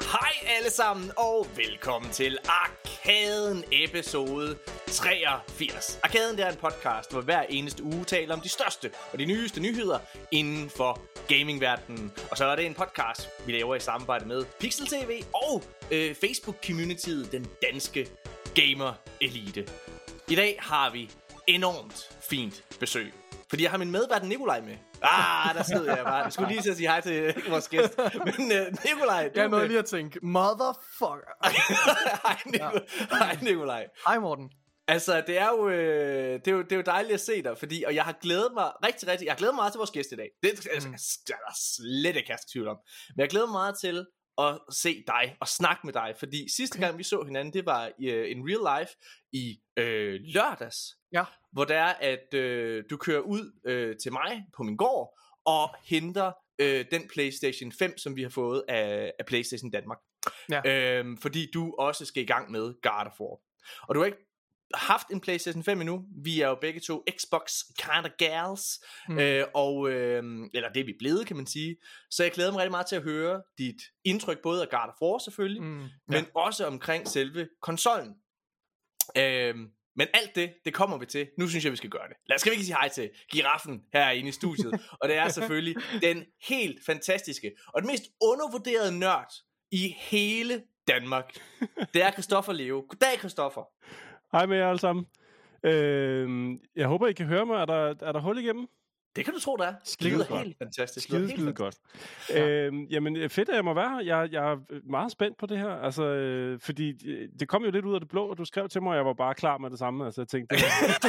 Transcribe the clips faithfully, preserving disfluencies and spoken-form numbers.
Hej alle sammen, og velkommen til Arkaden episode treogfirs. Arkaden, det er en podcast, hvor hver eneste uge taler om de største og de nyeste nyheder inden for gamingverdenen. Og så er det en podcast, vi laver i samarbejde med Pixel T V og øh, Facebook-communityet, den danske gamer-elite. I dag har vi enormt fint besøg, fordi jeg har min medvært Nikolaj med. Ah, der sidder jeg bare. Jeg skulle lige til at sige hej til vores gæst. Men uh, Nikolaj, jeg nåede lige at tænke, motherfucker. Hej Nikolaj. Hej Nikolaj. Hej Morten. Altså, det er jo øh, det er jo det er jo dejligt at se dig, fordi og jeg har glædet mig rigtig rigtig. Jeg har glædet mig meget til vores gæst i dag. Det altså, mm. jeg er slet ikke kaste tvivl om. Men jeg glæder mig meget til at se dig og snakke med dig, fordi sidste gang vi så hinanden, det var i uh, in real life i øh, lørdags. Ja. Hvor det er at øh, du kører ud øh, til mig på min gård og henter øh, den PlayStation fem, som vi har fået af, af PlayStation Danmark. Ja. Øhm, fordi du også skal i gang med God of War. Og du har ikke haft en PlayStation fem endnu. Vi er jo begge to Xbox kind of gals, mm. øh, og øh, eller det er vi blevet, kan man sige. Så jeg glæder mig rigtig meget til at høre dit indtryk, både af God of War selvfølgelig, mm. ja. men også omkring selve konsollen. Øhm, Men alt det, det kommer vi til. Nu synes jeg, vi skal gøre det. Lad os skal vi ikke sige hej til giraffen herinde i studiet. Og det er selvfølgelig den helt fantastiske og den mest undervurderede nørd i hele Danmark. Det er Christoffer Leo. Goddag, Christoffer. Hej med jer alle sammen. Øh, jeg håber, I kan høre mig. Er der, er der hul igennem? Det kan du tro, der er. Skide det godt. Helt fantastisk. Skide, skide godt. Ja. Øhm, jamen, fedt, at jeg må være her. Jeg, jeg er meget spændt på det her. Altså, øh, fordi det kom jo lidt ud af det blå, og du skrev til mig, og jeg var bare klar med det samme. Altså, jeg tænkte, det,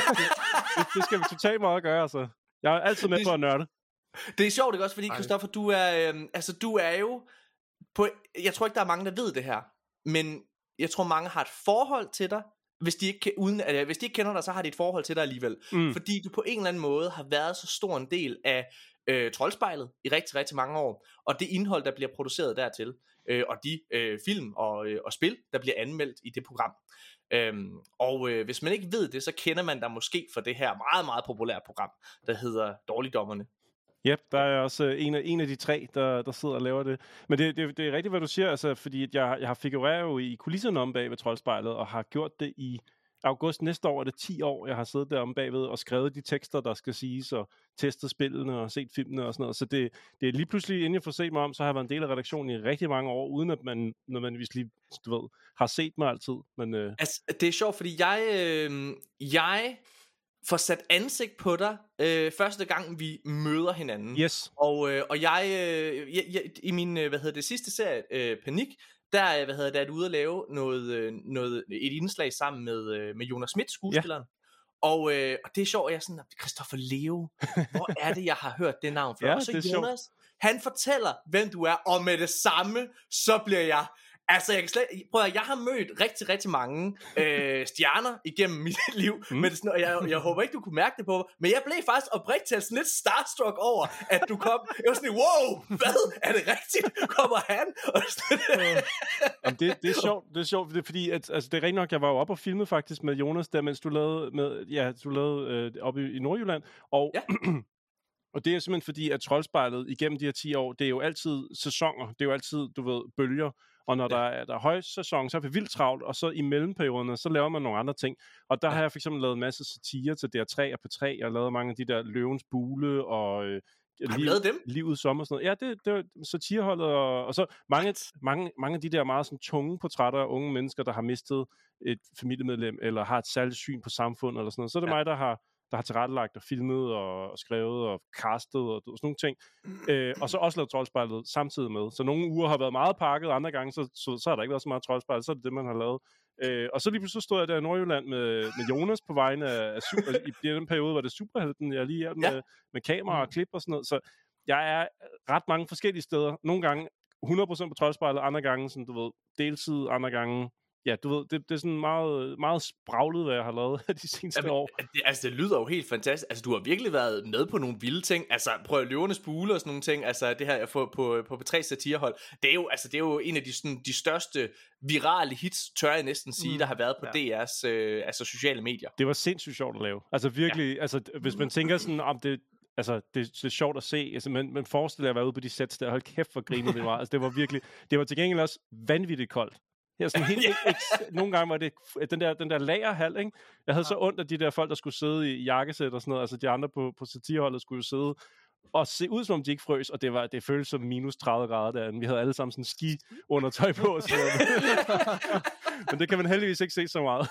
det, det skal vi totalt meget gøre. Altså. Jeg er altid med det, på at nørde. Det er sjovt, ikke også? Fordi, Christoffer, du er, øh, altså, du er jo... På, jeg tror ikke, der er mange, der ved det her. Men jeg tror, mange har et forhold til dig. Hvis de, ikke, uden, altså, hvis de ikke kender dig, så har de et forhold til dig alligevel. Mm. Fordi du på en eller anden måde har været så stor en del af øh, Troldspejlet i rigtig, rigtig mange år. Og det indhold, der bliver produceret dertil. Øh, og de øh, film og, øh, og spil, der bliver anmeldt i det program. Øhm, og øh, hvis man ikke ved det, så kender man dig måske for det her meget, meget populære program, der hedder Dårligdommerne. Ja, yep, der er også en af, en af de tre, der, der sidder og laver det. Men det, det, det er rigtigt, hvad du siger, altså, fordi jeg, jeg har figureret jo i kulisserne om bag ved Troldspejlet, og har gjort det i august næste år, er det ti år, jeg har siddet der om bagved og skrevet de tekster, der skal siges, og testet spillene og set filmene og sådan noget. Så det, det er lige pludselig, inden jeg får set mig om, så har jeg været en del af redaktionen i rigtig mange år, uden at man nødvendigvis lige, du ved, har set mig altid. Men, øh... altså, det er sjovt, fordi jeg... Øh, jeg... får sat ansigt på dig øh, første gang vi møder hinanden. Yes. Og øh, og jeg, øh, jeg, jeg i min øh, hvad hedder det sidste serie øh, Panik, der hvad hedder det, er du ude at lave noget øh, noget et indslag sammen med øh, med Jonas Schmidt, skuespilleren. Ja. Og øh, og det er sjovt, at jeg er sådan, Christoffer Leo. Hvor er det jeg har hørt det navn før? Ja, og så Jonas, sjovt. Han fortæller hvem du er, og med det samme så bliver jeg Altså, jeg, kan slet, prøv at, jeg har mødt rigtig, rigtig mange øh, stjerner igennem mit liv, mm. men sådan, og jeg, jeg håber ikke, du kunne mærke det på mig, men jeg blev faktisk oprigtigt sådan lidt starstruck over, at du kom. Jeg var sådan, wow, hvad? Er det rigtigt? Kommer han? Og sådan, Jamen, det, det er sjovt, det er sjovt, det er, fordi at, altså, det er rigtig nok, jeg var jo oppe og filmede faktisk med Jonas der, mens du lavede, med, ja, du lavede øh, oppe i, i Nordjylland, og... Ja. Og det er simpelthen fordi, at Troldspejlet igennem de her ti år, det er jo altid sæsoner, det er jo altid, du ved, bølger, og når ja. der, er, der er højsæson, så er vi vildt travlt, og så i mellemperioderne, så laver man nogle andre ting. Og der ja. har jeg for eksempel lavet en masse satire til D R tre og P tre, jeg har lavet mange af de der Løvens Bule, og øh, har du lavet dem? Livet Sommer og sådan noget. Ja, det, det var satireholdet, og, og så mange, mange, mange af de der meget sådan, tunge portrætter af unge mennesker, der har mistet et familiemedlem, eller har et særligt syn på samfundet, eller sådan noget. Så er det ja. mig, der har der har tilrettelagt og filmet og, og skrevet og castet og, og sådan nogle ting. Øh, og så også lavet Troldspejlet samtidig med. Så nogle uger har været meget pakket, andre gange, så, så, så har der ikke været så meget Troldspejlet, så er det det, man har lavet. Øh, og så lige pludselig stod jeg der i Nordjylland med, med Jonas på vegne af, af super, i den periode var det Superhelten, jeg lige hjalp med, ja. med kamera og klip og sådan noget. Så jeg er ret mange forskellige steder. Nogle gange hundrede procent på Troldspejlet, andre gange sådan, du ved, deltid, andre gange ja, du ved, det, det er sådan meget, meget spraglet, hvad jeg har lavet de seneste Jamen, år. Det, altså, det lyder jo helt fantastisk. Altså, du har virkelig været med på nogle vilde ting. Altså, prøv at Løvernes Bule og sådan nogle ting. Altså, det her jeg får på, på P tre satirehold. Det er jo, altså, det er jo en af de, sådan, de største virale hits, tør jeg næsten sige, mm. der har været på ja. D R's øh, altså, sociale medier. Det var sindssygt sjovt at lave. Altså, virkelig, ja. altså, hvis man tænker sådan, om det altså, det, det er sjovt at se, altså, men, men forestil dig at være ude på de sets der, hold kæft for griner det var, altså det var virkelig, det var til gengæld også vanvittigt koldt. Her sådan helt, yeah. ikke, ikke, nogle gange var det den der, den der lagerhal, ikke? Jeg havde ja. så ondt af de der folk, der skulle sidde i jakkesæt og sådan noget, altså de andre på, på satireholdet skulle jo sidde og se ud, som om de ikke frøs, og det, var, det føltes som minus tredive grader derinde. Vi havde alle sammen sådan ski undertøj på og sådan noget. Men det kan man heldigvis ikke se så meget.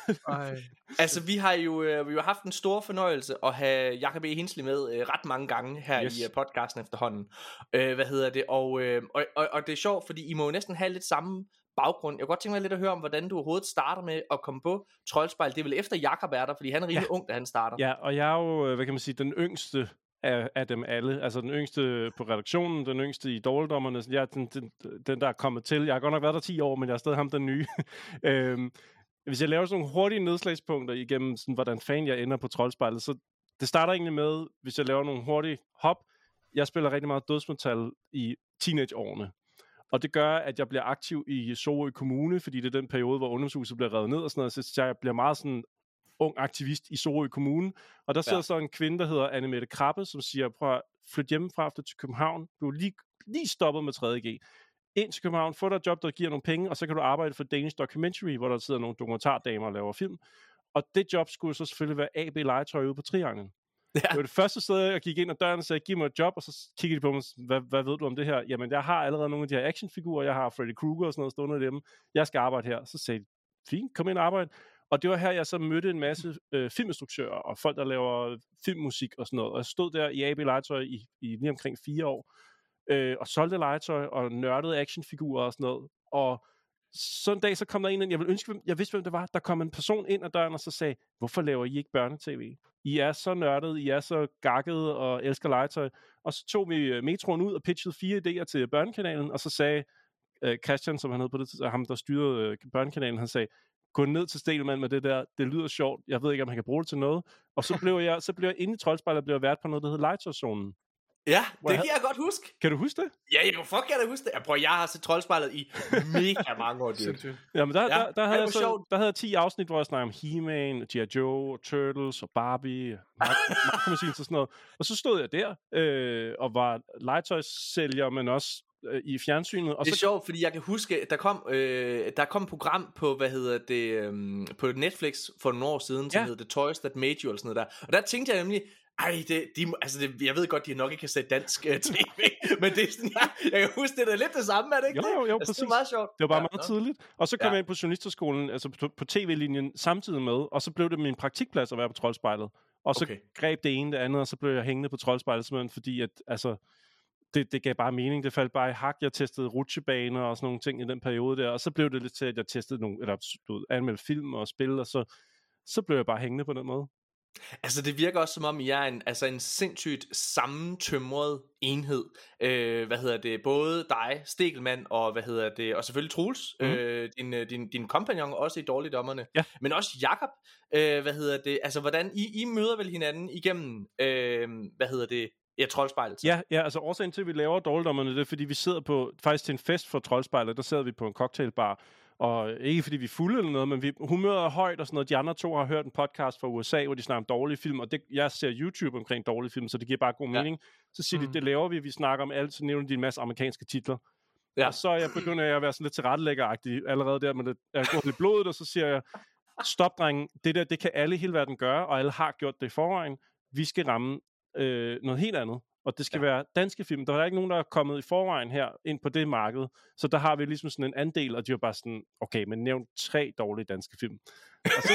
Altså, vi har jo øh, vi har haft en stor fornøjelse at have Jacob E. Hinsley med øh, ret mange gange her yes. i uh, podcasten efterhånden. Øh, hvad hedder det? Og, øh, og, og, og det er sjovt, fordi I må jo næsten have lidt samme baggrund. Jeg kunne godt tænke mig lidt at høre om, hvordan du overhovedet starter med at komme på Troldspejl. Det er vel efter Jacob er der, fordi han er rimelig ja. ung, da han starter. Ja, og jeg er jo, hvad kan man sige, den yngste af, af dem alle. Altså den yngste på redaktionen, den yngste i Dårligdommerne. Jeg er den, den, den, der er kommet til. Jeg har godt nok været der ti år, men jeg er stadig ham den nye. øhm, hvis jeg laver sådan nogle hurtige nedslagspunkter igennem, sådan, hvordan fan jeg ender på Troldspejlet, så det starter egentlig med, hvis jeg laver nogle hurtige hop. Jeg spiller rigtig meget dødsmetal i teenageårene. Og det gør, at jeg bliver aktiv i Sorø Kommune, fordi det er den periode, hvor ungdomshuset bliver revet ned og sådan noget, så jeg bliver meget sådan ung aktivist i Sorø Kommune. Og der sidder ja. så en kvinde, der hedder Anne-Mette Krabbe, som siger, prøv at flytte hjemmefra efter til København. Du er lige, lige stoppet med tredje G. Ind til København, få dig et job, der giver nogle penge, og så kan du arbejde for Danish Documentary, hvor der sidder nogle dokumentardamer og laver film. Og det job skulle så selvfølgelig være A B Legetøj ude på Trianglen. Ja. Det var det første sted, jeg gik ind ad døren og sagde, giv mig et job, og så kiggede de på mig, hvad, hvad ved du om det her? Jamen, jeg har allerede nogle af de her actionfigurer, jeg har Freddy Krueger og sådan noget stående dem. Jeg skal arbejde her. Så sagde de, fint, kom ind og arbejde. Og det var her, jeg så mødte en masse øh, filminstruktører og folk, der laver filmmusik og sådan noget. Og jeg stod der i A B Legetøj i, i lige omkring fire år, øh, og solgte legetøj og nørdede actionfigurer og sådan noget. Og så en dag, så kom der en ind, jeg ville ønske, jeg vidste, hvem det var. Der kom en person ind ad døren og så sagde, hvorfor laver I ikke børnetv? I er så nørdet, I er så gakkede og elsker legetøj. Og så tog vi metroen ud og pitchede fire idéer til børnekanalen, og så sagde øh, Christian, som han hed på det, ham der styrede øh, børnekanalen, han sagde, gå ned til Stelman med det der, det lyder sjovt, jeg ved ikke, om han kan bruge det til noget. Og så blev jeg, så blev jeg inde i Troldspejlet og blev vært på noget, der hed Legetøjszonen. Ja, det kan jeg godt huske. Kan du huske det? Ja, jeg fuck kan jeg huske det. Jeg prøver, jeg har set Troldspejlet i mega mange år. Ja, men der, ja, der, der, havde jeg så, der havde jeg ti afsnit, hvor jeg snakkede om He-Man, G I. Joe, og Turtles og Barbie, Magtmachine og sådan noget. Og så stod jeg der øh, og var legetøjssælger, men også øh, i fjernsynet. Og det er så... sjovt, fordi jeg kan huske, der kom, øh, der kom et program på, hvad hedder det, øh, på Netflix for nogle år siden, som ja. hedder The Toys That Made You, eller sådan noget der. Og der tænkte jeg nemlig, ej, det, de, altså det, jeg ved godt, de nok ikke kan sætte dansk uh, tv, men det er sådan, jeg, jeg kan huske, det er lidt det samme, er det ikke? Jo, jo, jo, altså, præcis. Det var meget sjovt. Det var bare ja, meget tidligt. Og så kom ja. jeg ind på journalisterskolen, altså på, på tv-linjen samtidig med, og så blev det min praktikplads at være på Troldspejlet. Og så okay. greb det ene det andet, og så blev jeg hængende på Troldspejlet, simpelthen fordi, at altså, det, det gav bare mening. Det faldt bare i hak. Jeg testede rutsjebaner og sådan nogle ting i den periode der, og så blev det lidt til, at jeg testede nogle, eller stod, anmeldte film og spil, og så, så blev jeg bare hængende på den måde. Altså det virker også som om I er en, altså en sindssygt sammentømret enhed. øh, Hvad hedder det, både dig, Stegelmann, og hvad hedder det, og selvfølgelig Troels, mm. øh, din, din, din kompagnon også i Dårligdommerne, ja. men også Jakob. øh, Hvad hedder det, altså hvordan I, I møder vel hinanden igennem øh, hvad hedder det, ja, Troldspejlet. Ja, ja, altså årsagen til at vi laver Dårligdommerne, det er fordi vi sidder på, faktisk til en fest for Troldspejlet, der sidder vi på en cocktailbar. Og ikke fordi vi er fulde eller noget, men vi, humøret er højt og sådan noget. De andre to har hørt en podcast fra U S A, hvor de snakker om dårlige film, og det, jeg ser YouTube omkring dårlige film, så det giver bare god mening. Ja. Så siger mm. de, det laver vi, vi snakker om alt, så nævner de en masse amerikanske titler. Ja. Og så jeg begynder jeg at være sådan lidt tilrettelæggeragtig allerede der, men det er gået lidt blodet, og så siger jeg, stop drengen, det der, det kan alle i hele verden gøre, og alle har gjort det i forvejen. Vi skal ramme øh, noget helt andet. Og det skal ja. være danske film. Der er ikke nogen, der er kommet i forvejen her ind på det marked. Så der har vi ligesom sådan en andel, og de var bare sådan, okay, men nævn tre dårlige danske film. Og så,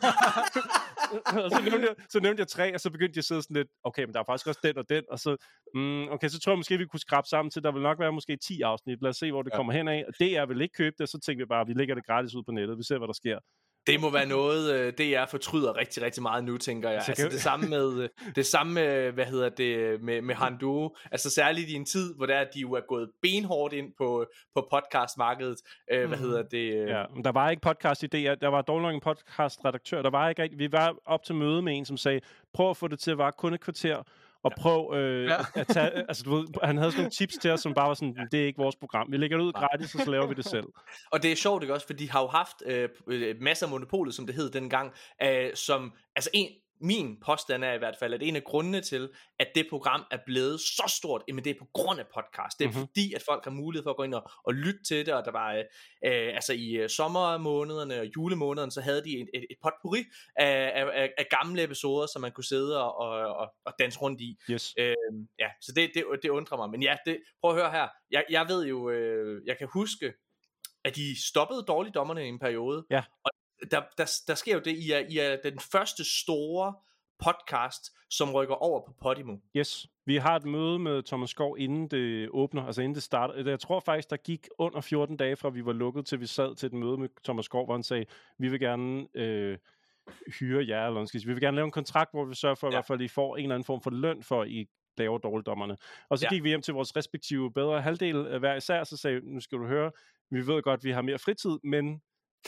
og så, nævnte jeg, så nævnte jeg tre, og så begyndte jeg at sidde sådan lidt, okay, men der er faktisk også den og den, og så, mm, okay, så tror jeg måske, vi kunne skrabe sammen til, der vil nok være måske ti afsnit. Lad os se, hvor det ja. kommer hen af. Det er vel ikke købt det, så tænker vi bare, vi lægger det gratis ud på nettet, vi ser, hvad der sker. Det må være noget, D R fortryder rigtig, rigtig meget nu, tænker jeg. Altså det samme med, det samme med, hvad hedder det, med, med Handuo. Altså særligt i en tid, hvor der er, de jo er gået benhårdt ind på, på podcastmarkedet. Øh, hvad hedder det? Ja, men der var ikke podcast i D R. Der var dog nok en podcastredaktør. Der var ikke rigtig, vi var op til møde med en, som sagde, prøv at få det til at være kun et kvarter. Og prøv øh, ja. at tage, altså du ved, han havde sådan nogle tips til os, som bare var sådan, det er ikke vores program. Vi lægger det ud gratis, og så laver vi det selv. Og det er sjovt, ikke også, for de har jo haft øh, masser af monopolet, som det hed dengang, øh, som, altså en, min påstand er i hvert fald, at en af grundene til, at det program er blevet så stort, jamen det er på grund af podcast. Det er mm-hmm. fordi, at folk har mulighed for at gå ind og, og lytte til det, og der var, øh, altså i øh, sommermånederne og julemånederne, så havde de et, et, et potpourri af, af, af gamle episoder, som man kunne sidde og, og, og, og danse rundt i. Yes. Øh, ja, så det, det, det undrer mig. Men ja, det, prøv at høre her. Jeg, jeg ved jo, øh, jeg kan huske, at de stoppede dårligdommerne i en periode, ja. og Der, der, der sker jo det, I er, I er den første store podcast, som rykker over på Podimo. Yes, vi har et møde med Thomas Skov, inden det åbner, altså inden det starter. Jeg tror faktisk, der gik under fjorten dage, fra vi var lukket, til vi sad til et møde med Thomas Skov, hvor han sagde, vi vil gerne øh, hyre jer, eller skal sige, vi vil gerne lave en kontrakt, hvor vi sørger for, ja. i hvert fald, at I får en eller anden form for løn for, at I laver dårligdommerne. Og så ja. gik vi hjem til vores respektive bedre halvdel hver især, så sagde nu skal du høre, vi ved godt, at vi har mere fritid, men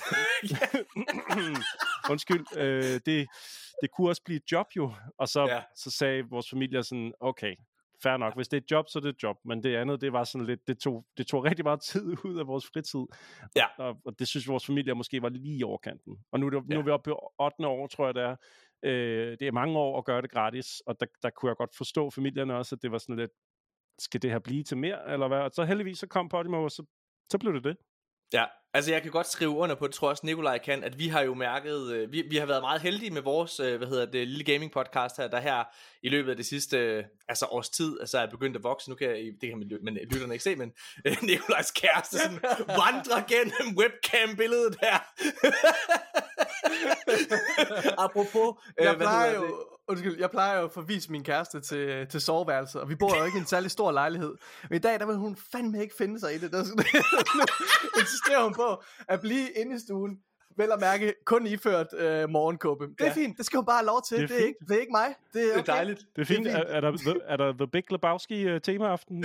undskyld, øh, det, det kunne også blive et job jo. Og så, ja. så sagde vores familie sådan, okay, fair nok, hvis det er et job, så er det et job. Men det andet, det var sådan lidt, det tog, det tog rigtig meget tid ud af vores fritid. Ja. Og, og det synes vores familie måske var lige i overkanten. Og nu, nu ja. er vi oppe på ottende år, tror jeg det er. Øh, det er mange år at gøre det gratis, og der, der kunne jeg godt forstå familierne også, at det var sådan lidt, skal det her blive til mere, eller hvad? Og så heldigvis så kom Podimo, og så, så blev det det. Ja, altså jeg kan godt skrive under på det, tror jeg også Nikolaj kan, at vi har jo mærket, øh, vi, vi har været meget heldige med vores, øh, hvad hedder det, lille gaming podcast her, der her i løbet af det sidste, øh, altså års tid, altså er begyndt at vokse. Nu kan jeg, det kan man, men lytterne ikke se, men øh, Nikolajs kæreste sådan vandrer gennem webcam-billedet her. Apropos, øh, jeg hvad plejer hedder jo, det? Undskyld, jeg plejer jo at forvise min kæreste til, til soveværelset, og vi bor jo ikke i en særlig stor lejlighed. Men i dag, der vil hun fandme ikke finde sig i det. Der insisterer hun på at blive inde i stuen, vel at mærke kun iført øh, morgenkåbe. Det er ja. fint, det skal hun bare have lov til. Det er, det er, ikke, det er ikke mig. Det er, okay. Det er dejligt. Det er fint. Det er, fint. Er, er, der, er der The Big Lebowski uh, temaaften?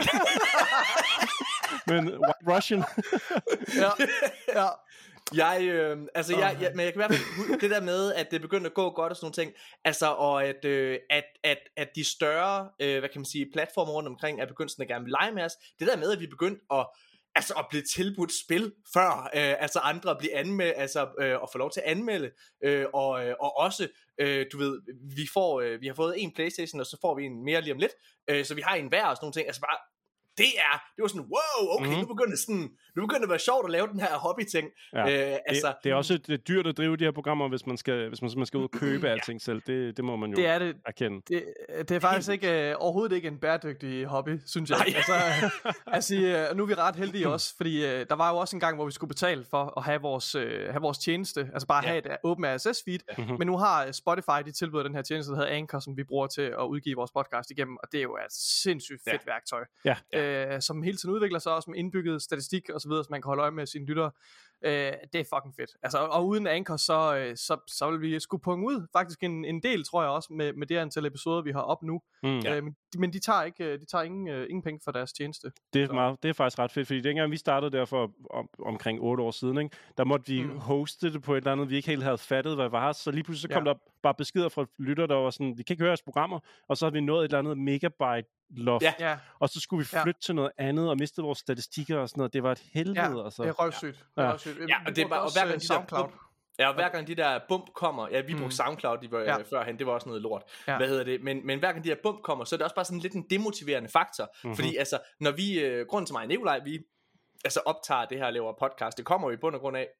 Men White Russian. ja, ja. Jeg, øh, altså, jeg, jeg, men jeg kan i hvert fald det der med, at det begynder at gå godt og sådan nogle ting, altså, og at, øh, at, at, at de større, øh, hvad kan man sige, platformer rundt omkring er begyndt sådan at gerne vil lege med os, det der med, at vi er begyndt at, altså, at blive tilbudt spil før, øh, altså andre at blive anmeldt, altså, øh, at få lov til at anmelde, øh, og, øh, og også, øh, du ved, vi får, øh, vi har fået en PlayStation, og så får vi en mere lige om lidt, øh, så vi har en hver og sådan nogle ting, altså bare, det er, det var sådan, wow, okay, mm-hmm. nu begynder det sådan, nu begynder det at være sjovt at lave den her hobby-ting. Ja, øh, altså, det, det er også det er dyrt at drive de her programmer, hvis man skal, hvis man, man skal ud og købe ja. alting selv. Det, det må man jo det er det, erkende. Det, det er faktisk ikke, uh, overhovedet ikke en bæredygtig hobby, synes jeg. Nej. Altså, altså, uh, nu er vi ret heldige også, fordi uh, der var jo også en gang, hvor vi skulle betale for at have vores, uh, have vores tjeneste, altså bare ja. have et åbent R S S-feed, mm-hmm. men nu har Spotify, de tilbyder den her tjeneste, der hedder Anchor, som vi bruger til at udgive vores podcast igennem, og det er jo et sindssygt fedt ja. værktøj. Ja. Uh, som hele tiden udvikler sig også med indbygget statistik og så videre, så man kan holde øje med sine lyttere. Øh, det er fucking fedt. Altså, og uden Anchor, så, så, så vil vi skulle punge ud faktisk en, en del, tror jeg også, med, med det antal episoder, vi har op nu. Mm, ja. øh, men, de, men de tager ikke, de tager ingen, uh, ingen penge for deres tjeneste. Det er, meget, det er faktisk ret fedt, fordi dengang vi startede der for om, omkring otte år siden, ikke, der måtte vi mm. hoste det på et eller andet, vi ikke helt havde fattet, hvad det var. Så lige pludselig så kom ja. der bare beskeder fra lytter, der var sådan, vi kan ikke høre jeres programmer, og så havde vi nået et eller andet megabyte loft, ja. og så skulle vi flytte ja. til noget andet, og miste vores statistikker og sådan noget. Det var et helvede, ja, altså. det er røvsygt. Ja, det er røvsygt. ja og, det er bare, og hver gang de SoundCloud. der bump, ja, og hver gang de der bump kommer, ja, vi brugte mm. SoundCloud de var, ja. førhen, det var også noget lort, ja. hvad hedder det, men, men hver gang de der bump kommer, så er det også bare sådan lidt en demotiverende faktor, mm-hmm. fordi altså, når vi, øh, grunden til mig og Nikolaj, vi altså optager det her og laver podcast, det kommer jo i bund og grund af,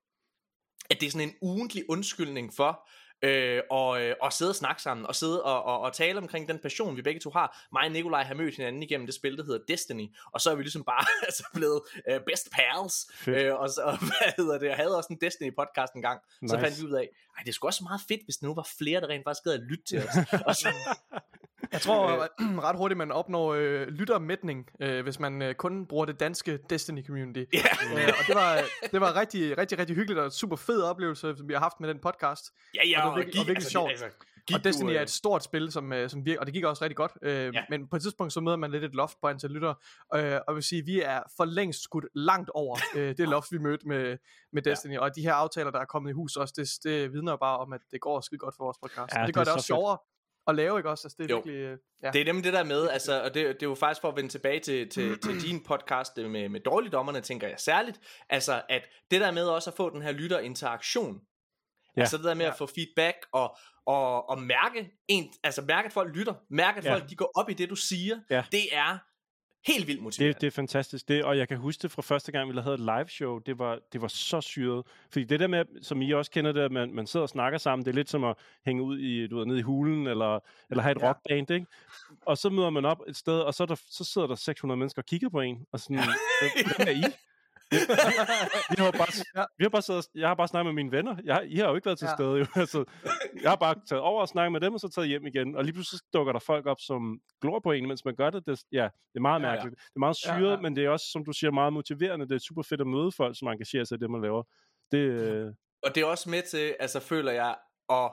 at det er sådan en ugentlig undskyldning for, Øh, og, øh, og sidde og snakke sammen og sidde og, og, og tale omkring den passion vi begge to har. Mig og Nikolaj har mødt hinanden igennem det spil der hedder Destiny, og så er vi ligesom bare altså blevet øh, best pals øh, og, så, og hvad hedder det, jeg havde også en Destiny podcast en gang. Nice. Så fandt vi ud af, ej, det er sgu også meget fedt hvis der nu var flere der rent faktisk gad at lytte til os. Og så, jeg tror ret hurtigt man opnår øh, lyttermætning øh, hvis man øh, kun bruger det danske Destiny community. Yeah. øh, og det var det var rigtig rigtig rigtig hyggeligt og super fed oplevelse som vi har haft med den podcast. Ja ja, og, og, virkelig, og virkelig altså, sjovt. Altså, og Destiny du, øh... er et stort spil som øh, som virker, og det gik også rigtig godt. Øh, ja. Men på et tidspunkt så møder man lidt et loft på antal lyttere, øh, og jeg vil sige vi er for længst skudt langt over øh, det loft vi mødte med med Destiny, ja. Og de her aftaler der er kommet i hus også, det, det vidner bare om at det går skide godt for vores podcast. Ja, det, det gør det, det også sjovere at lave, ikke også? Altså, det er jo. virkelig... Ja. Det er nemlig det der med, altså, og det, det er jo faktisk for at vende tilbage til, til, til din podcast med, med dårligdommerne, tænker jeg særligt, altså, at det der med også at få den her lytterinteraktion, Ja. Altså det der med ja. at få feedback og, og, og mærke, en, altså mærke, at folk lytter, mærke, at ja. folk de går op i det, du siger, ja. det er helt vildt motiverende. Det, det er fantastisk. Det, og jeg kan huske det fra første gang, vi havde et live show. Det var, det var så syret. Fordi det der med, som I også kender det, at man, man sidder og snakker sammen, det er lidt som at hænge ud i, du ved, nede i hulen, eller, eller have et ja. rockband, ikke? Og så møder man op et sted, og så, der, så sidder der seks hundrede mennesker og kigger på en, og sådan, hvem er I? vi, vi, har bare, vi har bare siddet, jeg har bare snakket med mine venner. Jeg, I har jo ikke været til ja. stede. Jo. Altså, jeg har bare taget over og snakket med dem, og så taget hjem igen. Og lige pludselig dukker der folk op, som glor på en, mens man gør det. det ja, det er meget mærkeligt. Ja, ja. Det er meget syret, ja, ja. men det er også, som du siger, meget motiverende. Det er super fedt at møde folk, som engagerer sig i det, man laver. Det, øh... Og det er også med til, altså føler jeg, at,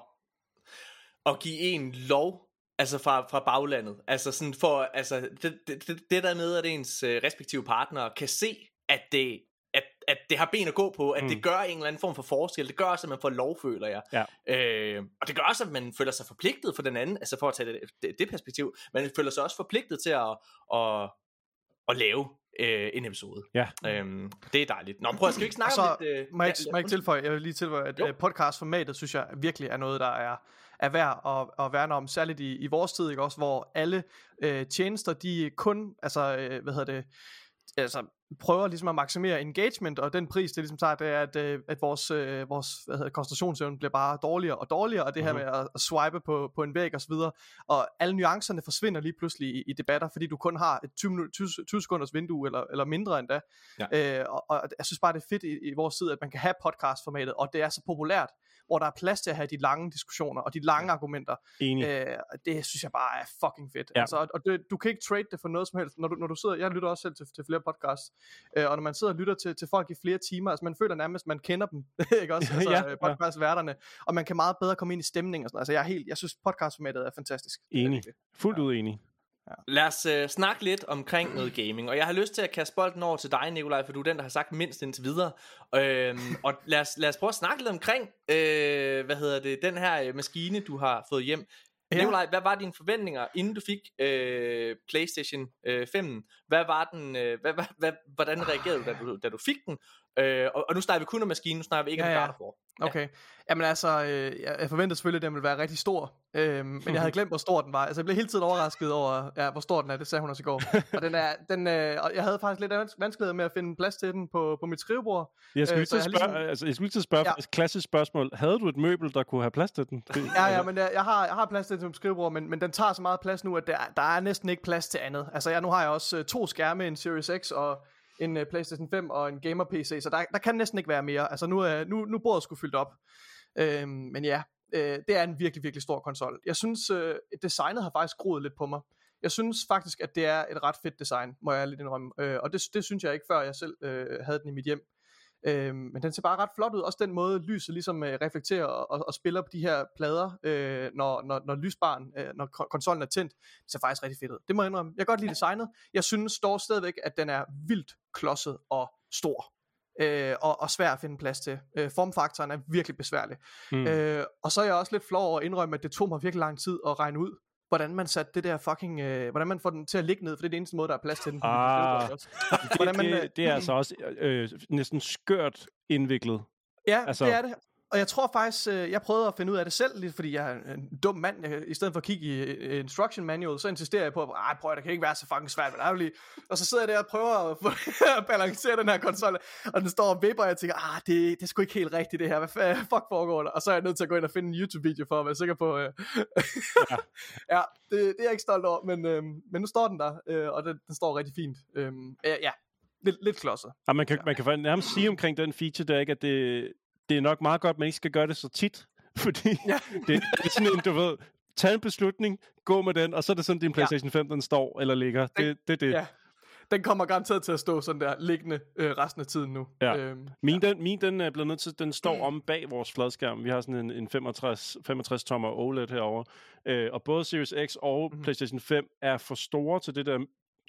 at give en lov, altså fra, fra baglandet. Altså sådan for, altså det, det, det, det der med, at ens øh, respektive partnere kan se, at det, at, at det har ben at gå på, at mm. det gør en eller anden form for forskel. Det gør også, at man får lov, føler jeg. Ja. Øh, og det gør også, at man føler sig forpligtet for den anden, altså for at tage det, det, det perspektiv. Man føler sig også forpligtet til at, at, at lave øh, en episode. Ja. Øhm, det er dejligt. Nå, prøv, skal vi ikke snakke så, om lidt... Øh, må jeg, ja, må jeg tilføje, jeg vil lige tilføje, at jo. podcastformatet, synes jeg virkelig er noget, der er, er værd at, at værne om, særligt i, i vores tid, ikke også, hvor alle øh, tjenester, de kun, altså, øh, hvad hedder det, altså prøver ligesom at maksimere engagement, og den pris, det ligesom tager, det er, at, at vores, øh, vores hvad hedder, koncentrationsevne bliver bare dårligere og dårligere, og det her uh-huh. med at swipe på, på en væg og så videre, og alle nuancerne forsvinder lige pludselig i, i debatter, fordi du kun har et tyve sekunders vindue, eller, eller mindre end da. Ja. Øh, og, og jeg synes bare, det er fedt i, i vores tid, at man kan have podcastformatet, og det er så populært, hvor der er plads til at have de lange diskussioner, og de lange argumenter. Øh, det synes jeg bare er fucking fedt. Ja. Altså, og det, du kan ikke trade det for noget som helst, når du, når du sidder, jeg lytter også selv til, til flere podcasts, øh, og når man sidder og lytter til, til folk i flere timer, altså man føler nærmest, man kender dem, ikke også, altså ja, podcastværterne, og man kan meget bedre komme ind i stemning og sådan noget. Altså jeg er helt, jeg synes podcastformatet er fantastisk. Enig. Fuldt ud enig. Ja. Lad os øh, snakke lidt omkring noget gaming, og jeg har lyst til at kaste bolden over til dig, Nikolaj, for du er den, der har sagt mindst indtil videre. Øhm, og lad os, lad os prøve at snakke lidt omkring, øh, hvad hedder det, den her maskine, du har fået hjem. Ja. Nikolaj, hvad var dine forventninger, inden du fik øh, PlayStation øh, fem? Hvad var den, øh, hvad, hvad, hvad, hvordan reagerede du da, du, da du fik den? Øh, og, og nu snakker vi kun om maskinen, nu snakker vi ikke ja, om God of War. Ja. Okay, jamen altså, øh, jeg forventede selvfølgelig, at den ville være rigtig stor, øh, men jeg havde glemt, hvor stor den var. Altså jeg blev hele tiden overrasket over, ja, hvor stor den er, det sagde hun også i går. Og den er, den, øh, og jeg havde faktisk lidt vanskeligheder med at finde plads til den på, på mit skrivebord. Jeg skulle øh, lige til ligesom... altså, jeg skulle lige til at spørge, ja. et klassisk spørgsmål. Havde du et møbel, der kunne have plads til den? Ja, ja, men jeg, jeg, har, jeg har plads til den som skrivebord, men, men den tager så meget plads nu, at der, der er næsten ikke plads til andet. Altså jeg, nu har jeg også øh, to skærme, en Series X og en uh, PlayStation fem og en gamer P C, så der, der kan næsten ikke være mere. Altså nu er nu, nu bordet sgu fyldt op. Øhm, men ja, øh, det er en virkelig, virkelig stor konsol. Jeg synes, øh, designet har faktisk groet lidt på mig. Jeg synes faktisk, at det er et ret fedt design, må jeg lidt indrømme. Øh, og det, det synes jeg ikke, før jeg selv øh, havde den i mit hjem. Øh, men den ser bare ret flot ud. Også den måde, lyset ligesom øh, reflekterer og, og, og spiller på de her plader, øh, når, når, når lysbaren, øh, når konsollen er tændt. Det ser faktisk rigtig fedt ud. Det må jeg indrømme. Jeg kan godt lide designet. Jeg synes dog stadigvæk, at den er vildt klodset og stor. Øh, og, og svær at finde plads til. Øh, formfaktoren er virkelig besværlig. Mm. Øh, og så er jeg også lidt flov over at indrømme, at det tog mig virkelig lang tid at regne ud, hvordan man satte det der fucking, øh, hvordan man får den til at ligge ned, for det er det eneste måde, der er plads til den. Ah, det, hvordan man, det, det er altså også øh, næsten skørt indviklet. Ja, altså. Det er det. Og jeg tror faktisk, øh, jeg prøvede at finde ud af det selv, lidt fordi jeg er en dum mand. Jeg, i stedet for at kigge i uh, instruction manual, så insisterer jeg på, at prøv, det kan ikke være så fucking svært, men lige. Og så sidder jeg der og prøver at balancere den her konsol, og den står og vipper, og jeg tænker, ah, det, det er sgu ikke helt rigtigt det her, hvad fuck foregår der? Og så er jeg nødt til at gå ind og finde en YouTube-video for at være sikker på, øh, ja, ja det, det er jeg ikke stolt over, men, øh, men nu står den der, øh, og den, den står rigtig fint. Øh, ja, lidt, lidt klodset. Ja, man kan, man kan nærmest sige omkring den feature der, ikke, at det det er nok meget godt, at man ikke skal gøre det så tit, fordi ja. det, det er sådan en, du ved, tag en beslutning, gå med den, og så er det sådan, din PlayStation ja. fem, den står eller ligger. Det er det, det. Ja. Den kommer garanteret til at stå sådan der, liggende øh, resten af tiden nu. Ja. Øhm, min, ja. den, min, den er blevet nødt til, den står om bag vores fladskærm. Vi har sådan en, en femogtres tommer O L E D herovre. Øh, og både Series X og mm-hmm. PlayStation fem er for store til det der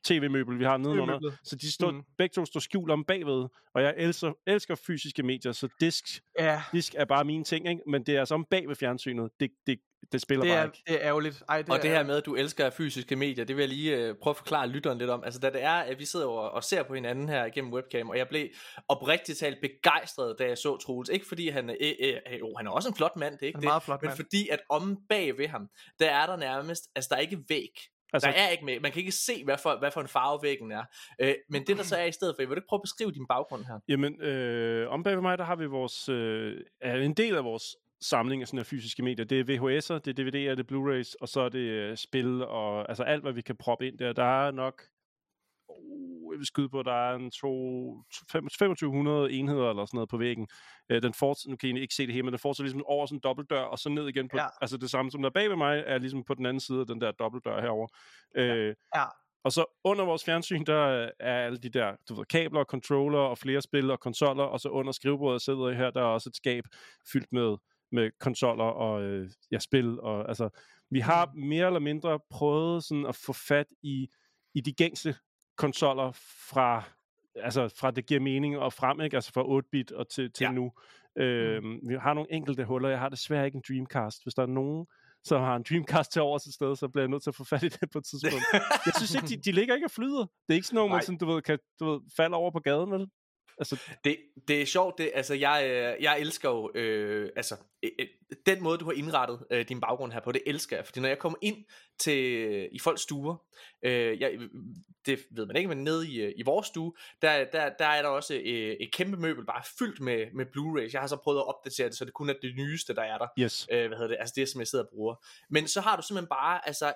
tv-møbel, vi har nedenunder. Så de står, mm. begge to står skjult om bagved, og jeg elsker, elsker fysiske medier, så disk, ja. disk er bare mine ting, ikke? Men det er altså om bag ved fjernsynet. Det, det, det spiller det er, bare ikke. Det er ærgerligt. Ej, det og er det her med, at du elsker fysiske medier, det vil jeg lige uh, prøve at forklare lytteren lidt om. Altså da det er, at vi sidder og, og ser på hinanden her igennem webcam, og jeg blev oprigtigt talt begejstret, da jeg så Troels. Ikke fordi han, øh, øh, jo, han er også en flot mand, det er ikke er det, flot men mand. Fordi at om bag ved ham, der er der nærmest, altså der er ikke væg. Altså, der er ikke med. Man kan ikke se, hvad for, hvad for en farve væggen er. Øh, men det, der så er i stedet for, vil du ikke prøve at beskrive din baggrund her? Jamen, øh, om bag ved mig, der har vi vores, øh, en del af vores samling af sådan her fysiske medier. Det er V H S'er, det er D V D'er, det er Blu-rays, og så er det øh, spil, og altså alt, hvad vi kan proppe ind der. Der er nok, oh, jeg vil skyde på, der er en to, femogtyve hundrede enheder eller sådan noget på væggen. Øh, den fortsætter, nu kan I ikke se det her, men den fortsætter ligesom over sådan en dobbeltdør, og så ned igen på, ja. altså det samme som der bag ved mig, er ligesom på den anden side af den der dobbeltdør herovre. Øh, ja. ja. Og så under vores fjernsyn, der er alle de der du ved, kabler, controller og flere spil og konsoller, og så under skrivebordet sidder I her, der er også et skab fyldt med, med konsoller og øh, ja, spil. Og, altså, vi har mere eller mindre prøvet sådan at få fat i, i de gængse konsoller fra, altså, fra det giver mening og frem, ikke? Altså fra otte bit og til, til ja. nu. Øh, mm. Vi har nogle enkelte huller. Jeg har desværre ikke en Dreamcast. Hvis der er nogen som har en Dreamcast til over til sted, så bliver jeg nødt til at få fat i det på et tidspunkt. Jeg synes ikke, de, de ligger ikke og flyder. Det er ikke sådan noget, man sådan, du ved, kan du ved, falde over på gaden, vel? Altså... Det, det er sjovt, det, altså jeg, jeg elsker jo, øh, altså øh, den måde, du har indrettet øh, din baggrund her på, det elsker jeg, fordi når jeg kommer ind til, i folks stuer, øh, jeg, det ved man ikke, men nede i, i vores stue, der, der, der er der også øh, et kæmpe møbel, bare fyldt med, med Blu-rays. Jeg har så prøvet at opdatere det, så det kun er det nyeste, der er der. Yes. Øh, hvad hedder det, altså det, som jeg sidder og bruger. Men så har du simpelthen bare, altså,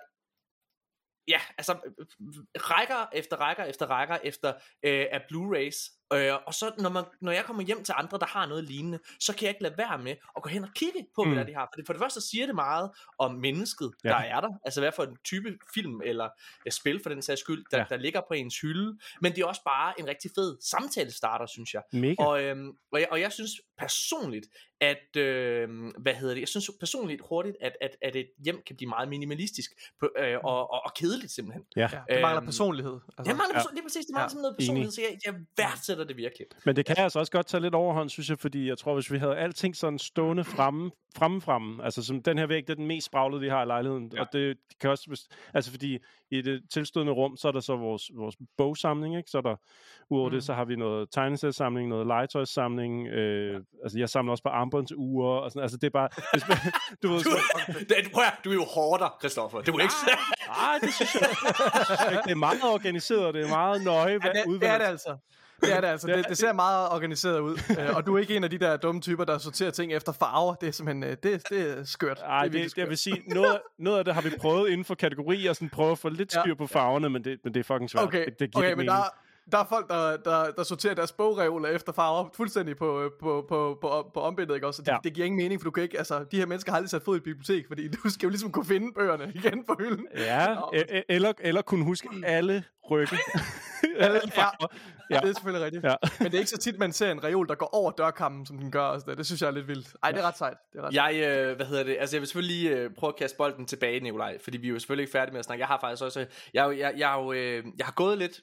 ja, altså rækker efter rækker efter rækker efter øh, af Blu-rays. Øh, og så når, man, når jeg kommer hjem til andre, der har noget lignende, så kan jeg ikke lade være med at gå hen og kigge på, mm. hvad de har. For det, for det første siger det meget om mennesket, ja. der er der. Altså hvad for en type film eller ja, spil for den sags skyld, der, ja. der ligger på ens hylde. Men det er også bare en rigtig fed samtalestarter, synes jeg. Mega. Og, øhm, og, jeg, og jeg synes personligt, at øh, hvad hedder det? Jeg synes personligt hurtigt, at, at, at et hjem kan blive meget minimalistisk på, øh, og, og, og kedeligt simpelthen. Ja. Ja, det mangler personlighed. Altså. Det mangler person- ja. det er præcis, det mangler ja. sådan noget personlighed, så jeg, jeg værdsætter det virkelig. Men det kan altså også godt tage lidt overhånd, synes jeg, fordi jeg tror, hvis vi havde alting sådan stående fremme, fremme, fremme, altså som den her væg, det er den mest spraglede, vi har i lejligheden, ja. og det kan også, altså fordi i det tilstødende rum, så er der så vores, vores bogsamling, ikke? Så er der, udover mm. det, så har vi noget tegnesætsamling, noget legetøjssamling, øh, ja. altså jeg samler også på armbåndsure, og sådan, altså det er bare, det er, du ved, du, det, prøv at, du er jo hårder, Christoffer, det er jo ikke nej, det synes jeg, det er meget organiseret, det er meget nøje, hvad ja, det, det er det altså. Det er det altså. Det, det ser meget organiseret ud. Og du er ikke en af de der dumme typer, der sorterer ting efter farver. Det er simpelthen, det, det er skørt. Ej, det, det, skørt. Jeg vil sige, noget, noget af det har vi prøvet inden for kategorier, sådan prøve at få lidt styr ja. på farverne, men det, men det er fucking svært. Okay, det, det okay men der, der er folk, der, der, der sorterer deres bogreoler efter farver fuldstændig på, på, på, på, på ombindet, ikke også? Det, ja. det giver ingen mening, for du kan ikke, altså, de her mennesker har aldrig sat fod i et bibliotek, fordi du skal jo ligesom kunne finde bøgerne igen på hylden. Ja, e- eller, eller kunne huske alle rygge. alle farver. Ja, det er selvfølgelig rigtigt. Ja. Men det er ikke så tit, man ser en reol, der går over dørkammen, som den gør. Og det. det synes jeg er lidt vildt. Ej, det er ret sejt. Det er ret jeg, øh, hvad hedder det? Altså, jeg vil selvfølgelig lige øh, prøve at kaste bolden tilbage, Nikolaj, fordi vi er jo selvfølgelig ikke færdige med at snakke. Jeg har faktisk også, jeg, jeg, jeg, jeg, øh, jeg har gået lidt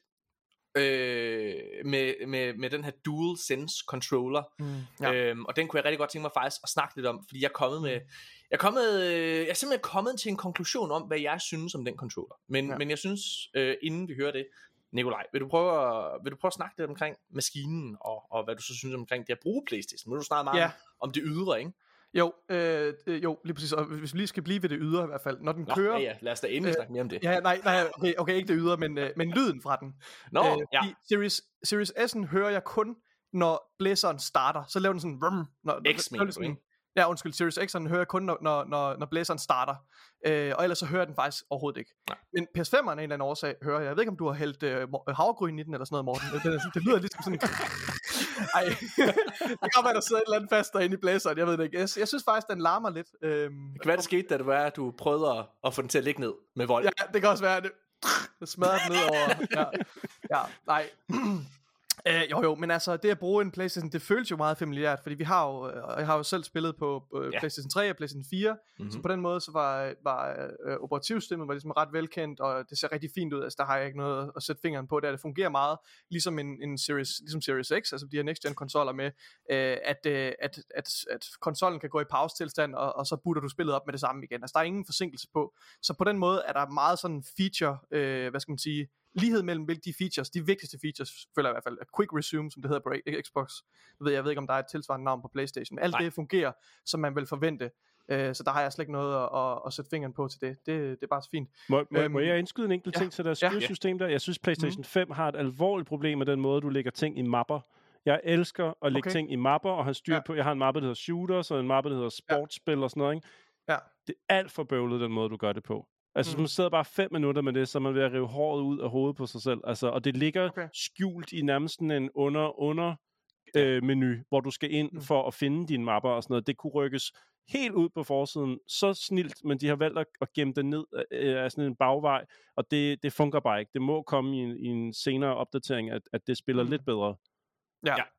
øh, med, med, med den her Dual Sense controller, mm, ja. øhm, og den kunne jeg rigtig godt tænke mig faktisk at snakke lidt om, fordi jeg er kommet med, jeg er kommet, øh, jeg er simpelthen kommet til en konklusion om, hvad jeg synes om den controller. Men, ja. men jeg synes, øh, inden vi hører det, Nikolaj, vil du prøve at, vil du prøve at snakke lidt omkring maskinen, og, og hvad du så synes omkring det at bruge PlayStation? Nu du snakke meget ja. om, om det ydre, ikke? Jo, øh, jo, lige præcis. Og hvis vi lige skal blive ved det ydre i hvert fald, når den Nå, kører. Ja, ja, lad os da endelig øh, snakke mere om det. Ja, nej, nej, okay, okay ikke det ydre, men øh, men lyden fra den. Nå, øh, ja. Series Series S'en hører jeg kun, når blæseren starter. Så laver den sådan rum, når X mener du, ikke? Ja, undskyld, Series X'en hører jeg kun, når, når, når, når blæseren starter. Øh, og ellers så hører jeg den faktisk overhovedet ikke. Nej. Men P S fem'eren af en eller anden årsag hører jeg. Jeg ved ikke, om du har hældt øh, havregryn i den eller sådan noget, Morten. Det, det, det lyder ligesom sådan... Ej, det kan være, der sidder et eller andet fast derinde i blæseren. Jeg ved det ikke. Jeg, jeg synes faktisk, den larmer lidt. Øhm, det kan være, det skete, da det var, at du prøvede at, at få den til at ligge ned med vold. Ja, det kan også være, at det, det smadrer den ned over... Ja, ja nej... Uh, jo jo, men altså det at bruge en PlayStation, det føles jo meget familiært, fordi vi har jo, uh, jeg har jo selv spillet på uh, ja. PlayStation tre og PlayStation fire, mm-hmm. så på den måde så var, var uh, operativsystemet var ligesom ret velkendt, og det ser rigtig fint ud, altså der har jeg ikke noget at sætte fingeren på, der det fungerer meget, ligesom en, en Series, ligesom Series X, altså de her next gen konsoller med, uh, at, uh, at, at, at konsollen kan gå i pause-tilstand, og, og så booter du spillet op med det samme igen, altså der er ingen forsinkelse på, så på den måde er der meget sådan feature, uh, hvad skal man sige, lighed mellem de features, de vigtigste features, føler jeg i hvert fald, Quick Resume, som det hedder på Xbox. Jeg ved, jeg ved ikke, om der er et tilsvarende navn på PlayStation. Alt Nej. Det fungerer, som man vil forvente. Uh, så der har jeg slet ikke noget at, at, at sætte fingeren på til det. Det, det er bare så fint. Må, må, um, må jeg indskyde en enkelt ja, ting til deres styresystem ja. der? Jeg synes, PlayStation mm. fem har et alvorligt problem med den måde, du lægger ting i mapper. Jeg elsker at lægge okay. ting i mapper, og have styr ja. på, jeg har en mappe, der hedder Shooters, og en mappe, der hedder Sportsspil ja. og sådan noget. Ikke? Ja. Det er alt for bøvlet, den måde, du gør det på. Altså, mm. man sidder bare fem minutter med det, så man vil rive håret ud af hovedet på sig selv. Altså, og det ligger okay. skjult i nærmest en under-under øh, menu, hvor du skal ind mm. for at finde dine mapper og sådan noget. Det kunne rykkes helt ud på forsiden, så snilt, men de har valgt at, at gemme det ned øh, af sådan en bagvej, og det, det fungerer bare ikke. Det må komme i en, i en senere opdatering, at, at det spiller mm. lidt bedre. Ja. Ja,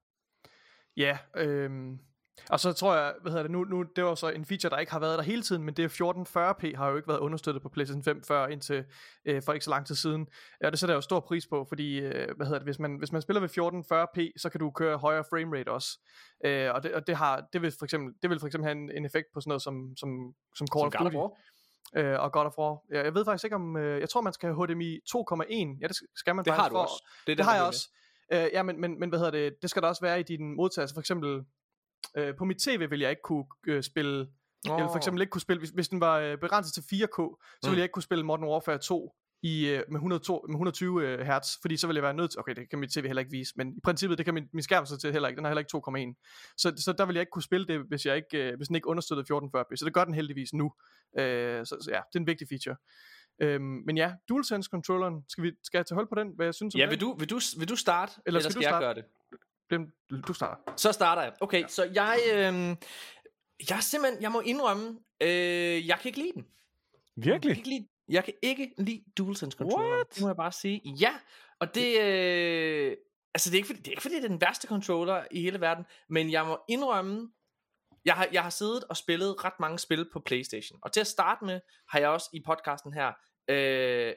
ja øhm... Og så tror jeg, hvad hedder det nu, nu, det var så en feature, der ikke har været der hele tiden, men det er fjorten fyrre p har jo ikke været understøttet på PlayStation fem før indtil øh, for ikke så lang tid siden. Ja, det sætter jeg jo stor pris på, fordi øh, hvad hedder det, hvis man hvis man spiller ved fjorten fyrre p, så kan du køre højere framerate også. Øh, og det og det har det vil for eksempel det vil for eksempel have en, en effekt på sådan noget som som som Call of Duty. Øh, og God of War. Ja, jeg ved faktisk ikke om øh, jeg tror man skal have H D M I to komma en. Ja, det skal man det faktisk har du for. også. Det, det, det har jeg også. Øh, ja, men men men hvad hedder det? Det skal der også være i din modtager. Så for eksempel Øh, på mit tv vil jeg ikke kunne øh, spille oh. Jeg vil for eksempel ikke kunne spille Hvis, hvis den var øh, begrænset til fire K, så mm. ville jeg ikke kunne spille Modern Warfare to i, øh, med, hundrede og to, med hundrede og tyve øh, hertz, fordi så ville jeg være nødt til. Okay, det kan mit tv heller ikke vise, men i princippet det kan min, min skærm så til heller ikke. Den har heller ikke to komma en. Så, så der vil jeg ikke kunne spille det, hvis jeg ikke øh, hvis den ikke understøttede fjorten fyrre p. Så det gør den heldigvis nu. øh, så, så ja, det er en vigtig feature. Øhm, men ja, DualSense controlleren, skal vi skal jeg tage hold på den, hvad jeg synes om ja, den? vil du vil du vil du starte, eller, eller skal, skal jeg gøre det? Du starter. Så starter jeg. Okay, ja. så jeg øh, jeg simpelthen jeg må indrømme, øh, jeg kan ikke lide den. Virkelig? Jeg kan ikke lide, jeg kan ikke lide DualSense controller. Det må jeg bare sige. Ja, og det øh, altså det er ikke fordi det er ikke fordi det er den værste controller i hele verden, men jeg må indrømme, jeg har jeg har siddet og spillet ret mange spil på PlayStation. Og til at starte med har jeg også i podcasten her øh,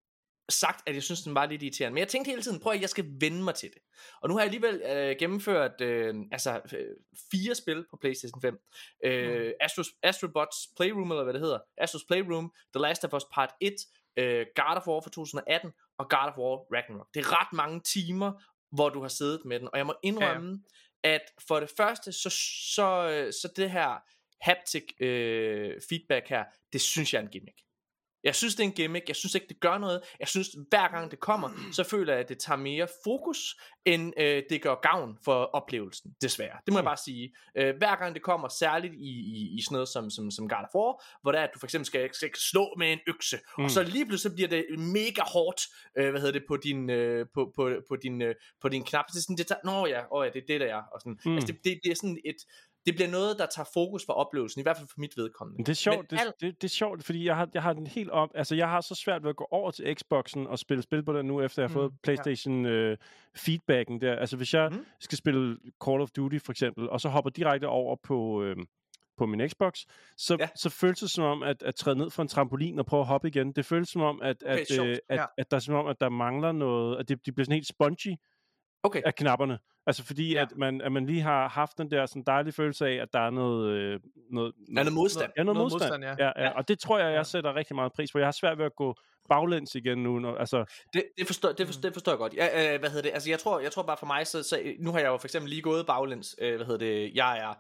sagt, at jeg synes, den var lidt irriterende. Men jeg tænkte hele tiden, prøv at jeg skal vende mig til det. Og nu har jeg alligevel øh, gennemført øh, altså øh, fire spil på PlayStation fem. Øh, mm. Astros, Astrobots Playroom, eller hvad det hedder. Astros Playroom, The Last of Us Part et, øh, God of War fra to tusind og atten, og God of War Ragnarok. Det er ret mange timer, hvor du har siddet med den. Og jeg må indrømme, ja. at for det første, så, så, så det her haptic øh, feedback her, det synes jeg er en gimmick. Jeg synes det er en gimmick. Jeg synes ikke det gør noget. Jeg synes hver gang det kommer, så føler jeg at det tager mere fokus end øh, det gør gavn for oplevelsen. Desværre. Det må jeg bare sige. øh, Hver gang det kommer, særligt i, i, i sådan noget som, som, som God of War, hvor der er, at du for eksempel skal, skal slå med en økse, mm. og så lige pludselig bliver det mega hårdt, øh, hvad hedder det, på din øh, på, på, på din øh, på din knap. Det er sådan, det tager, nå ja, åh ja, det er det der er. Og sådan. Mm. Altså det, det, det er sådan et det bliver noget, der tager fokus for oplevelsen, i hvert fald for mit vedkommende. Det er sjovt, det, alt... det, det er sjovt, fordi jeg har, jeg har den helt op, altså jeg har så svært ved at gå over til Xboxen og spille spil på den nu, efter jeg har mm, fået PlayStation ja. øh, feedbacken der. Altså hvis jeg mm. skal spille Call of Duty for eksempel, og så hopper direkte over på, øh, på min Xbox, så, ja. så føles det som om, at, at træde ned fra en trampolin og prøve at hoppe igen. Det føles som om, at, okay, at, øh, at, ja. at, at der er som om, at der mangler noget, at det, de bliver sådan helt spongy okay. af knapperne. Altså fordi, ja. at, man, at man lige har haft den der sådan dejlige følelse af, at der er noget... Øh, noget, ja, noget modstand. Ja, noget, noget modstand. modstand ja. Ja, ja. Og det tror jeg, jeg sætter rigtig meget pris på. Jeg har svært ved at gå baglæns igen nu. Når, altså... det, det, forstår, det, forstår, det forstår jeg godt. Ja, øh, hvad hedder det? Altså jeg tror, jeg tror bare for mig, så, så nu har jeg jo for eksempel lige gået baglæns. Øh, hvad hedder det? Jeg er...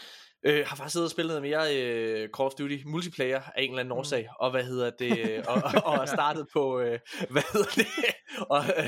Øh, har faktisk siddet og spillet mere øh, Call of Duty multiplayer af en eller anden årsag, mm. og hvad hedder det, og, og, og startet på, øh, hvad hedder det, og, øh,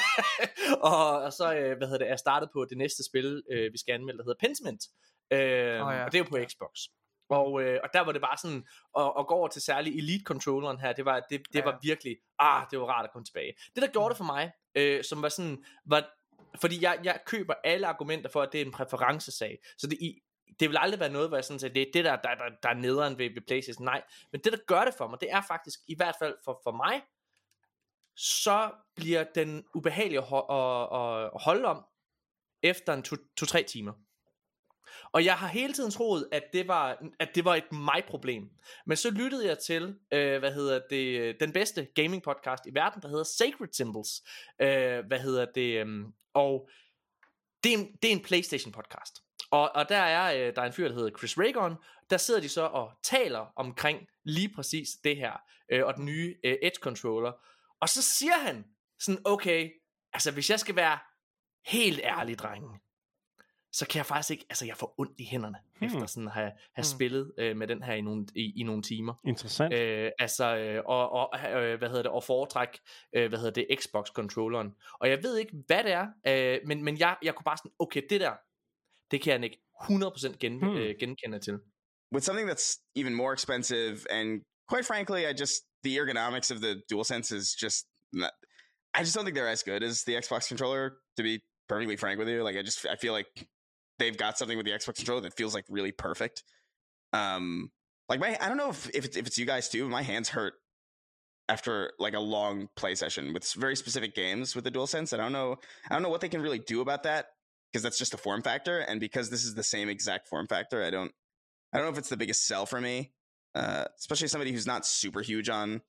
og, og så, øh, hvad hedder det, er startet på det næste spil, øh, vi skal anmelde, der hedder Pentiment, øh, oh, ja. og det er jo på Xbox. Og, øh, og der var det bare sådan, at, at gå over til særlig Elite-controlleren her, det var, det, det ja. var virkelig, ah, det var rart at komme tilbage. Det der gjorde det for mig, øh, som var sådan, var, fordi jeg, jeg køber alle argumenter for, at det er en præferencesag, så det i det vil aldrig være noget, hvor jeg sådan siger, det er det, der, der, der, der er nederen ved, ved PlayStation. Nej, men det, der gør det for mig, det er faktisk, i hvert fald for, for mig, så bliver den ubehagelig at, ho- at, at holde om efter en to-tre timer. Og jeg har hele tiden troet, at det var, at det var et mig-problem. Men så lyttede jeg til, øh, hvad hedder det, den bedste gaming podcast i verden, der hedder Sacred Symbols. Øh, hvad hedder det, øh, og det er, en, det er en PlayStation podcast. Og, og der er øh, der er en fyr, der hedder Chris Ragon. Der sidder de så og taler omkring lige præcis det her, øh, og den nye øh, Edge controller. Og så siger han sådan, okay, altså hvis jeg skal være helt ærlig, drenge, så kan jeg faktisk ikke, altså jeg får ondt i hænderne, hmm. efter sådan at have, have hmm. spillet øh, med den her i nogle, i, i nogle timer. Interessant. Øh, altså, øh, og, og øh, hvad hedder det, og foretræk, øh, hvad hedder det, Xbox-controlleren. Og jeg ved ikke, hvad det er, øh, men, men jeg, jeg kunne bare sådan, okay, det der, det kan jeg ikke hundrede procent gen, hmm. øh, genkende til. With something that's even more expensive, and quite frankly, I just, the ergonomics of the DualSense is just, not, I just don't think they're as good as the Xbox controller, to be perfectly frank with you. Like, I just, I feel like they've got something with the Xbox controller that feels like really perfect. Um, like my, I don't know if if it's, if it's you guys too, but my hands hurt after like a long play session with very specific games with the DualSense. And I don't know, I don't know what they can really do about that, because that's just a form factor. And because this is the same exact form factor, I don't, I don't know if it's the biggest sell for me, uh, especially somebody who's not super huge on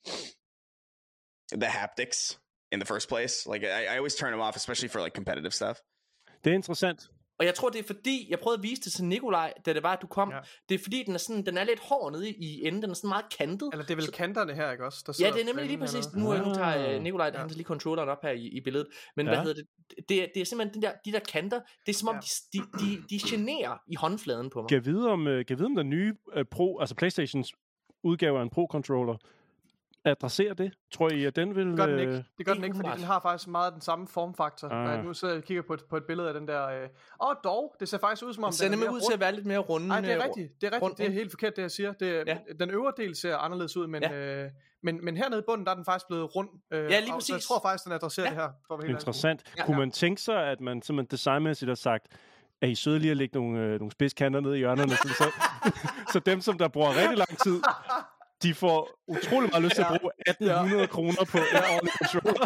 the haptics in the first place. Like I, I always turn them off, especially for like competitive stuff. Det er interessant. Og jeg tror, det er fordi, jeg prøvede at vise det til Nikolaj, da det var, at du kom. Ja. Det er fordi, den er sådan, den er lidt hård nede i enden, den er sådan meget kantet. Eller det er vel så kanterne her, ikke også? Der ja, det er nemlig lige præcis. Nu, nu tager uh, Nikolaj, ja. han tager lige controlleren op her i, i billedet. Men ja. hvad hedder det? Det er, det er simpelthen den der, de der kanter, det er som om, ja. de, de, de, de generer i håndfladen på mig. Kan jeg vide om, uh, kan jeg vide om den nye uh, Pro, altså PlayStations udgave af en Pro-controller, adresserer det? Tror I, at den vil... Det gør den ikke, det gør den ikke, fordi den har faktisk meget den samme formfaktor. Ah. Når jeg nu sidder og kigger på et, på et billede af den der... Øh... Og dog, det ser faktisk ud som om... Den ser nemlig ud til at være lidt mere runde. Nej, det er rigtigt. Det er rigtigt. Det er helt forkert, det jeg siger. Det, ja. Den øvre del ser anderledes ud, men, ja. øh, men, men hernede i bunden, der er den faktisk blevet rund. Øh, ja, lige præcis. Så jeg tror faktisk, den adresserer ja. det her. For at interessant. Ja. Kunne man tænke sig, at man simpelthen designmæssigt har sagt, at I søde lige at lægge nogle, øh, nogle spidskanter ned i hjørnerne, så, så dem, som der bruger rigtig lang tid... De får utrolig meget lyst til at bruge atten hundrede kroner på en ordentlig controller.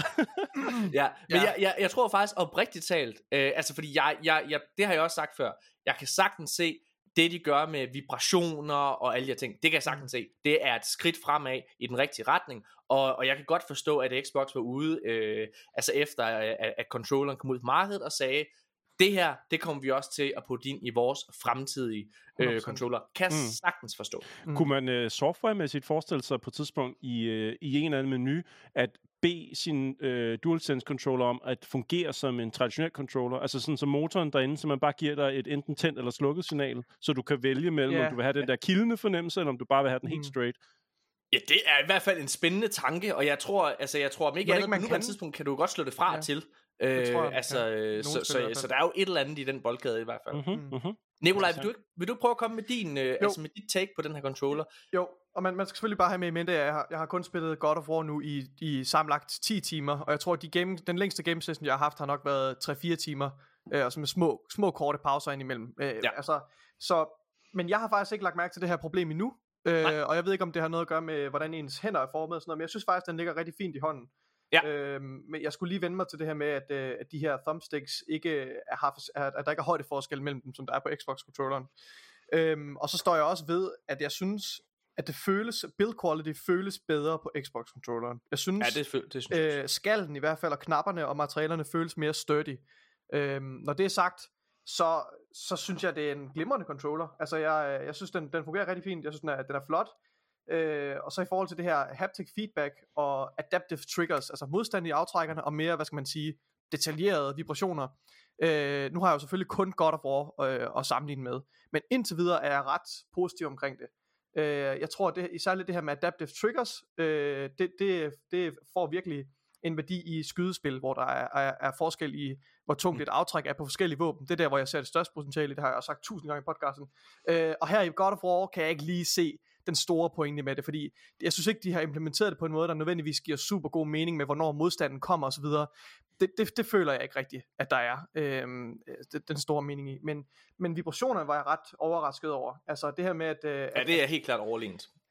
ja, men ja. Jeg, jeg, jeg tror faktisk oprigtigt talt, øh, altså fordi jeg, jeg, jeg, det har jeg også sagt før, jeg kan sagtens se, det de gør med vibrationer og alle de her ting, det kan jeg sagtens se, det er et skridt fremad i den rigtige retning, og, og jeg kan godt forstå, at Xbox var ude, øh, altså efter at, at controlleren kom ud på markedet og sagde, det her, det kommer vi også til at putte ind i vores fremtidige øh, controller. Kan mm. sagtens forstå. Mm. Kunne man øh, softwaremæssigt forestille sig på et tidspunkt i, øh, i en eller anden menu, at bede sin øh, DualSense controller om at fungere som en traditionel controller? Altså sådan som motoren derinde, så man bare giver dig et enten tændt eller slukket signal, så du kan vælge mellem, yeah. om du vil have den der kildende fornemmelse, eller om du bare vil have den mm. helt straight. Ja, det er i hvert fald en spændende tanke, og jeg tror, altså jeg tror, om ikke andet, på nuværende tidspunkt kan du godt slå det fra ja. til. Øh, tror, altså, ja. så, så, så, så der er jo et eller andet i den boldgade i hvert fald. Mm-hmm, mm-hmm. Nikolaj, vil du, vil du prøve at komme med din, øh, altså med dit take på den her controller? Jo, og man, man skal selvfølgelig bare have med i mente, at jeg har, jeg har kun spillet God of War nu i, i sammenlagt ti timer, og jeg tror, at de game, den længste game session, jeg har haft, har nok været tre fire timer, øh, og så med små, små korte pauser indimellem. Øh, ja. altså, så, men jeg har faktisk ikke lagt mærke til det her problem endnu, øh, og jeg ved ikke, om det har noget at gøre med, hvordan ens hænder er formet og sådan noget, men jeg synes faktisk, den ligger rigtig fint i hånden. Ja. Øhm, men jeg skulle lige vende mig til det her med, at, øh, at de her thumbsticks ikke er, har, at der ikke er højdeforskel mellem dem, som der er på Xbox-controlleren. Øhm, og så står jeg også ved, at jeg synes, at det føles, build quality føles bedre på Xbox-controlleren. Jeg synes, ja, det, føl- det synes jeg. Øh, skallen i hvert fald, og knapperne og materialerne føles mere sturdy. Øhm, når det er sagt, så, så synes jeg, det er en glimrende controller. Altså, jeg, jeg synes, den, den fungerer rigtig fint. Jeg synes, den er, den er flot. Øh, og så i forhold til det her haptic feedback og adaptive triggers, altså modstand i aftrækkerne og mere, hvad skal man sige, detaljerede vibrationer. Øh, nu har jeg jo selvfølgelig kun God of War øh, at sammenligne med, men indtil videre er jeg ret positiv omkring det. Øh, jeg tror, det, særligt det her med adaptive triggers, øh, det, det, det får virkelig en værdi i skydespil, hvor der er, er, er forskel i, hvor tungt et aftræk er på forskellige våben. Det er der, hvor jeg ser det største potentiale, det har jeg også sagt tusind gange i podcasten. Øh, og her i God of War kan jeg ikke lige se den store pointe med det, fordi jeg synes ikke, de har implementeret det på en måde, der nødvendigvis giver super god mening med, hvornår modstanden kommer osv. Det, det, det føler jeg ikke rigtigt, at der er øhm, den store mening i. Men, men vibrationerne var jeg ret overrasket over. Altså det her med, at... Øh, ja, det er helt klart overlegent.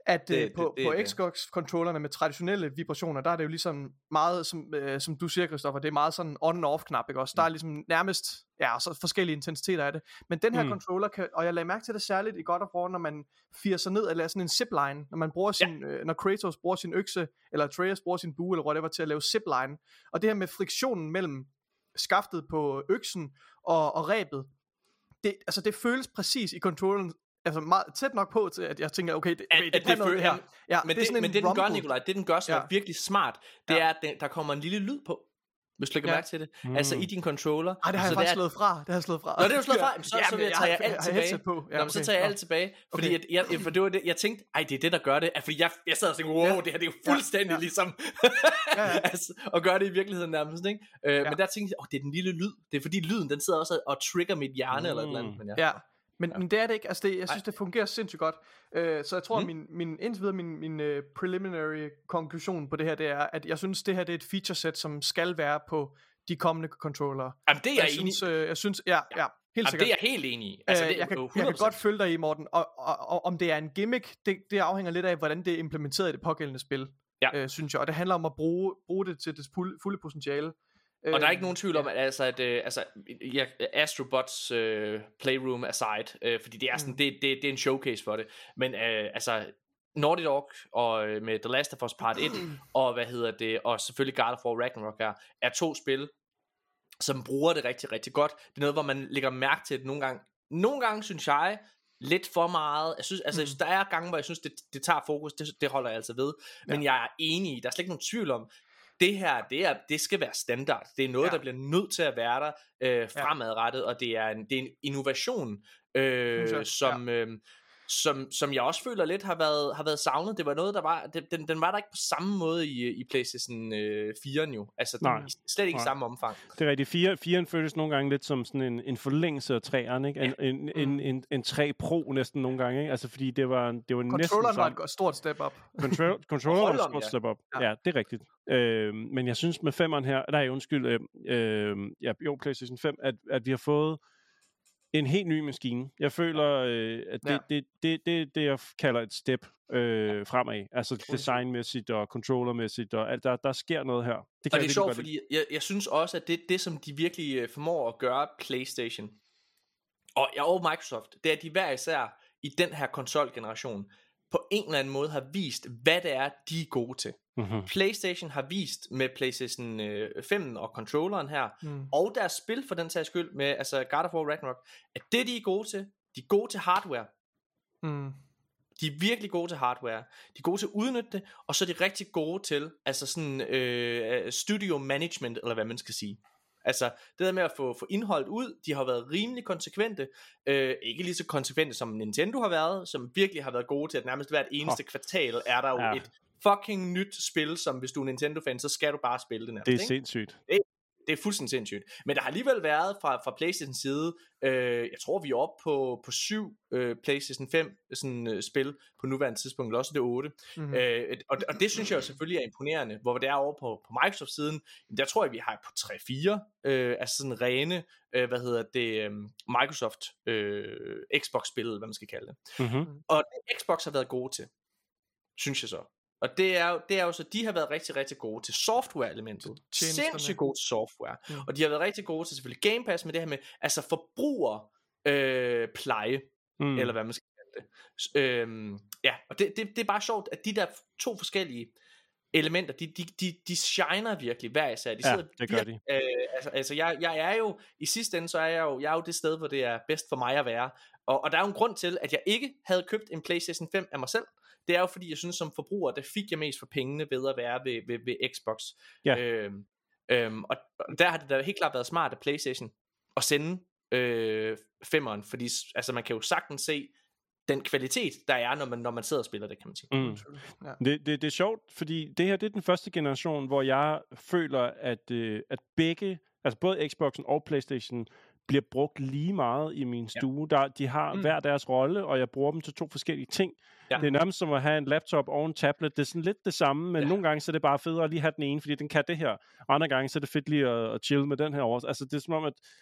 at det, på, det, på Xbox-controllerne med traditionelle vibrationer, der er det jo ligesom meget, som, øh, som du siger, Christoffer, det er meget sådan on-off-knap, ikke også? Der er ligesom nærmest, ja, så forskellige intensiteter af det. Men den her mm. controller, kan, og jeg lagde mærke til det særligt i God of War, når man firer sig ned, eller sådan en zipline, når man bruger sin, ja. øh, når Kratos bruger sin økse, eller Atreus bruger sin bue, eller whatever, til at lave zipline. Og det her med friktionen mellem skaftet på øksen og, og rebet, det, altså det føles præcis i controlleren, altså meget tæt nok på til, at jeg tænker, okay, det, okay, det, det kan noget det her. Ja, men det, det, men det den gør, Nikolaj, det den gør, som ja. er virkelig smart, det ja. er, at den, der kommer en lille lyd på, hvis du lægger ja. mærke til det. Mm. Altså i din controller. Ej, det har jeg faktisk slået fra. Det har jeg slået fra. Nå, det har du slået fra. Så, ja, så vil jeg tage alt tilbage. På. Ja, Nå, okay. så tager jeg alt tilbage. Fordi okay. jeg, jeg, for det var det, jeg tænkte, ej, det er det, der gør det. Fordi jeg, jeg sad og tænkte, wow, ja. det her det er jo fuldstændig ja. Ja. ligesom. ja, ja. altså, og gøre det i virkeligheden nærmest, ikke? Øh, ja. Men der tænkte jeg, åh, det er den lille lyd. Det er fordi lyden, den sidder også og trigger mit hjerne mm. eller et eller andet. Men ja. ja. Men, ja. men det er det ikke, altså det, jeg synes Ej. det fungerer sindssygt godt, uh, så jeg tror mm. at min, min, indtil videre min, min uh, preliminary konklusion på det her, det er, at jeg synes det her det er et feature set, som skal være på de kommende controllere. Jamen det er jeg, jeg enig synes, uh, jeg synes, ja, ja, helt Jamen, sikkert. det er jeg helt enig i. Altså, uh, det er jeg, kan, jeg kan godt følge dig i, Morten, og, og, og om det er en gimmick, det, det afhænger lidt af, hvordan det er implementeret i det pågældende spil, ja. uh, synes jeg, og det handler om at bruge, bruge det til dets fulde potentiale. Og der er ikke nogen tvivl om, at, altså, at øh, altså, ja, Astrobots øh, Playroom aside, øh, fordi det er, sådan, mm. det, det, det er en showcase for det, men øh, altså, Naughty Dog og øh, med The Last of Us Part et, og hvad hedder det, og selvfølgelig God of War Ragnarok her, er to spil, som bruger det rigtig, rigtig godt. Det er noget, hvor man lægger mærke til det nogle gange. Nogle gange, synes jeg, lidt for meget. Jeg synes, altså, mm. der er gange, hvor jeg synes, det, det tager fokus, det, det holder jeg altså ved, men ja. jeg er enig i, der er slet ikke nogen tvivl om, det her, det, er, det skal være standard. Det er noget, ja. der bliver nødt til at være der øh, fremadrettet, ja. og det er en, det er en innovation, øh, som, ja. øh, som, som jeg også føler lidt har været, har været savnet. Det var noget, der var, det, den, den var der ikke på samme måde i, i PlayStation øh, fire jo. Altså, den, slet ikke i samme omfang. Det er rigtigt. fire'eren føles nogle gange lidt som sådan en, en forlængelse af tre'eren, ikke? En, ja. en, en, mm. en, en tre Pro næsten nogle gange, ikke? Altså, fordi det var, det var næsten Controlleren var et stort step up. Control, controlleren var et stort ja. step up. Ja. ja, det er rigtigt. Øh, men jeg synes med femmeren her, nej undskyld, øh, øh, ja, jo, PlayStation fem, at, at vi har fået en helt ny maskine. Jeg føler, øh, at det, ja. det, det, det, det jeg kalder et step øh, fremad. Altså designmæssigt og controllermæssigt og alt. Der, der sker noget her. Det kan og det er sjovt, fordi jeg, jeg synes også, at det, det som de virkelig formår at gøre PlayStation og, ja, og Microsoft, det er, at de hver især i den her konsolgeneration på en eller anden måde har vist, hvad det er, de er gode til. Mm-hmm. PlayStation har vist med PlayStation fem og controlleren her, mm. og deres spil for den sags skyld, med altså God of War Ragnarok, at det de er gode til, de er gode til hardware. Mm. De er virkelig gode til hardware. De er gode til at udnytte det, og så er de rigtig gode til, altså sådan øh, studio management, eller hvad man skal sige. Altså det der med at få, få indholdet ud, de har været rimelig konsekvente, øh, ikke lige så konsekvente som Nintendo har været, som virkelig har været gode til, at nærmest hvert eneste oh. kvartal er der jo ja. et fucking nyt spil, som hvis du er Nintendo-fan, så skal du bare spille det nærmest. Det er ikke? sindssygt. Det, det er fuldstændig sindssygt. Men der har alligevel været fra, fra PlayStation side, øh, jeg tror vi er oppe på, på syv øh, PlayStation fem sådan, øh, spil på nuværende tidspunkt, eller også det otte. Mm-hmm. Øh, og, og det synes jeg jo selvfølgelig er imponerende, hvor det er over på, på Microsoft siden, der tror jeg vi har på tre fire, øh, altså sådan rene, øh, hvad hedder det, øh, Microsoft øh, Xbox-spil, hvad man skal kalde det. Mm-hmm. Og det Xbox har været gode til, synes jeg så. Og det er, jo, det er jo så, de har været rigtig, rigtig gode til software-elementet. Sindssygt gode til software. Mm. Og de har været rigtig gode til selvfølgelig Game Pass med det her med, altså forbruger øh, pleje, mm. eller hvad man skal kalde det. Øhm, ja, og det, det, det er bare sjovt, at de der to forskellige elementer, de, de, de, de shiner virkelig hver især. De ja, sidder det gør virkelig, de. Øh, altså, altså jeg, jeg er jo, i sidste ende, så er jeg jo, jeg er jo det sted, hvor det er bedst for mig at være. Og, og der er jo en grund til, at jeg ikke havde købt en PlayStation fem af mig selv. Det er jo fordi, jeg synes som forbruger, der fik jeg mest for pengene ved at være ved, ved, ved Xbox. Ja. Øhm, øhm, og der har det da helt klart været smart af PlayStation at sende øh, femmeren, fordi altså, man kan jo sagtens se den kvalitet, der er, når man, når man sidder og spiller det, kan man sige. Mm. Ja. Det, det, det er sjovt, fordi det her det er den første generation, hvor jeg føler, at, øh, at begge, altså både Xboxen og PlayStation, bliver brugt lige meget i min stue. Ja. Der, de har mm. hver deres rolle, og jeg bruger dem til to forskellige ting. Ja. Det er nærmest som at have en laptop og en tablet. Det er sådan lidt det samme, men ja. nogle gange så er det bare federe at lige have den ene, fordi den kan det her. Andre gange så er det fedt lige at, at chill med den her over. Altså det er som om, at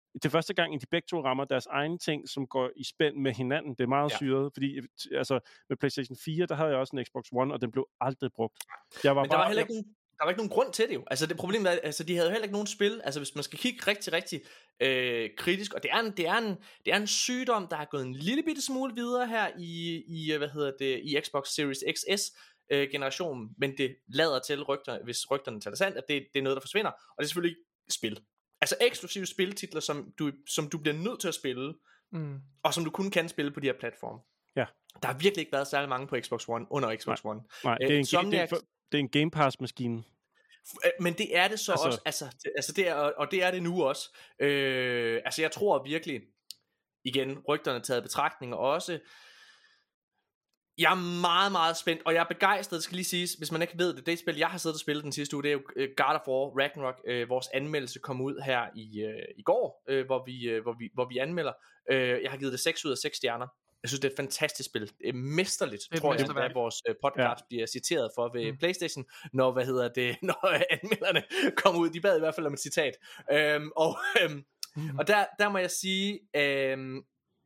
det er første gang, at de begge to rammer deres egne ting, som går i spænd med hinanden. Det er meget ja. syret, fordi altså, med PlayStation fire, der havde jeg også en Xbox One, og den blev aldrig brugt. Jeg var Men bare, der var heller ikke nogen, der var ikke nogen grund til det jo. Altså det problem er, altså de havde jo heller ikke nogen spil. Altså hvis man skal kigge rigtig, rigtig øh, kritisk, og det er, en, det, er en, det er en sygdom, der har gået en lille bitte smule videre her i, i hvad hedder det, i Xbox Series X S øh, generationen, men det lader til rygter, hvis rygterne tager det sandt, at det, det er noget, der forsvinder, og det er selvfølgelig ikke spil. Altså eksklusive spiltitler, som du, som du bliver nødt til at spille, mm. og som du kun kan spille på de her platforme. Ja. Der har virkelig ikke været særlig mange på Xbox One, under Xbox Nej. One. Nej, det er, en, Insomniac, det, er for, det er en Game Pass-maskine. Men det er det så altså, også, altså, det, altså det er, og det er det nu også. Øh, altså jeg tror virkelig, igen, rygterne taget i betragtning, og også, jeg er meget, meget spændt, og jeg er begejstret, det skal lige siges, hvis man ikke ved det, det spil, jeg har siddet og spillet den sidste uge, det er jo God of War Ragnarok. Øh, vores anmeldelse kom ud her i, øh, i går, øh, hvor, vi, øh, hvor, vi, hvor vi anmelder. Øh, jeg har givet det seks ud af seks stjerner. Jeg synes, det er et fantastisk spil. Det er mesterligt, det er tror jeg, at vores podcast ja. bliver citeret for ved mm. PlayStation, når, hvad hedder det, når anmelderne kommer ud. De bad i hvert fald om et citat. Øhm, og øhm, mm. og der, der må jeg sige, øhm,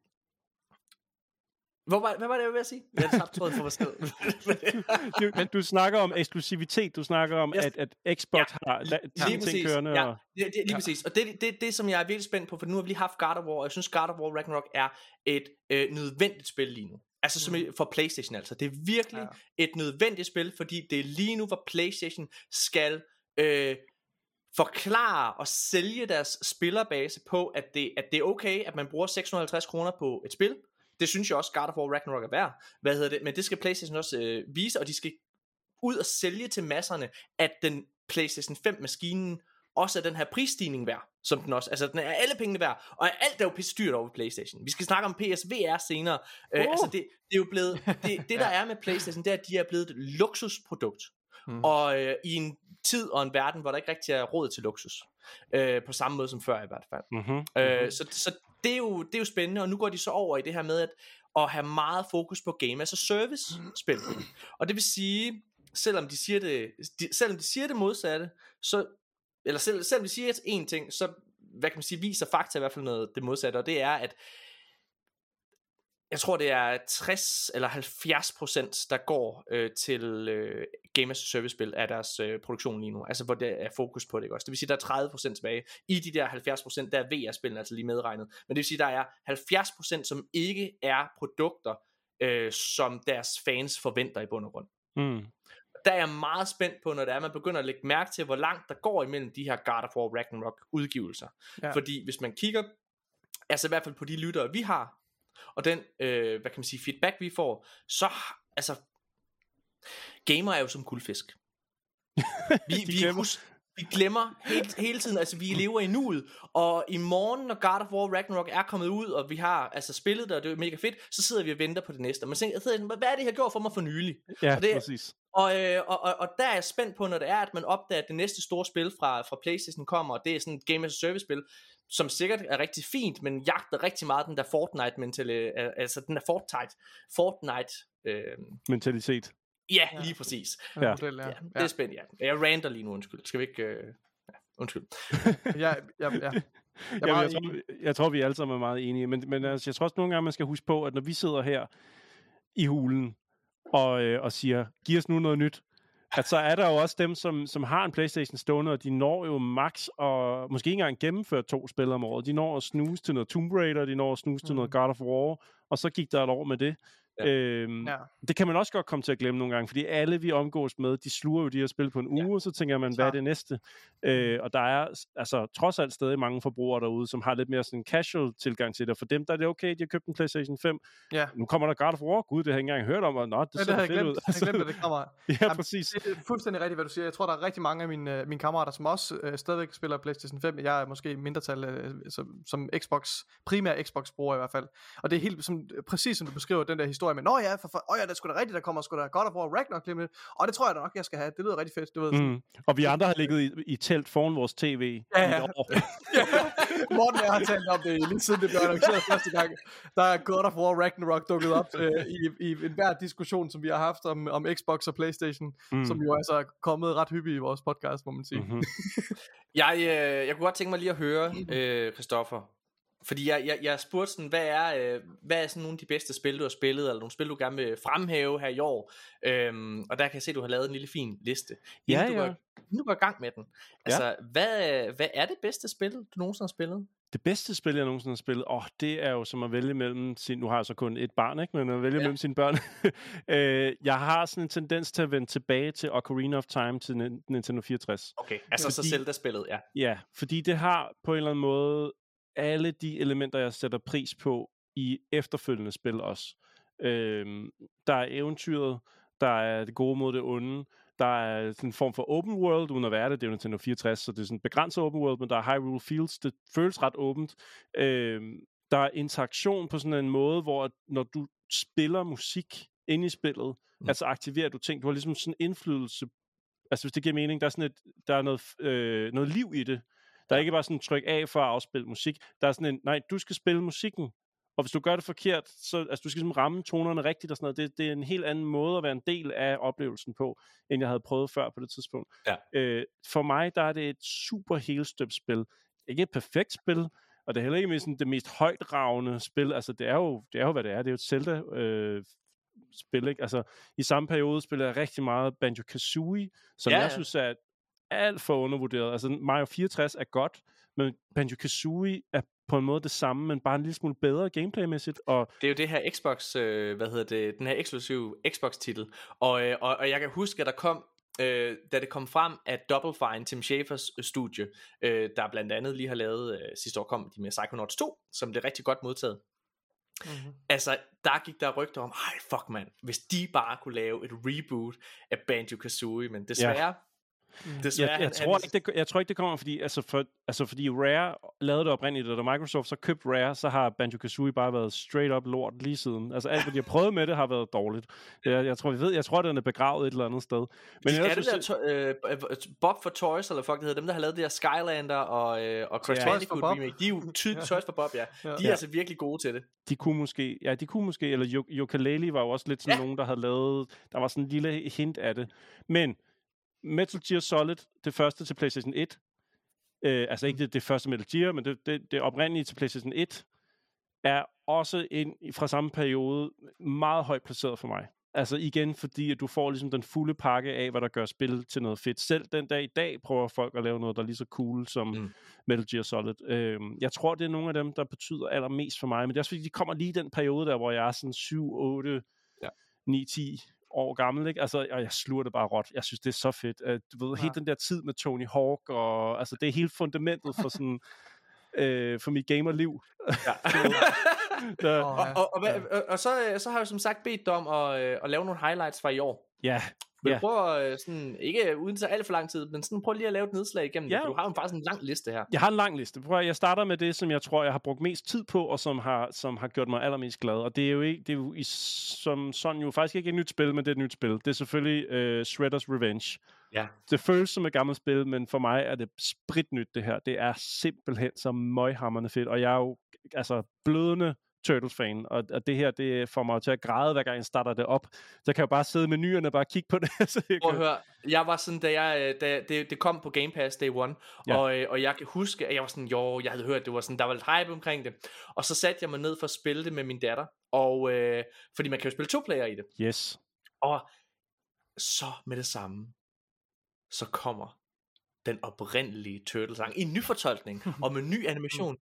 Hvor var, hvad var det, jeg var ved at sige? Jeg har tabt tråden for mig selv. du, men du snakker om eksklusivitet, du snakker om, yes. at, at Xbox ja, har la- lige ting kørende. Ja, og... det, det, lige ja. præcis. Og det er det, det, som jeg er virkelig spændt på, for nu har vi lige haft God of War, og jeg synes, God of War Ragnarok er et øh, nødvendigt spil lige nu. Altså som mm. for PlayStation altså. Det er virkelig ja. et nødvendigt spil, fordi det er lige nu, hvor PlayStation skal øh, forklare og sælge deres spillerbase på, at det, at det er okay, at man bruger seks hundrede og halvtreds kroner på et spil. Det synes jeg også God of War Ragnarok er værd. Hvad hedder det? Men det skal PlayStation også øh, vise, og de skal ud og sælge til masserne, at den PlayStation fem maskinen også er den her prisstigning værd, som den også, altså den er alle pengene værd, og alt er jo pisse dyrt over PlayStation. Vi skal snakke om P S V R senere. Uh. Øh, altså det, det er jo blevet, det, det der er med PlayStation, det er, at de er blevet et luksusprodukt. Mm. Og øh, i en tid og en verden, hvor der ikke rigtig er råd til luksus. Øh, på samme måde som før i hvert fald. Mm-hmm. Øh, så, så det er, jo, det er jo spændende, og nu går de så over i det her med at, at have meget fokus på game as a service spil. Og det vil sige, selvom de siger det, de, selvom de siger det modsatte, så, eller selv, selvom de siger en ting, så hvad kan man sige, viser fakta i hvert fald noget det modsatte, og det er, at jeg tror det er tres eller halvfjerds procent der går øh, til øh, game as a service spil af deres øh, produktion lige nu, altså hvor der er fokus på det også. Det vil sige der er tredive procent tilbage. I de der halvfjerds procent der er V R-spillene altså lige medregnet. Men det vil sige der er halvfjerds procent som ikke er produkter øh, som deres fans forventer i bund og grund. Mm. Der er jeg meget spændt på, når det er man begynder at lægge mærke til hvor langt der går imellem de her God of War Ragnarok udgivelser. Ja. Fordi hvis man kigger altså i hvert fald på de lyttere vi har, og den, øh, hvad kan man sige, feedback vi får, så, altså, gamer er jo som guldfisk. Vi, vi, hus, vi glemmer hele, hele tiden, altså vi lever i nuet, og i morgen, når God of War Ragnarok er kommet ud, og vi har altså spillet det, og det er mega fedt, så sidder vi og venter på det næste. Man tænker, hvad er det her gjort for mig for nylig? Ja, og det, præcis. Og, øh, og, og, og der er jeg spændt på, når det er, at man opdager, at det næste store spil fra, fra PlayStation kommer, og det er sådan et game as a service spil, som sikkert er rigtig fint, men jagter rigtig meget den der Fortnite mentalitet, altså den der Fortnite Fortnite øh... mentalitet. Ja, lige præcis. Ja. Model, ja. Ja, det er spændende, ja. Jeg ranter lige nu, undskyld. Skal vi ikke... Øh... Ja, undskyld. ja, ja, ja. Jeg, Jamen, jeg, tror, jeg tror, vi alle sammen er meget enige, men, men altså, jeg tror også nogle gange, man skal huske på, at når vi sidder her i hulen og, øh, og siger, giv os nu noget nyt, at så er der jo også dem, som, som har en PlayStation stående, og de når jo max og måske ikke engang gennemføre to spil om året. De når at snuse til noget Tomb Raider, de når at snuse mm. til noget God of War, og så gik der et år med det. Ja. Øhm, ja. Det kan man også godt komme til at glemme nogle gange, fordi alle vi omgås med, de sluger jo de her spil på en uge, ja. Og så tænker man, hvad er det næste? Øh, og der er altså trods alt stadig mange forbrugere derude, som har lidt mere sådan en casual tilgang til det. For dem der er det okay, de har købt en PlayStation fem. Ja. Nu kommer der God of War, gud, det har jeg ikke engang hørt om, og nå, det ja, ser det fedt ud. Jeg har glemt, at det kommer. Ja, Jamen, præcis. Det er fuldstændig rigtigt, hvad du siger. Jeg tror, der er rigtig mange af mine, mine kammerater, som også øh, stadigvæk spiller PlayStation fem. Jeg er måske mindretal øh, som, som Xbox, primær Xbox-bruger i hvert fald. Og det er helt som, præcis som du beskriver den der historie, historie med, nå ja, for, for, åh ja, det er sgu da rigtigt, der kommer sgu da God of War Ragnarok lige med, og det tror jeg da nok, jeg skal have, det lyder rigtig fedt, du ved. Mm. Og vi andre har ligget i, i telt foran vores tv ja, i ja. et år. Morten og jeg har talt om det lige siden det blev annonceret første gang. Der er God of War Ragnarok dukket op øh, i, i enhver diskussion, som vi har haft om, om Xbox og PlayStation, mm. som jo altså er kommet ret hyppigt i vores podcast, må man sige. Mm-hmm. jeg, øh, jeg kunne godt tænke mig lige at høre, øh, Christoffer, fordi jeg, jeg, jeg spurgte sådan, hvad er, øh, hvad er sådan nogle af de bedste spil, du har spillet, eller nogle spil, du gerne vil fremhæve her i år, øhm, og der kan jeg se, at du har lavet en lille fin liste. Ja, Inden du, ja. går, inden du går i gang med den, altså, ja. hvad, hvad er det bedste spil, du nogensinde har spillet? Det bedste spil, jeg nogensinde har spillet, åh, oh, det er jo som at vælge mellem sin, nu har jeg så kun et barn, ikke, men at vælge ja. mellem sine børn. øh, jeg har sådan en tendens til at vende tilbage til Ocarina of Time til Nintendo fireogtres. Okay, altså fordi, så Zelda-spillet, ja. Ja, fordi det har på en eller anden måde alle de elementer, jeg sætter pris på i efterfølgende spil også. Øhm, der er eventyret, der er det gode mod det onde, der er sådan en form for open world, uden at være det, det er jo Nintendo fireogtres, så det er sådan en begrænset open world, men der er Hyrule Fields, det føles ret åbent. Øhm, der er interaktion på sådan en måde, hvor når du spiller musik inde i spillet, mm. altså aktiverer du ting, du har ligesom sådan en indflydelse, altså hvis det giver mening, der er sådan et, der er noget, øh, noget liv i det. Der er ikke bare sådan en tryk af for at afspille musik. Der er sådan en, nej, du skal spille musikken. Og hvis du gør det forkert, så altså, du skal ligesom ramme tonerne rigtigt og sådan noget. Det, det er en helt anden måde at være en del af oplevelsen på, end jeg havde prøvet før på det tidspunkt. Ja. Øh, for mig, der er det et super helstøbt spil. Ikke et perfekt spil, og det er heller ikke sådan det mest højtravende spil. Altså, det er jo, det er jo hvad det er. Det er jo et Zelda øh, spil, ikke? Altså, i samme periode spiller jeg rigtig meget Banjo-Kazooie, som ja, ja. jeg synes er alt for undervurderet. Altså Mario fireogtres er godt, men Banjo-Kazooie er på en måde det samme, men bare en lille smule bedre gameplaymæssigt. Og det er jo det her Xbox, øh, hvad hedder det, den her eksklusive Xbox-titel. Og, øh, og, og jeg kan huske, at der kom, øh, da det kom frem, at Double Fine, Tim Schafers studie, øh, der blandt andet lige har lavet, øh, sidste år kom de med Psychonauts to, som blev rigtig godt modtaget. Mm-hmm. Altså, der gik der rygter om, ej fuck man, hvis de bare kunne lave et reboot af Banjo-Kazooie, men desværre... Ja. Desværre, jeg, jeg, han, tror han... ikke, det, jeg tror ikke, det kommer, fordi, altså, for, altså, fordi Rare lavede det oprindeligt, og da Microsoft så købte Rare, så har Banjo-Kazooie bare været straight up lort lige siden. Altså alt, hvad de har prøvet med det, har været dårligt. Jeg, jeg tror, vi ved, jeg tror, den er begravet et eller andet sted. Men er det der to- øh, Bob for Toys, eller fuck det hedder, dem der har lavet det der Skylander og, øh, og Crash Bandicoot ja. remake, de er jo tydeligt Toys for Bob, ja. De er ja. altså virkelig gode til det. De kunne måske, ja, de kunne måske, eller Yooka-Laylee var jo også lidt sådan ja. nogen, der havde lavet, der var sådan en lille hint af det. Men Metal Gear Solid, det første til PlayStation et, øh, altså ikke det, det første Metal Gear, men det, det, det oprindelige til PlayStation et, er også en, fra samme periode meget højt placeret for mig. Altså igen, fordi at du får ligesom den fulde pakke af, hvad der gør spil til noget fedt. Selv den dag i dag prøver folk at lave noget, der er lige så cool som mm. Metal Gear Solid. Øh, jeg tror, det er nogle af dem, der betyder allermest for mig, men det er også fordi, de kommer lige i den periode der, hvor jeg er sådan syv, otte, ja. ni, ti år gammel, ikke? Altså, og jeg sluger det bare råt. Jeg synes, det er så fedt. Uh, du ved, ja. helt den der tid med Tony Hawk, og altså, det er helt fundamentet for sådan, øh, for mit gamerliv. Ja. der, og, og, og, og, og så, så har jeg som sagt bedt dig om at, at lave nogle highlights fra i år. Ja. Vil ja. du prøve sådan, ikke uden så alt for lang tid, men sådan prøv lige at lave et nedslag igennem ja. det, for du har jo faktisk en lang liste her. Jeg har en lang liste. Prøv at, jeg starter med det, som jeg tror, jeg har brugt mest tid på, og som har, som har gjort mig allermest glad. Og det er jo ikke, det er jo i, som sådan jo faktisk ikke et nyt spil, men det er et nyt spil. Det er selvfølgelig uh, Shredder's Revenge. Ja. Det føles som et gammelt spil, men for mig er det spritnyt det her. Det er simpelthen så møghamrende fedt, og jeg er jo altså blødende Turtles-fan, og, og det her, det får mig til at græde, hver gang jeg starter det op. Så kan jeg jo bare sidde i menuerne og bare kigge på det. Så jeg Prøv at høre, jeg var sådan, da, jeg, da det, det kom på Game Pass Day one, ja. og, og jeg kan huske, at jeg var sådan, jo, jeg havde hørt, det var sådan, der var lidt hype omkring det, og så satte jeg mig ned for at spille det med min datter, og øh, fordi man kan jo spille to player i det. Yes. Og så med det samme, så kommer den oprindelige Turtles-sang i en ny fortolkning, og med ny animation.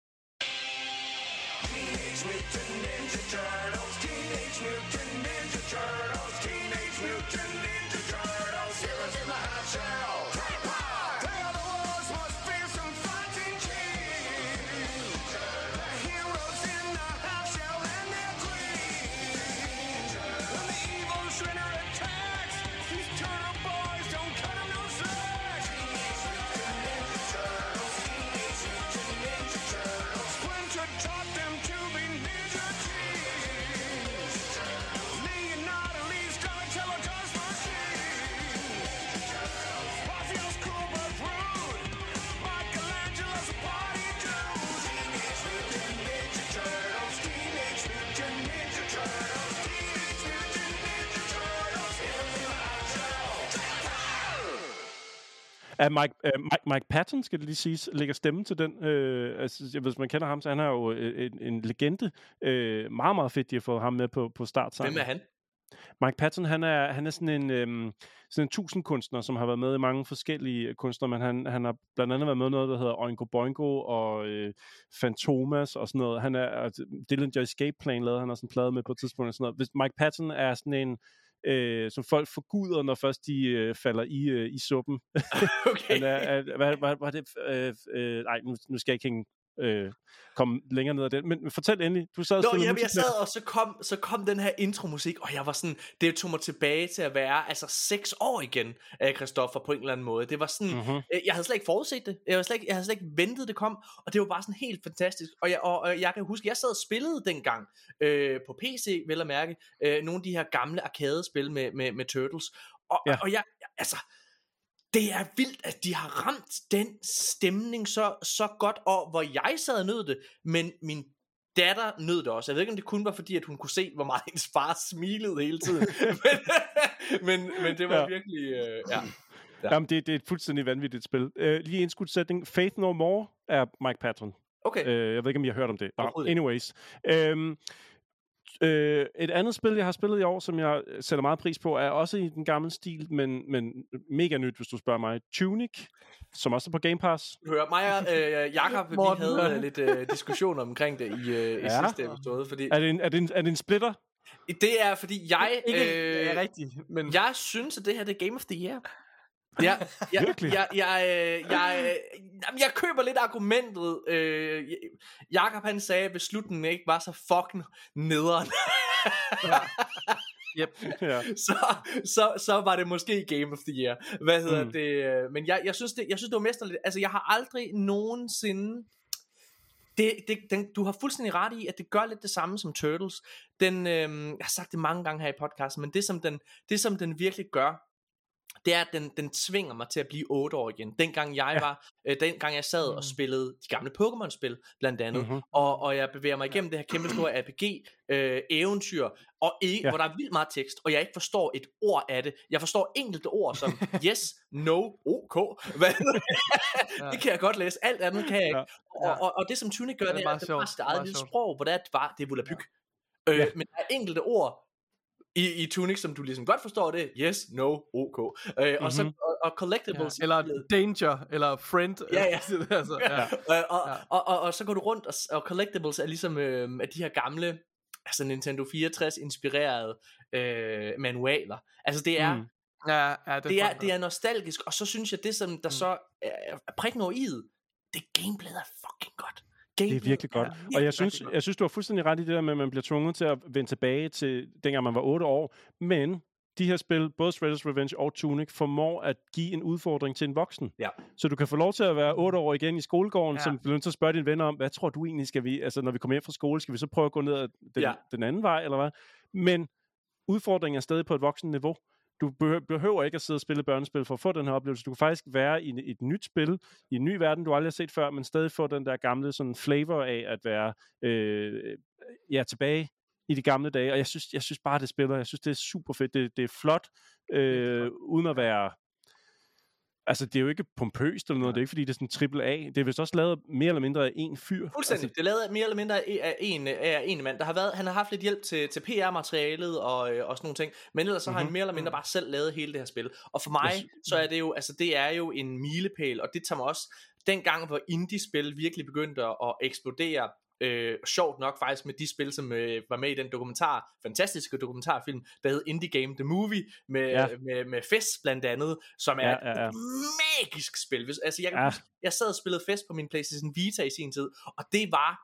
Teenage Mutant Ninja Turtles, Teenage Mutant Ninja Turtles, Teenage Mutant Ninja Turtles, heroes in the half shell. They are the world's most fearsome fighting change. The heroes in the half shell and their queen. When the evil Shredder attacks, these turtle boys don't cut them no slack. Teenage Mutant Ninja Turtles, Teenage Mutant Ninja Turtles, Splinter taught them to be ninja teens. Er Mike, uh, Mike, Mike Patton, skal det lige siges, lægger stemme til den. Uh, altså, hvis man kender ham, så han er jo en, en legende. Uh, meget, meget fedt, de har fået ham med på, på startsangen. Hvem er han? Mike Patton, han er, han er sådan en, øhm, sådan en tusindkunstner, som har været med i mange forskellige kunstnere, men han, han har blandt andet været med i noget, der hedder Oingo Boingo og øh, Fantomas og sådan noget. Han er, altså, Dillinger Escape Plan lavede han også en plade med på et tidspunkt og sådan noget. Hvis Mike Patton er sådan en, øh, som folk forguder, når først de øh, falder i, øh, i suppen. Okay. han er, er, hvad, hvad, hvad det? Øh, øh, nej, nu, nu skal jeg ikke hænge øh, komme længere ned ad den. Men, men fortæl endelig, du sad og Nå, spillede jamen, jeg musik. sad, og så kom, så kom den her intromusik, og jeg var sådan, det tog mig tilbage til at være, altså seks år igen, af Christoffer på en eller anden måde. Det var sådan, Mhm. jeg havde slet ikke forudset det, jeg havde slet ikke, jeg havde slet ikke ventet, det kom, og det var bare sådan helt fantastisk. Og jeg, og, og jeg kan huske, jeg sad og spillede dengang, øh, på P C, vel at mærke, øh, nogle af de her gamle arcade-spil med, med, med Turtles, og, Ja. og, og jeg, altså... Det er vildt, at de har ramt den stemning så, så godt, og hvor jeg sad og nød det, men min datter nød det også. Jeg ved ikke, om det kun var fordi, at hun kunne se, hvor meget hendes far smilede hele tiden. men, men, men det var Ja. ja. virkelig... Øh, ja. Ja. Jamen, det, det er et fuldstændig vanvittigt spil. Uh, lige en skudsætning. Faith No More er Mike Patton. Okay. Uh, jeg ved ikke, om I har hørt om det. Nå, Overhovedet ikke. anyways. Um, uh, et andet spil, jeg har spillet i år, som jeg sætter meget pris på, er også i den gamle stil, men, men mega nyt, hvis du spørger mig. Tunic, som også er på Game Pass. Du hører mig og øh, Jakob, vi Morten. havde øh, lidt øh, diskussioner omkring det i, øh, i Ja. sidste episode, fordi Er det en, er det en, er det en splitter? det er, fordi jeg... Ikke øh, øh, rigtigt, men... Jeg synes, at det her det er Game of the Year. Jeg, jeg, Virkelig? jeg, jeg, jeg, jeg, jamen, jeg køber lidt argumentet. Øh, Jakob han sagde, at beslutningen ikke var så fucking nederen. Yep. Ja. så, så, så var det måske Game of the Year. Hvad hedder Mm. mm. det? Men jeg, jeg, synes, det, jeg synes, det var mesterligt. Altså, jeg har aldrig nogensinde... Det, det, den, du har fuldstændig ret i, at det gør lidt det samme som Turtles. Den, øhm, jeg har sagt det mange gange her i podcasten, men det som den, det, som den virkelig gør, det er, at den, den tvinger mig til at blive otte år igen. Dengang jeg Ja. var, øh, dengang jeg sad og spillede de gamle Pokémon-spil, blandt andet, Mhm. og, og jeg bevæger mig igennem det her kæmpe store R P G-eventyr, og ikke, Ja. hvor der er vildt meget tekst, og jeg ikke forstår et ord af det. Jeg forstår enkelte ord som yes, no, ok. Hvad? Ja. Det kan jeg godt læse. Alt andet kan jeg ikke. Ja. Og, og, og det som Tunic gør, Ja, det er det er, meget at det sjovt. har sit eget Meget lille sjovt. sprog, hvor det er, det bare, det er volapyk. Øh, Ja. Men der er enkelte ord i, i Tunic, som du ligesom godt forstår det. Yes, no, ok. Øh, og, så, Mhm. og, og collectibles. Ja. Eller danger, eller friend. Ja, ja. altså, ja. Øh, og, Ja. og, og, og så går du rundt, og, og collectibles er ligesom øh, af de her gamle, altså Nintendo fireogtres inspirerede øh, manualer. Altså det er, Mm. mm. Ja, ja, det, det, er, fucking det er nostalgisk, og så synes jeg, det som der Mm. så er, er prikken over i'et, det gameplayet er fucking godt. Det er Gameplayet virkelig godt. virkelig, Og jeg synes, rigtig godt. jeg synes, du har fuldstændig ret i det der med, at man bliver tvunget til at vende tilbage til dengang man var otte år. Men de her spil, både Shredder's Revenge og Tunic, formår at give en udfordring til en voksen. Ja. Så du kan få lov til at være otte år igen i skolegården, Ja. som bliver nødt til at spørge dine venner om, hvad tror du egentlig, skal vi, altså når vi kommer hjem fra skole, skal vi så prøve at gå ned ad den, Ja. den anden vej, eller hvad? Men udfordringen er stadig på et voksen niveau. Du behøver, behøver ikke at sidde og spille børnespil for at få den her oplevelse. Du kan faktisk være i et, et nyt spil, i en ny verden, du aldrig har set før, men stadig få den der gamle sådan flavor af at være øh, ja, tilbage i de gamle dage. Og jeg synes, jeg synes bare, det spiller. Jeg synes, det er super fedt. Det, det er flot, øh, uden at være... Altså, det er jo ikke pompøst eller noget. Det er ikke, fordi det er sådan triple A. Det er vist også lavet mere eller mindre af en fyr. Fuldstændig. Altså, det er lavet mere eller mindre af af en, af en mand. Der har været, han har haft lidt hjælp til, til P R-materialet og, øh, og sådan nogle ting. Men ellers så har Mhm. han mere eller mindre bare selv lavet hele det her spil. Og for mig, Jeg sy- så er det jo, altså det er jo en milepæl, og det tager mig også, dengang hvor indie-spil virkelig begyndte at eksplodere, øh, sjovt nok faktisk med de spil, som øh, var med i den dokumentar, fantastiske dokumentarfilm, der hed Indie Game The Movie, med, Ja. ja. med, med Fes blandt andet, som er Ja, ja, ja. et magisk spil. Hvis, altså jeg kan Ja. huske, jeg sad og spillede Fes på min PlayStation Vita i sin tid, og det var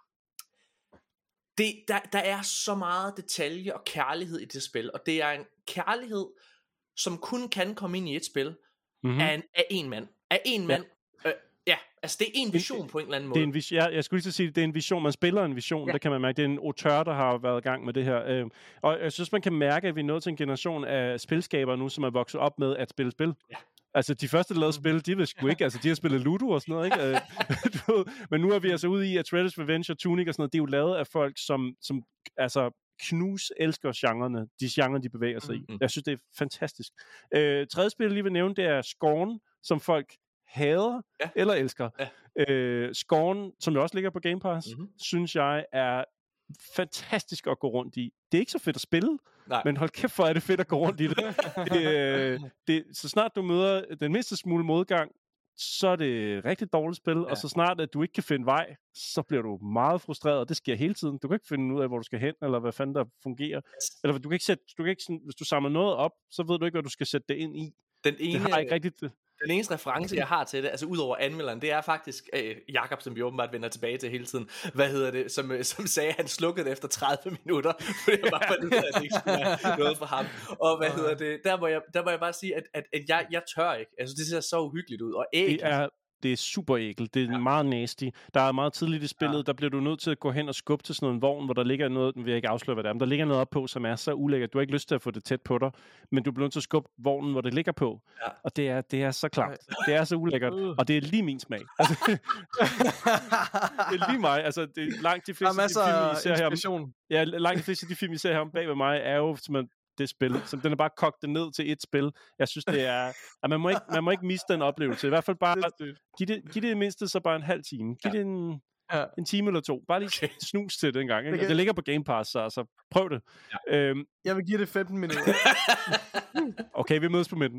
det, der, der er så meget detalje og kærlighed i det spil, og det er en kærlighed, som kun kan komme ind i et spil, Mm-hmm. af, en, af en mand. Af en mand. Øh, ja, altså det er en vision på en eller anden måde. Det er en vision, jeg, jeg skulle lige så sige, det er en vision. Man spiller en vision, ja. Ja. Det kan man mærke. Det er en auteur, der har været i gang med det her. Øh, og jeg synes, man kan mærke, at vi er nået til en generation af spilskabere nu, som er vokset op med at spille spil. Ja. Altså, de første, der lavede spil, de ved sgu ikke, altså, de har spillet Ludo og sådan noget, ikke? Øh, du ved, men nu er vi altså ude i, at Shredder's Revenge og Tunic og sådan noget, det er jo lavet af folk, som, som altså, knus elsker genrerne, de genre, de bevæger sig i. Mhm. Jeg synes, det er fantastisk. Øh, tredje spil, jeg lige vil nævne, det er Scorn, som folk hader ja. eller elsker. Ja. Øh, Scorn, som jo også ligger på Game Pass, mm-hmm. synes jeg er fantastisk at gå rundt i. Det er ikke så fedt at spille, Nej. men hold kæft, hvor er det fedt at gå rundt i det. det, øh, det så snart du møder den mindste smule modgang, så er det et rigtig dårligt spil, ja. og så snart at du ikke kan finde vej, så bliver du meget frustreret, og det sker hele tiden. Du kan ikke finde ud af, hvor du skal hen, eller hvad fanden der fungerer. Eller du kan ikke sætte, du kan ikke sådan, hvis du samler noget op, så ved du ikke, hvad du skal sætte det ind i. Den ene, det har ikke rigtigt... Den eneste reference, jeg har til det, altså ud over anmelderen, det er faktisk øh, Jakob, som vi åbenbart vender tilbage til hele tiden. Hvad hedder det? Som, øh, som sagde, at han slukkede efter tredive minutter, fordi jeg bare fandt ud af, at det ikke skulle være noget for ham. Og hvad hedder det? Der må jeg, der må jeg bare sige, at, at, at jeg, jeg tør ikke. Altså det ser så uhyggeligt ud. Og æg, det er Det er super ægelt. Det er ja. meget nasty. Der er meget tidligt i spillet, ja. der bliver du nødt til at gå hen og skubbe til sådan en vogn, hvor der ligger noget, nu vil jeg ikke afsløre, hvad det er, men der ligger noget op på, som er så ulækkert. Du har ikke lyst til at få det tæt på dig, men du bliver nødt til at skubbe vognen, hvor det ligger på. Ja. Og det er, det er så klart. Det er så ulækkert. Og det er lige min smag. Altså, det er lige mig. Altså, det er langt de fleste af de film, I ser her. Ja, langt de fleste af de film, I ser her om bag ved mig, er jo simpelthen det spil. Så den er bare kogt det ned til et spil. Jeg synes, det er... At man, må ikke, man må ikke miste den oplevelse. I hvert fald bare... Giv det, giv det mindste så bare en halv time. Giv ja. det en, ja. en time eller to. Bare lige okay. snus til det en gang. Ikke? Det, det ligger på Game Pass, så altså, prøv det. Ja. Øhm, jeg vil give det femten minutter. Okay, vi mødes på midten.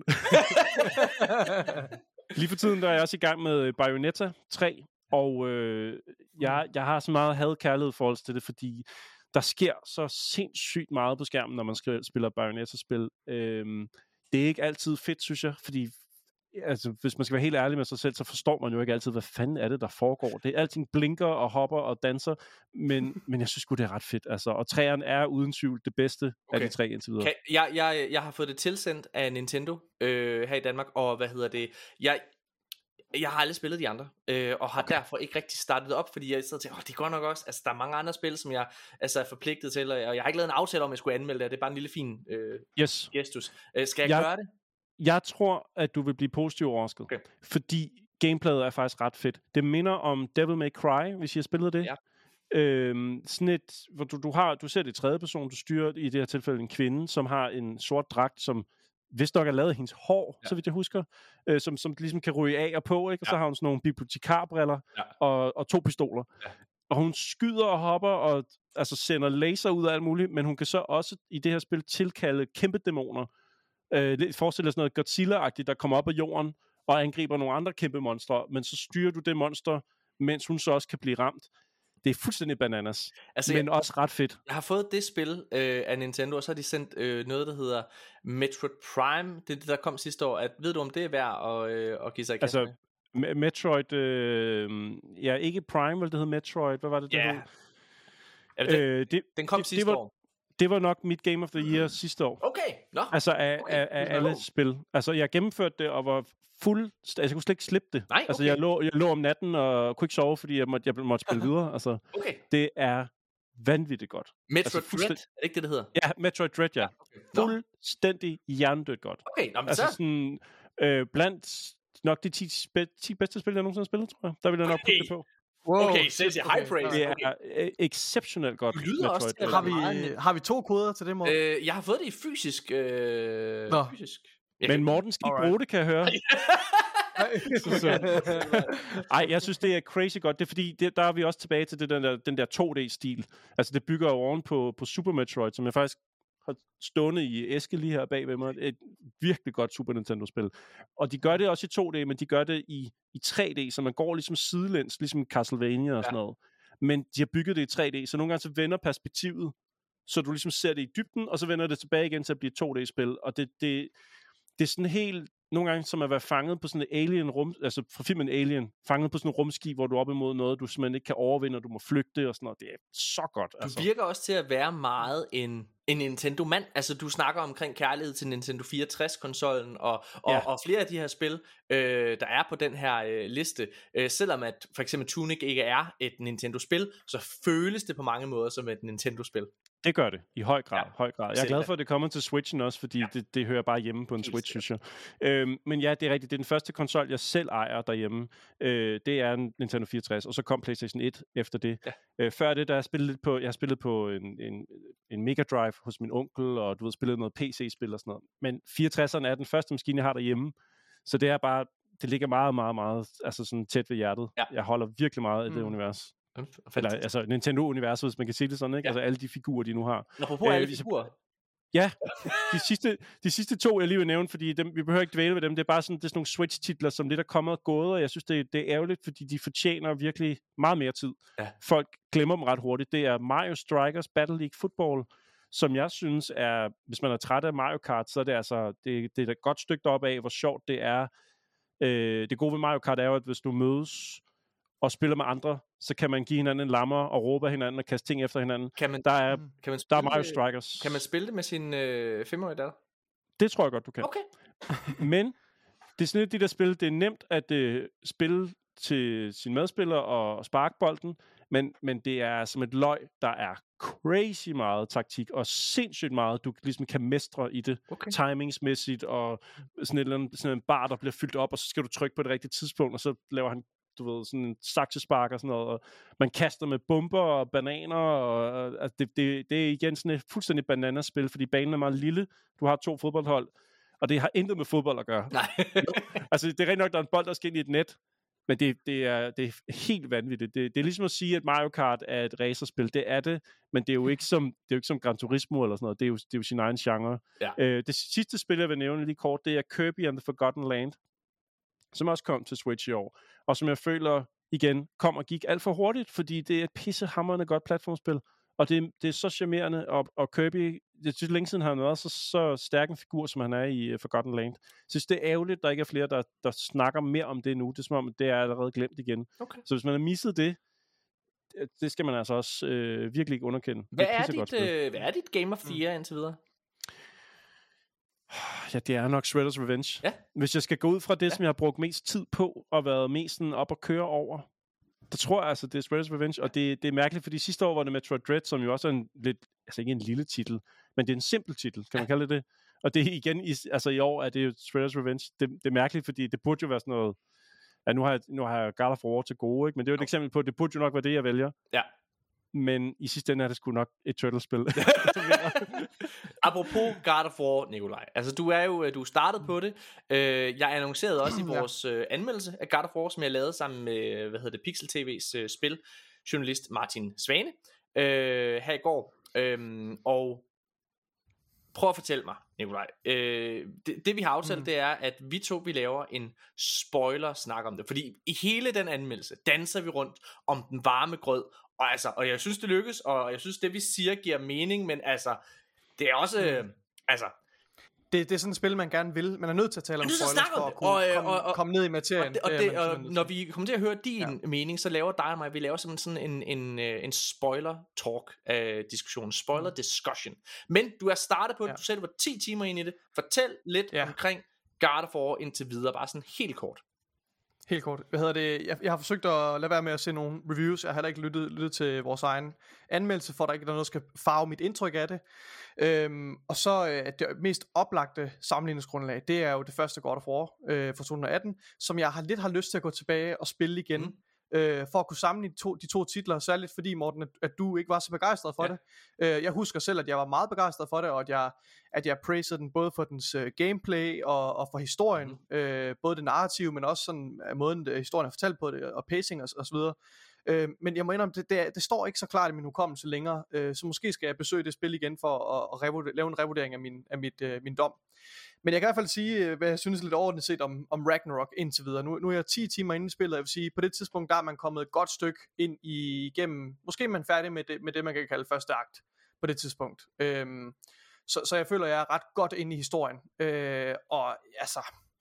Lige for tiden, der er jeg også i gang med Bayonetta tre. Og øh, jeg, jeg har så meget had-kærlighed forhold til det, fordi der sker så sindssygt meget på skærmen, når man spiller Bayonetta-spil. Øhm, det er ikke altid fedt, synes jeg, fordi altså, hvis man skal være helt ærlig med sig selv, så forstår man jo ikke altid, hvad fanden er det, der foregår. Det er alting blinker og hopper og danser, men, men jeg synes sgu, det er ret fedt. Altså, og træerne er uden tvivl det bedste okay. af de tre indtil videre. Kan, jeg, jeg, jeg har fået det tilsendt af Nintendo øh, her i Danmark, og hvad hedder det? Jeg... Jeg har aldrig spillet de andre, øh, og har okay. derfor ikke rigtig startet op, fordi jeg sidder og tænker, åh, det går nok også. Altså, der er mange andre spil, som jeg altså, er forpligtet til, og jeg har ikke lavet en aftale om, at jeg skulle anmelde det. Det er bare en lille fin øh, yes. gestus. Øh, skal jeg, jeg gøre det? Jeg tror, at du vil blive positivt overrasket, okay. fordi gameplayet er faktisk ret fedt. Det minder om Devil May Cry, hvis I har spillet det. Ja. Øhm, sådan et, hvor du, du, har, du ser det i tredje person, du styrer i det her tilfælde en kvinde, som har en sort dragt, som hvis nok er lavet hendes hår, ja. så vidt jeg husker, øh, som, som ligesom kan ryge af og på, ikke? Og ja. så har hun sådan nogle bibliotekarbriller ja. og, og to pistoler. Ja. Og hun skyder og hopper og altså sender laser ud af alt muligt, men hun kan så også i det her spil tilkalde kæmpe dæmoner. Øh, forestiller sådan noget Godzilla-agtigt, der kommer op af jorden og angriber nogle andre kæmpe monstre, men så styrer du det monster, mens hun så også kan blive ramt. Det er fuldstændig bananas, altså, men jeg, også ret fedt. Jeg har fået det spil øh, af Nintendo, og så har de sendt øh, noget, der hedder Metroid Prime. Det er det, der kom sidste år. At, ved du, om det er værd at, øh, at give sig i kast altså, med? Metroid, øh, ja, ikke Prime, vel, det hedder Metroid. Hvad var det, det yeah. hed? Ja, den, øh, det, den kom det, sidste det var, år. Det var nok mit Game of the Year mm. sidste år. Okay, nå. Altså af, okay. af, af alle spil. Altså, jeg gennemførte det, og var fuld... Altså, jeg kunne slet ikke slippe det. Nej, okay. Altså, jeg lå, jeg lå om natten og kunne ikke sove, fordi jeg måtte, jeg måtte spille videre. Altså, okay. Det er vanvittigt godt. Metroid altså, fuldstændig... Dread? Er det ikke det, det hedder? Ja, Metroid Dread, ja. Okay. Fuldstændig hjernedødt godt. Okay, nå, men altså, så... sådan, øh, blandt nok de ti, spe- ti bedste spil, jeg nogensinde har spillet, tror jeg. Der vil jeg nok putte det på. Wow, okay, så det er high praise. Det er okay. exceptionelt godt. Det lyder også til, har, vi, har vi to koder til det, Morten? Øh, jeg har fået det i fysisk. Øh, Nå. fysisk. Men Morten skal ikke bruge det, kan jeg høre. Ej, jeg synes, det er crazy godt. Det er fordi, det, der er vi også tilbage til det, den, der, den der to D-stil. Altså, det bygger jo oven på, på Super Metroid, som jeg faktisk har stående i æske lige her bag ved mig. Et virkelig godt Super Nintendo-spil. Og de gør det også i to D, men de gør det i, i tre D, så man går ligesom sidelæns, ligesom Castlevania og sådan ja. noget. Men de har bygget det i tre D, så nogle gange så vender perspektivet, så du ligesom ser det i dybden, og så vender det tilbage igen til at blive et to D-spil. Og det, det, det er sådan helt... Nogle gange som at være fanget på sådan et alien rum, altså fra filmen Alien, fanget på sådan en rumskib, hvor du er op imod noget, du simpelthen ikke kan overvinde, og du må flygte og sådan noget. Det er så godt. Altså. Du virker også til at være meget en, en Nintendo-mand. Altså du snakker omkring kærlighed til Nintendo fireogtres-konsollen, og, og, ja. og flere af de her spil, øh, der er på den her øh, liste. Øh, selvom at for eksempel Tunic ikke er et Nintendo-spil, så føles det på mange måder som et Nintendo-spil. Det gør det, i høj grad. Ja. Høj grad. Jeg er glad for, at det kommer til Switchen også, fordi ja. det, det hører bare hjemme på en Switch, synes jeg. Øhm, men ja, det er rigtigt. Det er den første konsol, jeg selv ejer derhjemme. Øh, det er en Nintendo fireogtres, og så kom PlayStation et efter det. Ja. Øh, før det, der jeg spillet lidt på, jeg har spillet på en, en, en Mega Drive hos min onkel, og du ved, spillet noget P C-spil og sådan noget. Men fireogtresseren er den første maskine, jeg har derhjemme. Så det er bare det ligger meget, meget, meget altså sådan tæt ved hjertet. Ja. Jeg holder virkelig meget af Mm. det univers. Fantastisk. Eller altså Nintendo-universet, hvis man kan sige det sådan, ikke? Ja. Altså alle de figurer, de nu har. Apropos Øh, alle hvis jeg- figurer. Ja, de sidste, de sidste to, jeg lige vil nævne, fordi dem, vi behøver ikke dvæle ved dem, det er bare sådan, det er sådan nogle Switch-titler, som lidt er kommet og gået, og jeg synes, det, det er ærgerligt, fordi de fortjener virkelig meget mere tid. Ja. Folk glemmer dem ret hurtigt. Det er Mario Strikers Battle League Football, som jeg synes er, hvis man er træt af Mario Kart, så er det altså, det, det er et godt stykke op af, hvor sjovt det er. Øh, det gode ved Mario Kart er jo, at hvis du mødes og spiller med andre, så kan man give hinanden en lammer og råbe af hinanden og kaste ting efter hinanden. Kan man, Der er, Mm. kan man der er spille Mario det- Strikers. Kan man spille det med sin øh, femårige datter? Det tror jeg godt, du kan. Okay. Men det er sådan lidt de der spil, det er nemt at øh, spille til sin medspiller og sparke bolden, men, men det er som et løg, der er crazy meget taktik, og sindssygt meget, du ligesom kan mestre i det, Okay. timingsmæssigt, og sådan, et eller andet, sådan en bar, der bliver fyldt op, og så skal du trykke på det rigtige tidspunkt, og så laver han du ved, sådan en saksespark og sådan noget, og man kaster med bomber og bananer, og, og altså det, det, det er igen sådan et fuldstændig bananaspil, fordi banen er meget lille, du har to fodboldhold, og det har intet med fodbold at gøre. Nej. Altså, det er rigtig nok, der er en bold, der skal ind i et net, men det, det, er, det er helt vanvittigt. Det, det er ligesom at sige, at Mario Kart er et racerspil. Det er det, men det er jo ikke som, det er jo ikke som Gran Turismo eller sådan noget. Det er jo, det er jo sin egen genre. Ja. Øh, det sidste spil, jeg vil nævne lige kort, det er Kirby and the Forgotten Land, som også kom til Switch i år, og som jeg føler, igen, kom og gik alt for hurtigt, fordi det er et pissehammerende godt platformspil. Og det, det er så charmerende, og, og Kirby, det synes længe siden har han været så, så stærk en figur, som han er i uh, Forgotten Land. Jeg synes, det er ærgerligt, der ikke er flere, der, der snakker mere om det nu. Det er som om, det er allerede glemt igen. Okay. Så hvis man har misset det, det- det skal man altså også øh, virkelig ikke underkende. Hvad Det er, pissegodt dit, spil. øh, hvad er dit Game of the Year indtil videre? Ja, det er nok Shredder's Revenge. Ja. Hvis jeg skal gå ud fra det, Ja. ja. som jeg har brugt mest tid på, og været mest sådan op og køre over, der tror jeg altså, det er Shredder's Revenge, og det, det er mærkeligt, fordi sidste år var det Metroid Dread, som jo også er en lidt, altså ikke en lille titel, men det er en simpel titel, kan man kalde det det? Og det er igen, i, altså i år er det jo Shredder's Revenge. Det, det er mærkeligt, fordi det burde jo være sådan noget, ja, nu har jeg, nu har jeg God of War til gode, ikke? Men det er jo et eksempel på, at det burde jo nok være det, jeg vælger. Ja. Men i sidste ende er det sgu nok et Turtle-spil. Apropos God of War, Nikolaj. Altså, du er jo du er startet på det. Øh, jeg annoncerede også i vores øh, anmeldelse af God of War, som jeg lavede sammen med, hvad hedder det, Pixel T V's øh, spiljournalist Martin Svane øh, her i går. Øh, og prøv at fortælle mig, Nikolaj. Øh, det, det vi har aftalt, mm. det er, at vi to vi laver en spoiler-snak om det. Fordi i hele den anmeldelse danser vi rundt om den varme grød. Og, altså, og jeg synes, det lykkes, og jeg synes, det vi siger giver mening, men altså, det er også, øh, altså... Det, det er sådan et spil, man gerne vil. Man er nødt til at tale om nødt til at spoilers snakke for om at det. kunne Og, øh, komme, og- og- komme ned i materien. Og, det, og, er det, man og simpelthen nødt når til. vi kommer til at høre din ja. mening, så laver dig og mig, vi laver simpelthen sådan en, en, en, en spoiler-talk-diskussion, spoiler-discussion. Men du er startet på det, Ja. du selv var ti timer ind i det. Fortæl lidt Ja. omkring God of War indtil videre, bare sådan helt kort. Helt kort. Hvad hedder det? Jeg, jeg har forsøgt at lade være med at se nogle reviews. Jeg har heller ikke lyttet, lyttet til vores egen anmeldelse, for at der ikke er noget, der skal farve mit indtryk af det. Øhm, og så øh, det mest oplagte sammenligningsgrundlag, det er jo det første God of War øh, fra to tusind atten, som jeg har lidt har lyst til at gå tilbage og spille igen. Mm. Øh, for at kunne sammenligne de to, de to titler, særligt fordi, Morten, at, at du ikke var så begejstret for Ja. det. Øh, jeg husker selv, at jeg var meget begejstret for det, og at jeg, at jeg praisede den både for dens uh, gameplay og, og for historien, mm. øh, både det narrative, men også sådan uh, måden, uh, historien er fortalt på det, og pacing og, og så videre. Øh, men jeg må indrømme, det, det, det står ikke så klart i min hukommelse længere, øh, så måske skal jeg besøge det spil igen for at, at revurder- lave en revurdering af min, af mit, øh, min dom. Men jeg kan i hvert fald sige, hvad jeg synes lidt overordnet set om, om Ragnarok indtil videre. Nu, nu er jeg ti timer inde i spillet, og jeg vil sige, på det tidspunkt, der er man kommet et godt stykke ind igennem, måske er man færdig med det, med det man kan kalde første akt på det tidspunkt. Øhm, så, så jeg føler, jeg er ret godt inde i historien. Øh, og altså,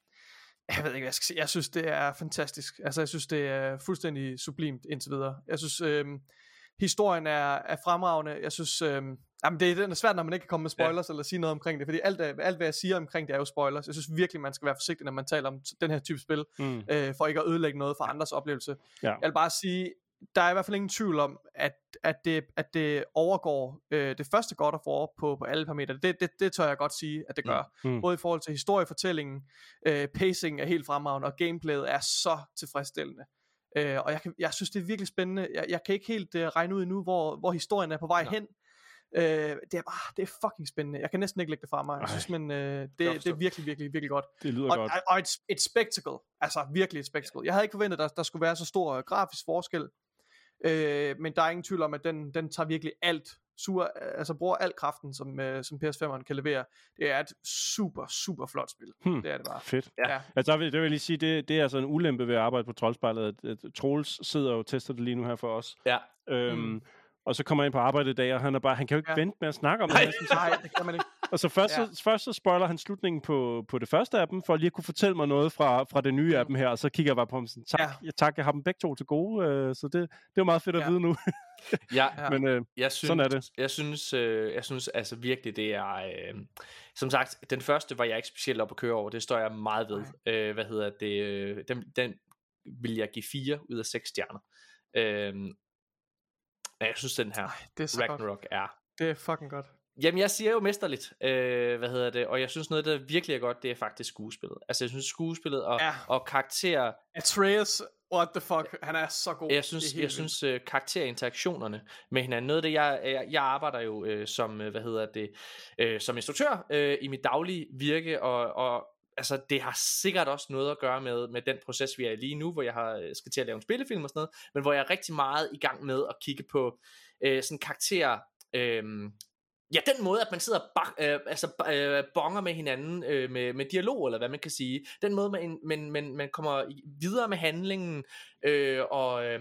jeg ved ikke, hvad jeg skal sige. Jeg synes, det er fantastisk. Altså, jeg synes, det er fuldstændig sublimt indtil videre. Jeg synes, øhm, historien er, er fremragende. Jeg synes, øhm, jamen det, det er svært, når man ikke kan komme med spoilers ja. eller sige noget omkring det, fordi alt, alt, hvad jeg siger omkring det, er jo spoilers. Jeg synes virkelig, man skal være forsigtig, når man taler om den her type spil, mm. øh, for ikke at ødelægge noget for andres oplevelse. Ja. Jeg vil bare sige, der er i hvert fald ingen tvivl om, at, at, det, at det overgår øh, det første God of War på, på alle parametre. Det, det, det tør jeg godt sige, at det gør. Mm. Både i forhold til historiefortællingen, øh, pacing er helt fremragende, og gameplayet er så tilfredsstillende. Øh, og jeg, kan, jeg synes, det er virkelig spændende. Jeg, jeg kan ikke helt øh, regne ud endnu, hvor, hvor historien er på vej Nej. hen. Øh, det er bare, det er fucking spændende. Jeg kan næsten ikke lægge det fra mig. Jeg synes, men øh, det, det er virkelig, virkelig, virkelig godt. Det lyder og, godt. Og, og et, et spectacle. Altså virkelig et spectacle. Jeg havde ikke forventet, at der, der skulle være så stor grafisk forskel. Øh, men der er ingen tvivl om, at den, den tager virkelig alt, sur, altså bruger al kraften, som, øh, som P S fem'eren kan levere. Det er et super, super flot spil. Hmm. Det er det bare. Fedt. Ja. Ja. Altså, der vil, det vil jeg lige sige, det, det er altså en ulempe ved at arbejde på Troldspejlet, at, at Troels sidder og tester det lige nu her for os. Ja. Øhm, mm. Og så kommer jeg ind på arbejde i dag, og han er bare, han kan jo ikke ja. vente med at snakke om nej, det. Nej, det kan man ikke. Og så først, ja. så først så spoiler han slutningen på, på det første af dem, for lige at kunne fortælle mig noget fra, fra det nye af dem her, og så kigger jeg bare på ham sådan, tak, ja. Ja, tak, jeg har dem begge to til gode, øh, så det, det er meget fedt at ja. vide nu. Ja, men øh, jeg synes, sådan er det. Jeg synes, øh, jeg synes altså virkelig, det er, øh, som sagt, den første var jeg ikke specielt op at køre over, det står jeg meget ved. Øh, hvad hedder det, øh, den, den vil jeg give fire ud af seks stjerner. Øh, jeg synes, den her Ej, det er Ragnarok godt. er... Det er fucking godt. Jamen, jeg siger jo mesterligt, øh, hvad hedder det, og jeg synes noget, der virkelig er godt, det er faktisk skuespillet. Altså, jeg synes skuespillet og, ja. og karakterer... Atreus, what the fuck, han er så god. Jeg synes, jeg synes uh, karakterinteraktionerne med hinanden, noget af det, jeg, jeg, jeg arbejder jo uh, som, uh, hvad hedder det, uh, som instruktør uh, i mit daglige virke, og, og altså, det har sikkert også noget at gøre med, med den proces, vi er i lige nu, hvor jeg har, skal til at lave en spillefilm og sådan noget, men hvor jeg er rigtig meget i gang med at kigge på uh, sådan karakterer... Uh, Ja, den måde, at man sidder og bak, øh, altså, øh, bonger med hinanden øh, med, med dialog, eller hvad man kan sige. Den måde, man, man, man, man kommer videre med handlingen, øh, og... Øh,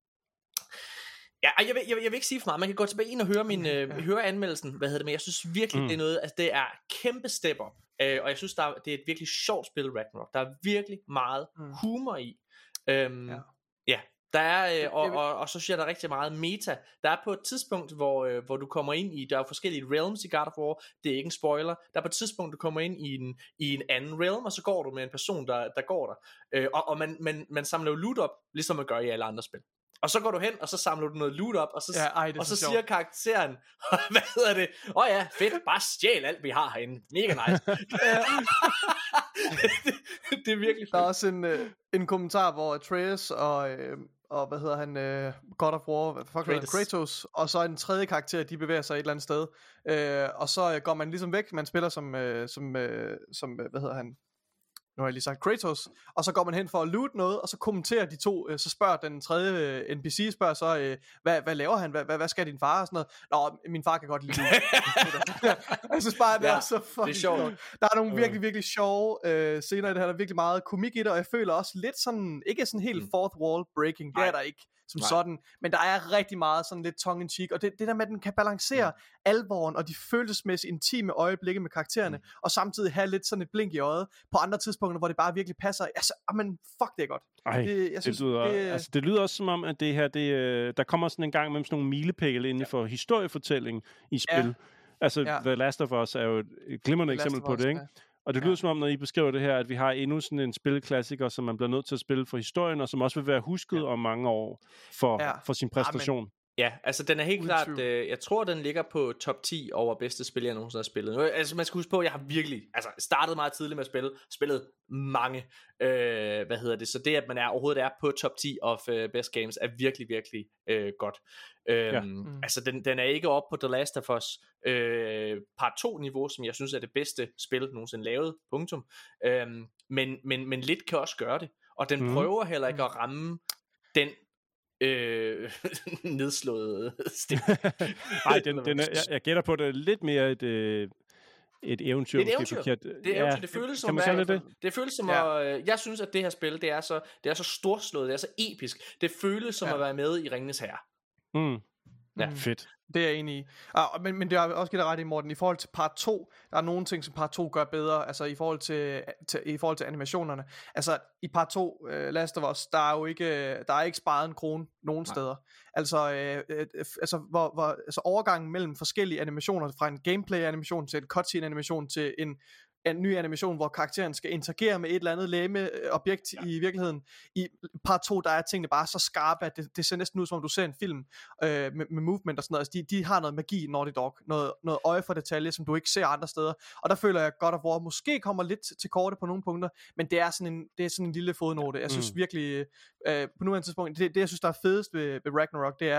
ja, jeg vil, jeg, vil, jeg vil ikke sige for meget. Man kan gå tilbage ind og høre, min, øh, høre anmeldelsen, hvad hedder det, men jeg synes virkelig, mm. det er noget... Altså, det er kæmpe step up, øh, og jeg synes, der er, det er et virkelig sjovt spil, Ragnarok. Der er virkelig meget mm. humor i. Øhm, ja. ja. Der er, øh, og, og, og så synes jeg, der er rigtig meget meta. Der er på et tidspunkt, hvor, øh, hvor du kommer ind i, der er forskellige realms i God of War, det er ikke en spoiler, der er på et tidspunkt, du kommer ind i en, i en anden realm, og så går du med en person, der, der går der. Øh, og og man, man, man samler jo loot op, ligesom man gør i alle andre spil. Og så går du hen, og så samler du noget loot op, og så, ja, ej, og så, så siger karakteren, hvad hedder det? Åh oh ja, fedt, bare stjæl alt, vi har herinde. Mega nice. det, det er virkelig fedt. Der er også en, øh, en kommentar, hvor Atreus og... Øh, og hvad hedder han, uh, God of War, fuck Kratos. Kratos, og så en tredje karakter, de bevæger sig et eller andet sted, uh, og så uh, går man ligesom væk, man spiller som, uh, som, uh, som uh, hvad hedder han, nu har jeg lige sagt Kratos, og så går man hen for at loot noget, og så kommenterer de to, uh, så spørger den tredje uh, N P C, spørger så, uh, hvad, hvad laver han, hvad, hvad, hvad skal din far, og sådan noget, nå, min far kan godt lide loot. Jeg synes bare, det ja, er så fucking det er sjovt. sjovt. Der er nogle virkelig, virkelig sjove uh, scener i det her, der er virkelig meget komik i det, og jeg føler også lidt sådan, ikke sådan helt fourth wall breaking, det Nej. er der ikke som Nej. sådan, men der er rigtig meget sådan lidt tongue in cheek, og det, det der med, at den kan balancere mm. alvoren og de følelsesmæssigt intime øjeblikke med karaktererne, mm. og samtidig have lidt sådan et blink i øjet på andre tidspunkter, hvor det bare virkelig passer. Altså, men fuck, det er godt. Ej, det, jeg synes, det, lyder, det, altså, det lyder også som om, at det her, det, der kommer sådan en gang med sådan nogle milepæle inden for historiefortælling i spil. Ja. Altså, ja. The Last of Us er jo et glimrende eksempel på det, ikke? Ja. Og det lyder ja. som om, når I beskriver det her, at vi har endnu sådan en spilklassiker, som man bliver nødt til at spille for historien, og som også vil være husket ja. om mange år for, ja. for sin præstation. Amen. Ja, altså den er helt Uden klart, øh, jeg tror den ligger på top ti over bedste spil, jeg nogensinde har spillet. Altså man skal huske på, jeg har virkelig, altså startet meget tidligt med at spille, spillet mange, øh, hvad hedder det, så det at man er overhovedet er på top ti of uh, best games, er virkelig, virkelig øh, godt. Øhm, ja. mm. Altså den, den er ikke oppe på The Last of Us øh, part to niveau, som jeg synes er det bedste spil nogensinde lavet, punktum. Øhm, men, men, men lidt kan også gøre det, og den mm. prøver heller ikke at ramme den Øh, nedslået stil. Nej, den, den er, jeg, jeg gætter på, det er lidt mere et, øh, et eventyr. Det er et eventyr. Det, er ja, eventyr. det føles som, det? det? det føles som ja. at, jeg synes, at det her spil, det er så, det er så storslået, det er så episk. Det føles som ja. at være med i Ringenes Herre. Mm. Ja, mm. fedt. Det er jeg enig i. Ah, men, men det har også givet dig ret i, Morten. I forhold til part to, der er nogle ting, som part to gør bedre. Altså i forhold til, til, i forhold til animationerne. Altså i part to, uh, Last of Us, der er jo ikke, der er ikke sparet en krone nogen Nej. steder. Altså, øh, øh, altså, hvor, hvor, altså overgangen mellem forskellige animationer, fra en gameplay-animation til en cutscene-animation til en en ny animation, hvor karakteren skal interagere med et eller andet læme objekt ja. i virkeligheden. I part to, der er tingene bare så skarpe, at det, det ser næsten ud som om du ser en film øh, med, med movement og sådan noget. Altså, de, de har noget magi, Naughty Dog, noget, noget øje for detalje, som du ikke ser andre steder. Og der føler jeg, at God of War måske kommer lidt til korte på nogle punkter, men det er sådan en, det er sådan en lille fodnote. Jeg synes mm. virkelig, øh, på nuværende tidspunkt, det, det jeg synes, der er fedest ved, ved Ragnarok, det er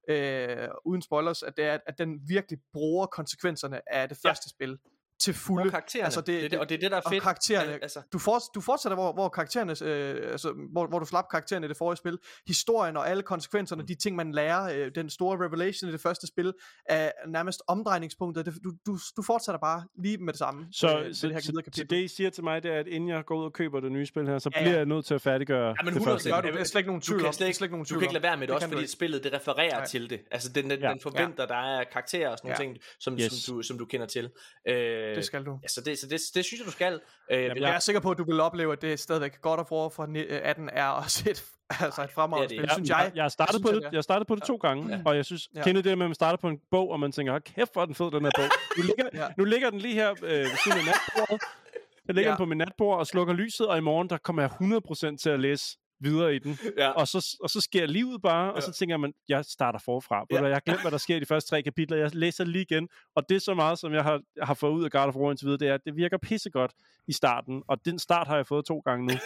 øh, uden spoilers, at, det er, at den virkelig bruger konsekvenserne af det første ja. spil til fulde. Og karaktererne, altså det, det, det, og det er det, der er fedt. Og karaktererne, altså. du, for, du fortsætter, hvor, hvor karaktererne, øh, altså, hvor, hvor du slap karaktererne i det forrige spil. Historien og alle konsekvenserne, mm. de ting, man lærer, øh, den store revelation i det første spil, er nærmest omdrejningspunktet. Det, du, du, du fortsætter bare lige med det samme. Så, øh, så, det, her så, så det, I siger til mig, det er, at inden jeg går ud og køber det nye spil her, så ja, ja. bliver jeg nødt til at færdiggøre ja, men det første. Gør du, det er slet ikke nogen tvivl om. Du kan slet ikke, du kan ikke lade være med det, det også fordi spillet, det refererer Nej. til det. Altså, den, den, ja. den forventer, ja. der er karakterer og sådan ja. nogle ting, som, yes. som, du, som du kender til. Øh, det skal du. Ja, så det, så det, det synes jeg, du skal. Øh, Jamen, jeg er sikker på, at du vil opleve, at det er stadigvæk God of War fra atten er også et, altså et fremragende spil, ja, synes jeg. Jeg har startet på det, jeg startet på det to gange, ja. og jeg synes, ja. kender det med, at man starter på en bog, og man tænker, kæft, hvor er den fed, den her bog. Nu ligger, ja. nu ligger den lige her øh, ved siden af natbordet. Jeg ligger ja. den på min natbord og slukker lyset, og i morgen, der kommer jeg hundrede procent til at læse videre i den. Ja. Og, så, og så sker livet bare, ja. og så tænker man, jeg starter forfra. Ja. Jeg har glemt, hvad der sker i de første tre kapitler. Jeg læser lige igen. Og det er så meget, som jeg har, har fået ud af God of War indtil videre, det er, at det virker pissegodt i starten. Og den start har jeg fået to gange nu.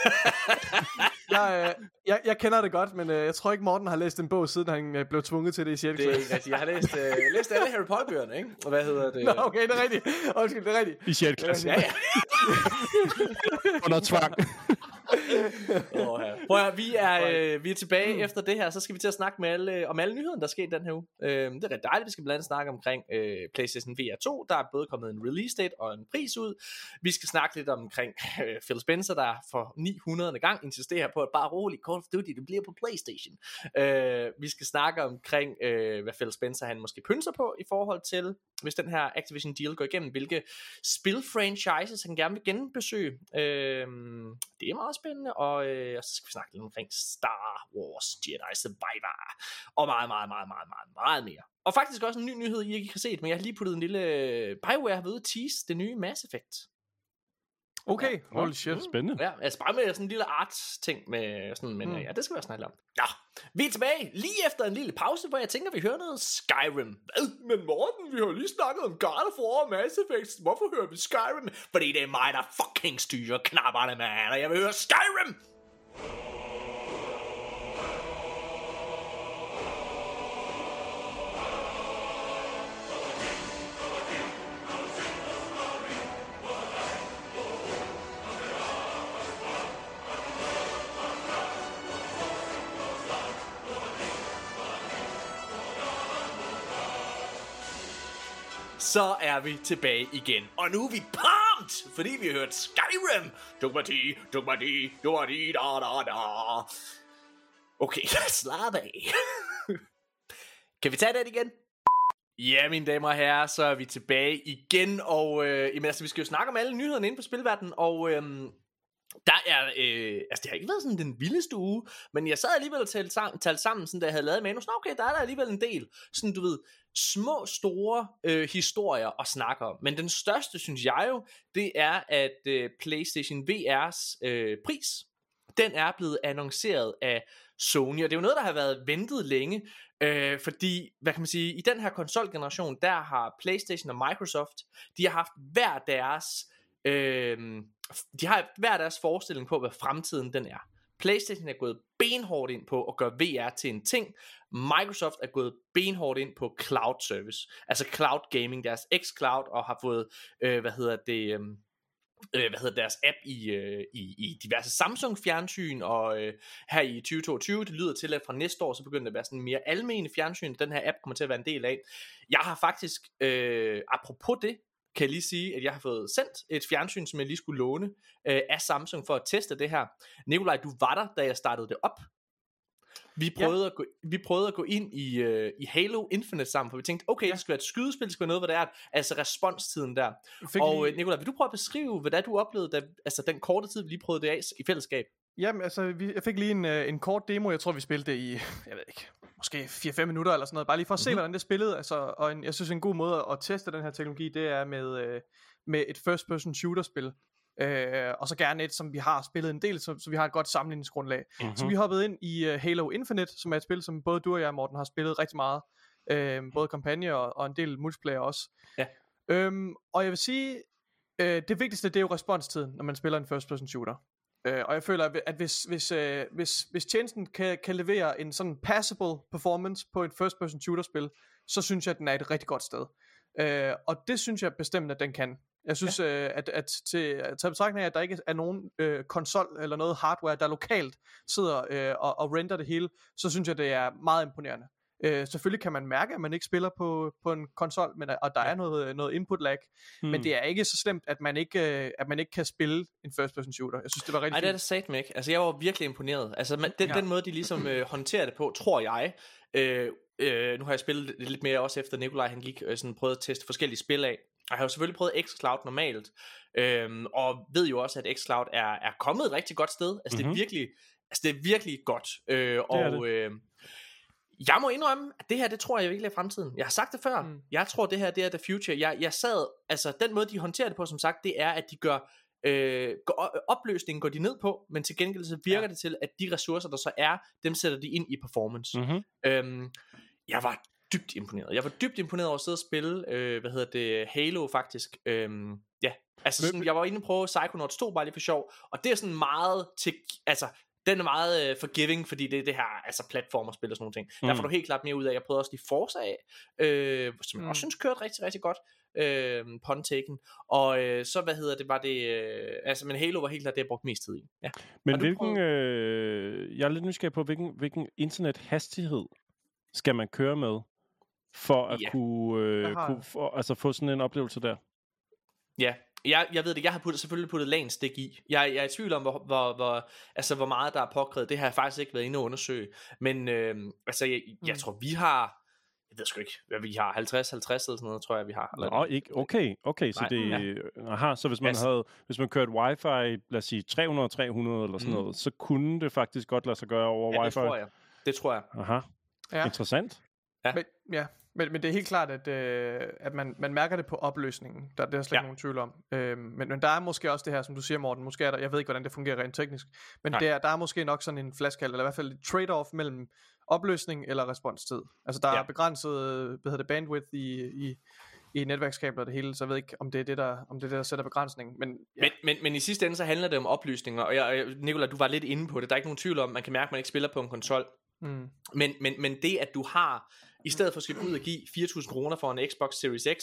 jeg, øh, jeg, jeg kender det godt, men øh, jeg tror ikke, Morten har læst en bog, siden han øh, blev tvunget til det i sjette klasse. Det er ikke rigtigt. Jeg har læst, øh, læst alle Harry Potter-bøgerne, ikke? Og hvad hedder det? Nå, okay, det er rigtigt. Undskyld, det er rigtigt. I sjette klasse. Ja, ja. Under tvang. oh, ja. Prøv at, vi er øh, vi er tilbage mm. efter det her. Så skal vi til at snakke med alle, om alle nyhederne, der er sket den her uge. øh, Det er ret dejligt. Vi skal blandt andet snakke omkring øh, PlayStation V R to. Der er både kommet en release date og en pris ud. Vi skal snakke lidt omkring øh, Phil Spencer, der for ni hundrede gang insisterer på, at bare roligt, Call of Duty, det bliver på PlayStation. øh, Vi skal snakke omkring øh, hvad Phil Spencer han måske pynser på, i forhold til, hvis den her Activision deal går igennem, hvilke spil-franchises han gerne vil genbesøge. øh, Det er meget spændende. Og, øh, og så skal vi snakke lidt omkring Star Wars Jedi Survivor og meget, meget, meget, meget, meget, meget mere. Og faktisk også en ny nyhed, I ikke har set, men jeg har lige puttet en lille BioWare ved at tease det nye Mass Effect. Okay, ja. holy shit. Spændende. Ja, altså bare med sådan en lille art-ting med sådan, men mm. ja, det skal vi også snakke om. Ja, vi er tilbage lige efter en lille pause, hvor jeg tænker, vi hører noget Skyrim. Hvad? Men Morten, vi har lige snakket om God of War og Mass Effect. Hvorfor hører vi Skyrim? Fordi det er mig, der fucking styrer knapperne, man, og jeg vil høre Skyrim! Så er vi tilbage igen. Og nu er vi pumped, fordi vi har hørt Skyrim. Dugmati, dugmati, dugmati, da da da. Okay, slap af. Kan vi tage det igen? Ja, mine damer og herrer, så er vi tilbage igen. Og øh, jamen, altså, vi skal jo snakke om alle nyhederne inde på Spilverden. Og øh, der er, øh, altså det har ikke været sådan den vildeste uge, men jeg sad alligevel og talte sammen, talte sammen sådan, da jeg havde lavet manus. Nå, okay, der er der alligevel en del, sådan du ved, små, store øh, historier at snakke om. Men den største, synes jeg jo, det er, at øh, PlayStation V R's øh, pris, den er blevet annonceret af Sony, og det er jo noget, der har været ventet længe, øh, fordi, hvad kan man sige, i den her konsolgeneration, der har PlayStation og Microsoft, de har haft hver deres øh, de har hver deres forestilling på, hvad fremtiden den er. PlayStation er gået benhårdt ind på at gøre V R til en ting. Microsoft er gået benhårdt ind på cloud service, altså cloud gaming, deres xCloud, og har fået, øh, hvad hedder det, øh, hvad hedder deres app i, øh, i, i diverse Samsung fjernsyn, og øh, her i tyve toogtyve, det lyder til, at fra næste år, så begynder det at være sådan mere almene fjernsyn, den her app kommer til at være en del af. Jeg har faktisk, øh, apropos det, kan jeg lige sige, at jeg har fået sendt et fjernsyn, som jeg lige skulle låne øh, af Samsung for at teste det her. Nikolaj, du var der, da jeg startede det op. Vi prøvede, ja. at, gå, vi prøvede at gå ind i, uh, i Halo Infinite sammen, for vi tænkte, okay, ja. det skal være et skydespil, det skal være noget, hvad det er, altså responstiden der. Fik og lige... Nikolaj, vil du prøve at beskrive, hvad det du oplevede, da, altså den korte tid, vi lige prøvede det af i fællesskab? Jamen, altså, vi, jeg fik lige en, uh, en kort demo, jeg tror, vi spillede det i, jeg ved ikke, måske fire fem minutter eller sådan noget, bare lige for at se, mm-hmm. hvordan det spillede, altså, og en, jeg synes, en god måde at teste den her teknologi, det er med, uh, med et first-person shooter-spil. Uh, og så gerne et, som vi har spillet en del, så, så vi har et godt sammenligningsgrundlag. Mm-hmm. Så vi hoppede ind i uh, Halo Infinite, som er et spil, som både du og jeg, Morten, har spillet rigtig meget. Uh, både kampagne og, og en del multiplayer også. Ja. Um, og jeg vil sige, uh, det vigtigste, det er jo responstiden, når man spiller en first person shooter. Øh, og jeg føler, at hvis, hvis, øh, hvis, hvis tjenesten kan, kan levere en sådan passable performance på et first person shooter spil, så synes jeg, at den er et rigtig godt sted. Øh, og det synes jeg bestemt, at den kan. Jeg synes, ja. øh, at, at til at tage betragtning af, at der ikke er nogen øh, konsol eller noget hardware, der lokalt sidder øh, og, og render det hele, så synes jeg, det er meget imponerende. Øh, selvfølgelig kan man mærke, at man ikke spiller på, på en konsol, men, og der ja. er noget, noget input lag, hmm. men det er ikke så slemt, at man ikke, at man ikke kan spille en first person shooter. Jeg synes, det var rigtig Ej, det er det satme ikke. Altså, jeg var virkelig imponeret. Altså, man, den, ja. den måde, de ligesom øh, håndterer det på, tror jeg, øh, øh, nu har jeg spillet det lidt mere også efter Nikolaj, han gik øh, sådan prøvede at teste forskellige spil af. Jeg har jo selvfølgelig prøvet xCloud normalt, øhm, og ved jo også, at xCloud er, er kommet et rigtig godt sted. Altså, mm-hmm. det er virkelig, altså det er virkelig godt. Øh, og det det. Øh, jeg må indrømme, at det her, det tror jeg virkelig er fremtiden. Jeg har sagt det før. Mm. Jeg tror, det her, det er the future. Jeg, jeg sad, altså den måde, de håndterer det på, som sagt, det er, at de gør, øh, går, opløsningen går de ned på, men til gengæld så virker ja. det til, at de ressourcer, der så er, dem sætter de ind i performance. Mm-hmm. Øhm, jeg var dybt imponeret. Jeg var dybt imponeret over at sidde og spille, øh, hvad hedder det, Halo faktisk. Øhm, ja, altså sådan, jeg var inde og prøve Psychonauts to bare lige for sjov, og det er sådan meget til, altså den er meget øh, forgiving, fordi det er det her, altså platformerspil og sådan nogle ting. Mm. Der får du helt klart mere ud af. Jeg prøvede også lige Forza af, øh, som jeg mm. også synes kørte rigtig, rigtig godt. Øh, Pun-taken. Og øh, så, hvad hedder det, var det, øh, altså, men Halo var helt klart det, jeg brugte mest tid i. Ja. Men hvilken, øh, jeg er lidt nysgerrig på, hvilken, hvilken internethastighed skal man køre med, for at ja. kunne, øh, kunne for, altså få sådan en oplevelse der? Ja, jeg, jeg ved det, jeg har puttet, selvfølgelig puttet LAN-stik i. Jeg, jeg er i tvivl om, hvor, hvor, hvor, altså, hvor meget der er påkrævet. Det har jeg faktisk ikke været inde og undersøge. Men øh, altså, jeg, jeg mm. tror, vi har, jeg ved sgu ikke, hvad vi har, halvtreds halvtreds eller sådan noget, tror jeg, vi har. Eller Nå, ikke, okay, okay, så Nej, det, ja. aha, så hvis man altså, havde, hvis man kørte wifi, lad os sige tre hundrede tre hundrede eller sådan mm. noget, så kunne det faktisk godt lade sig gøre over ja, wifi. det tror jeg. Det tror jeg. Aha, ja. Interessant. Ja. Men, ja. Men, men det er helt klart, at, øh, at man, man mærker det på opløsningen. Der, det er slet ikke ja. nogen tvivl om. Øh, men, men der er måske også det her, som du siger, Morten. Måske er der, jeg ved ikke, hvordan det fungerer rent teknisk. Men der, der er måske nok sådan en flaskehals, eller i hvert fald et trade-off mellem opløsning eller responstid. Altså der ja. er begrænset, hvad hedder det, bandwidth i, i, i netværkskabler og det hele. Så jeg ved ikke, om det er det, der, om det er det, der sætter begrænsningen. Men, ja. men, men, men i sidste ende, så handler det om opløsninger. Og jeg, Nicolai, du var lidt inde på det. Der er ikke nogen tvivl om, man kan mærke, at man ikke spiller på en konsol. Mm. Men, men, men det, at du har, i stedet for at skal ud og give fire tusind kroner for en Xbox Series X,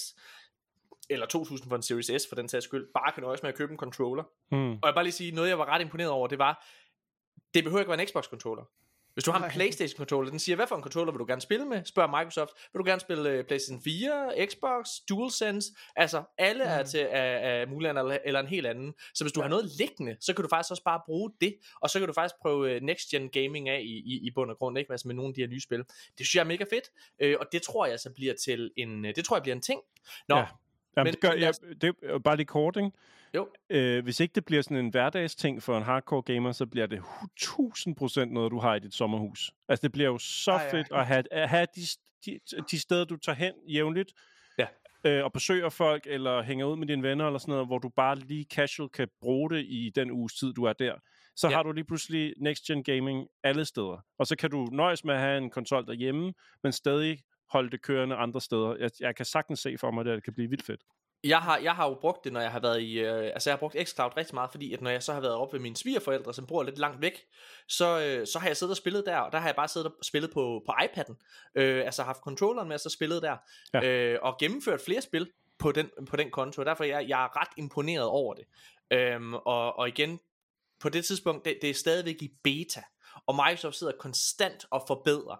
eller to tusind for en Series S for den sags skyld, bare kan nøjes med at købe en controller. Mm. Og jeg bare lige sige, noget jeg var ret imponeret over, det var, det behøver ikke være en Xbox controller. Hvis du har en PlayStation controller, den siger, hvad for en controller vil du gerne spille med? Spørg Microsoft, vil du gerne spille uh, PlayStation fire, Xbox, DualSense? Altså, alle mm. er til uh, uh, muligt eller, eller en helt anden. Så hvis du ja. har noget liggende, så kan du faktisk også bare bruge det, og så kan du faktisk prøve uh, next gen gaming af i, i, i bund og grund, ikke? Altså med nogle af de her nye spil. Det synes jeg er mega fedt, uh, og det tror jeg så bliver til en, uh, det tror jeg bliver en ting. Nå, ja. Jamen, men, det, gør, jeg, det er bare lige kort, ikke? Jo. Øh, hvis ikke det bliver sådan en hverdagsting for en hardcore gamer, så bliver det tusind procent noget, du har i dit sommerhus. Altså, det bliver jo så Ej, fedt ja. at have, at have de, de, de steder, du tager hen jævnligt, ja. øh, og besøger folk, eller hænger ud med dine venner, eller sådan noget, hvor du bare lige casual kan bruge det i den uges tid, du er der. Så ja. har du lige pludselig next gen gaming alle steder. Og så kan du nøjes med at have en konsol derhjemme, men stadig holde det kørende andre steder. Jeg, jeg kan sagtens se for mig, at det kan blive vildt fedt. Jeg har, jeg har jo brugt det, når jeg har været i, øh, altså jeg har brugt xCloud rigtig meget, fordi at når jeg så har været oppe ved mine svigerforældre, som bor lidt langt væk, så, øh, så har jeg siddet og spillet der, og der har jeg bare siddet og spillet på, på iPad'en, øh, altså haft controlleren med, og så spillet der, ja. øh, og gennemført flere spil på den, på den konto, og derfor er jeg, jeg er ret imponeret over det. Øhm, og, og igen, på det tidspunkt, det, det er stadigvæk i beta, og Microsoft sidder konstant og forbedrer.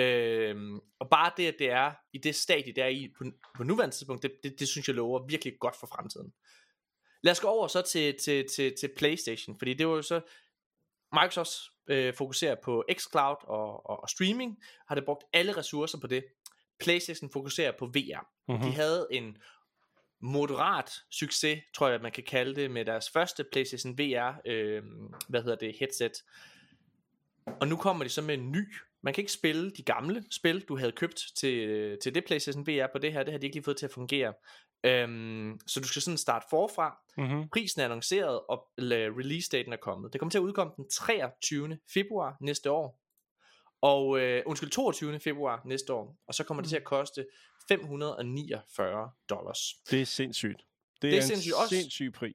Øhm, og bare det, at det er i det stadie, det er i på, på nuværende tidspunkt, det, det, det synes jeg lover virkelig godt for fremtiden. Lad os gå over så til, til, til, til PlayStation, fordi det var jo så Microsoft øh, fokuserer på xCloud og, og, og streaming, har det brugt alle ressourcer på det. PlayStation fokuserer på V R. Mm-hmm. De havde en moderat succes, tror jeg man kan kalde det, med deres første PlayStation V R øh, hvad hedder det, headset. Og nu kommer de så med en ny. Man kan ikke spille de gamle spil, du havde købt til, til det PlayStation V R på det her. Det har de ikke lige fået til at fungere. Um, så du skal sådan starte forfra. Mm-hmm. Prisen er annonceret, og release-daten er kommet. Det kommer til at udkomme den treogtyvende februar næste år. Og uh, undskyld, toogtyvende februar næste år. Og så kommer mm. det til at koste fem hundrede niogfyrre dollars. Det er sindssygt. Det, det er, er en sindssygt også, sindssyg pris.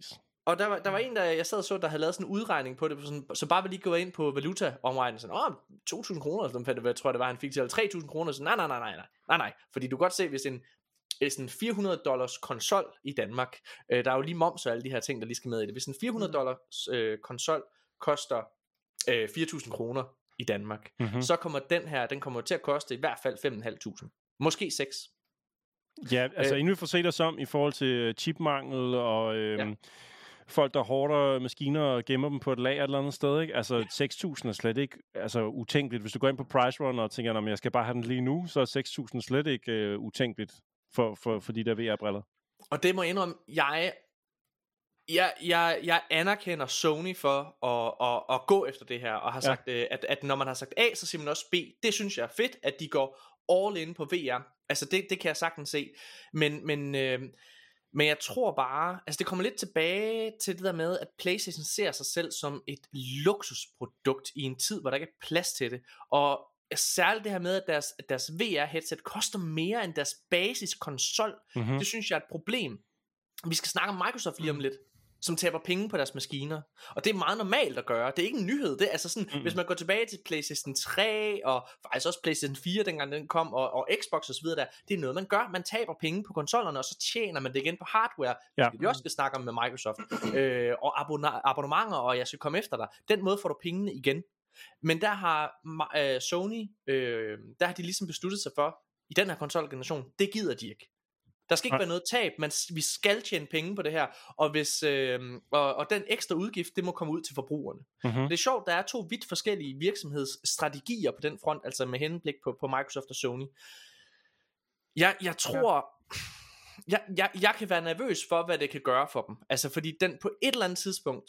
Og der var, der var en, der jeg sad og så, der havde lavet sådan en udregning på det, sådan, så bare vil lige gå ind på valuta-omregning, sådan, åh, to tusind kroner, så jeg tror, det var, han fik til, eller tre tusind kroner, så nej, nej, nej, nej, nej, nej, nej, fordi du kan godt se, hvis en, hvis en fire hundrede dollars konsol i Danmark, øh, der er jo lige moms og alle de her ting, der lige skal med i det, hvis en fire hundrede dollars øh, konsol koster øh, fire tusind kroner i Danmark, mm-hmm. så kommer den her, den kommer til at koste i hvert fald fem tusind fem hundrede, måske seks. Ja, altså øh, inden vi får set os om i forhold til chipmangel og øh, ja. folk, der hårder maskiner og gemmer dem på et lager et eller andet sted, ikke? Altså seks tusind er slet ikke altså, utænkeligt. Hvis du går ind på PriceRunner og tænker, at jeg skal bare have den lige nu, så er seks tusind slet ikke øh, utænkeligt for, for, for de der V R-briller. Og det må jeg indrømme, jeg, jeg, jeg, jeg anerkender Sony for at, at, at gå efter det her, og har sagt, ja. at, at når man har sagt A, så siger man også B. Det synes jeg er fedt, at de går all in på V R. Altså det, det kan jeg sagtens se. Men, men, øh, men jeg tror bare, altså det kommer lidt tilbage til det der med, at PlayStation ser sig selv som et luksusprodukt i en tid, hvor der ikke er plads til det. Og særligt det her med, at deres, at deres V R-headset koster mere end deres basiskonsol, mm-hmm. det synes jeg er et problem. Vi skal snakke om Microsoft lige om lidt, som taber penge på deres maskiner. Og det er meget normalt at gøre. Det er ikke en nyhed. Det er altså sådan, mm. hvis man går tilbage til PlayStation tre, og faktisk også PlayStation fire, dengang den kom, og, og Xbox og så videre der, det er noget, man gør. Man taber penge på konsollerne, og så tjener man det igen på hardware. Ja. Det vi også skal snakke om med Microsoft. øh, og abonne- abonnementer, og jeg skal komme efter dig. Den måde får du pengene igen. Men der har øh, Sony, øh, der har de ligesom besluttet sig for, i den her konsolgeneration, det gider de ikke. Der skal ikke være noget tab, men vi skal tjene penge på det her, og, hvis, øh, og, og den ekstra udgift, det må komme ud til forbrugerne. Mm-hmm. Det er sjovt, der er to vidt forskellige virksomhedsstrategier på den front, altså med henblik på, på Microsoft og Sony. Jeg, jeg tror, ja. jeg, jeg, jeg kan være nervøs for, hvad det kan gøre for dem. Altså fordi den på et eller andet tidspunkt,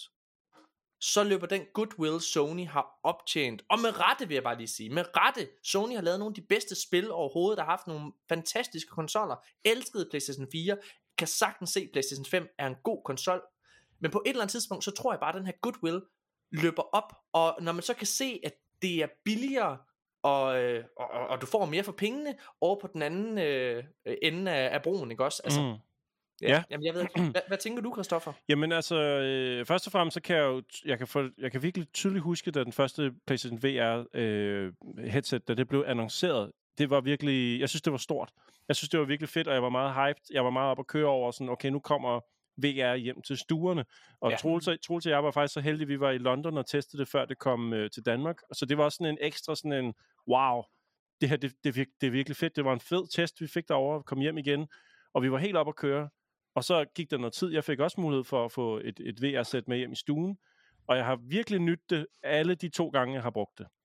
så løber den goodwill Sony har optjent, og med rette vil jeg bare lige sige, med rette, Sony har lavet nogle af de bedste spil overhovedet, der har haft nogle fantastiske konsoller, elskede PlayStation fire, kan sagtens se PlayStation fem er en god konsol, men på et eller andet tidspunkt, så tror jeg bare, at den her goodwill løber op, og når man så kan se, at det er billigere, og, og, og, og du får mere for pengene, over på den anden øh, ende af, af broen, ikke også? Altså, mm. Ja, ja. Jamen, jeg ved ikke. Hvad, hvad tænker du, Christoffer? Jamen altså, øh, først og fremmest så kan jeg jo, jeg kan, få, jeg kan virkelig tydeligt huske, da den første PlayStation V R øh, headset, da det blev annonceret, det var virkelig, jeg synes det var stort. Jeg synes det var virkelig fedt, og jeg var meget hyped. Jeg var meget op at køre over sådan, okay, nu kommer V R hjem til stuerne. Og ja. Troels, Troels og jeg var faktisk så heldige, vi var i London og testede det, før det kom øh, til Danmark. Så det var sådan en ekstra sådan en, wow, det her, det, det, det, det er virkelig fedt. Det var en fed test, vi fik derovre, kom hjem igen, og vi var helt op at køre. Og så gik der noget tid. Jeg fik også mulighed for at få et, et V R-sæt med hjem i stuen. Og jeg har virkelig nydt det alle de to gange, jeg har brugt det.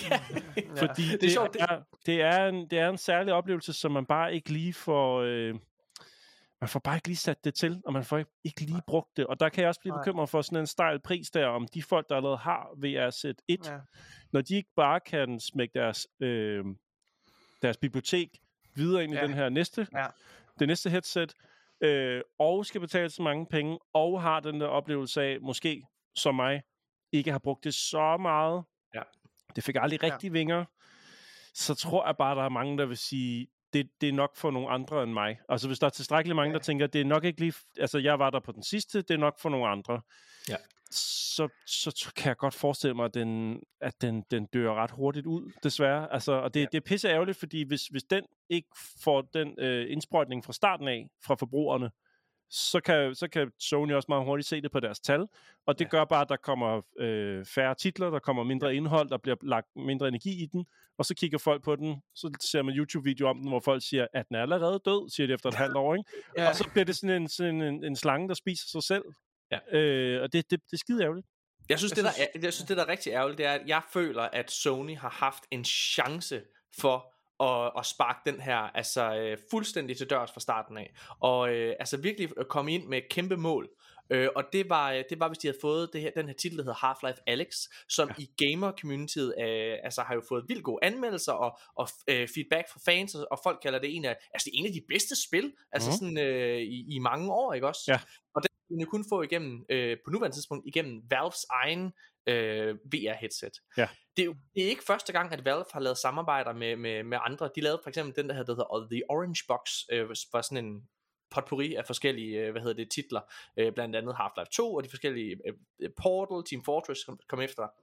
Fordi det, det, er, det, er, det, er en, det er en særlig oplevelse, som man bare ikke lige får... Øh, man får bare ikke lige sat det til, og man får ikke, ikke lige brugt det. Og der kan jeg også blive bekymret for sådan en stejl pris der, om de folk, der allerede har V R-sæt et, ja. Når de ikke bare kan smække deres, øh, deres bibliotek videre ind i ja. den her næste, ja. det næste headset, Øh, og skal betale så mange penge, og har den der oplevelse af, måske som mig, ikke har brugt det så meget, ja. det fik aldrig rigtig ja. vinger, så tror jeg bare, der er mange, der vil sige, det, det er nok for nogle andre end mig. Altså hvis der er tilstrækkeligt mange, ja. der tænker, det er nok ikke lige, altså jeg var der på den sidste, det er nok for nogle andre. Ja. Så, så kan jeg godt forestille mig, at den, at den, den dør ret hurtigt ud, desværre. Altså, og det, ja. det er pisse ærgerligt, fordi hvis, hvis den ikke får den øh, indsprøjtning fra starten af, fra forbrugerne, så kan, så kan Sony også meget hurtigt se det på deres tal, og det ja. gør bare, at der kommer øh, færre titler, der kommer mindre indhold, der bliver lagt mindre energi i den, og så kigger folk på den, så ser man YouTube-video om den, hvor folk siger, at den er allerede død, siger de efter et halvt år, ikke? Ja. Og så bliver det sådan en, sådan en, en slange, der spiser sig selv. Ja. Øh, og det, det, det er skide ærgerligt. Jeg synes, jeg det, synes... Der er, jeg synes, det der er rigtig ærgerligt, det er, at jeg føler, at Sony har haft en chance for at, at sparke den her altså øh, fuldstændig til dørs fra starten af, og øh, altså virkelig komme ind med et kæmpe mål. Øh, og det var, det var hvis de havde fået det her, den her titel, der hedder Half-Life Alyx, som ja. i gamer-communityet øh, altså har jo fået vildt gode anmeldelser og, og øh, feedback fra fans, og folk kalder det en af, altså en af de bedste spil, altså mm. sådan øh, i, i mange år, ikke også? Ja. Og det kan man kun få igennem, øh, på nuværende tidspunkt, igennem Valves egen øh, V R-headset. Ja. Det, er jo, det er ikke første gang, at Valve har lavet samarbejder med, med, med andre. De lavede for eksempel den, der hedder The Orange Box, øh, var sådan en potpourri af forskellige, øh, hvad hedder det, titler, øh, blandt andet Half-Life to og de forskellige øh, Portal, Team Fortress kom, kom efter dig.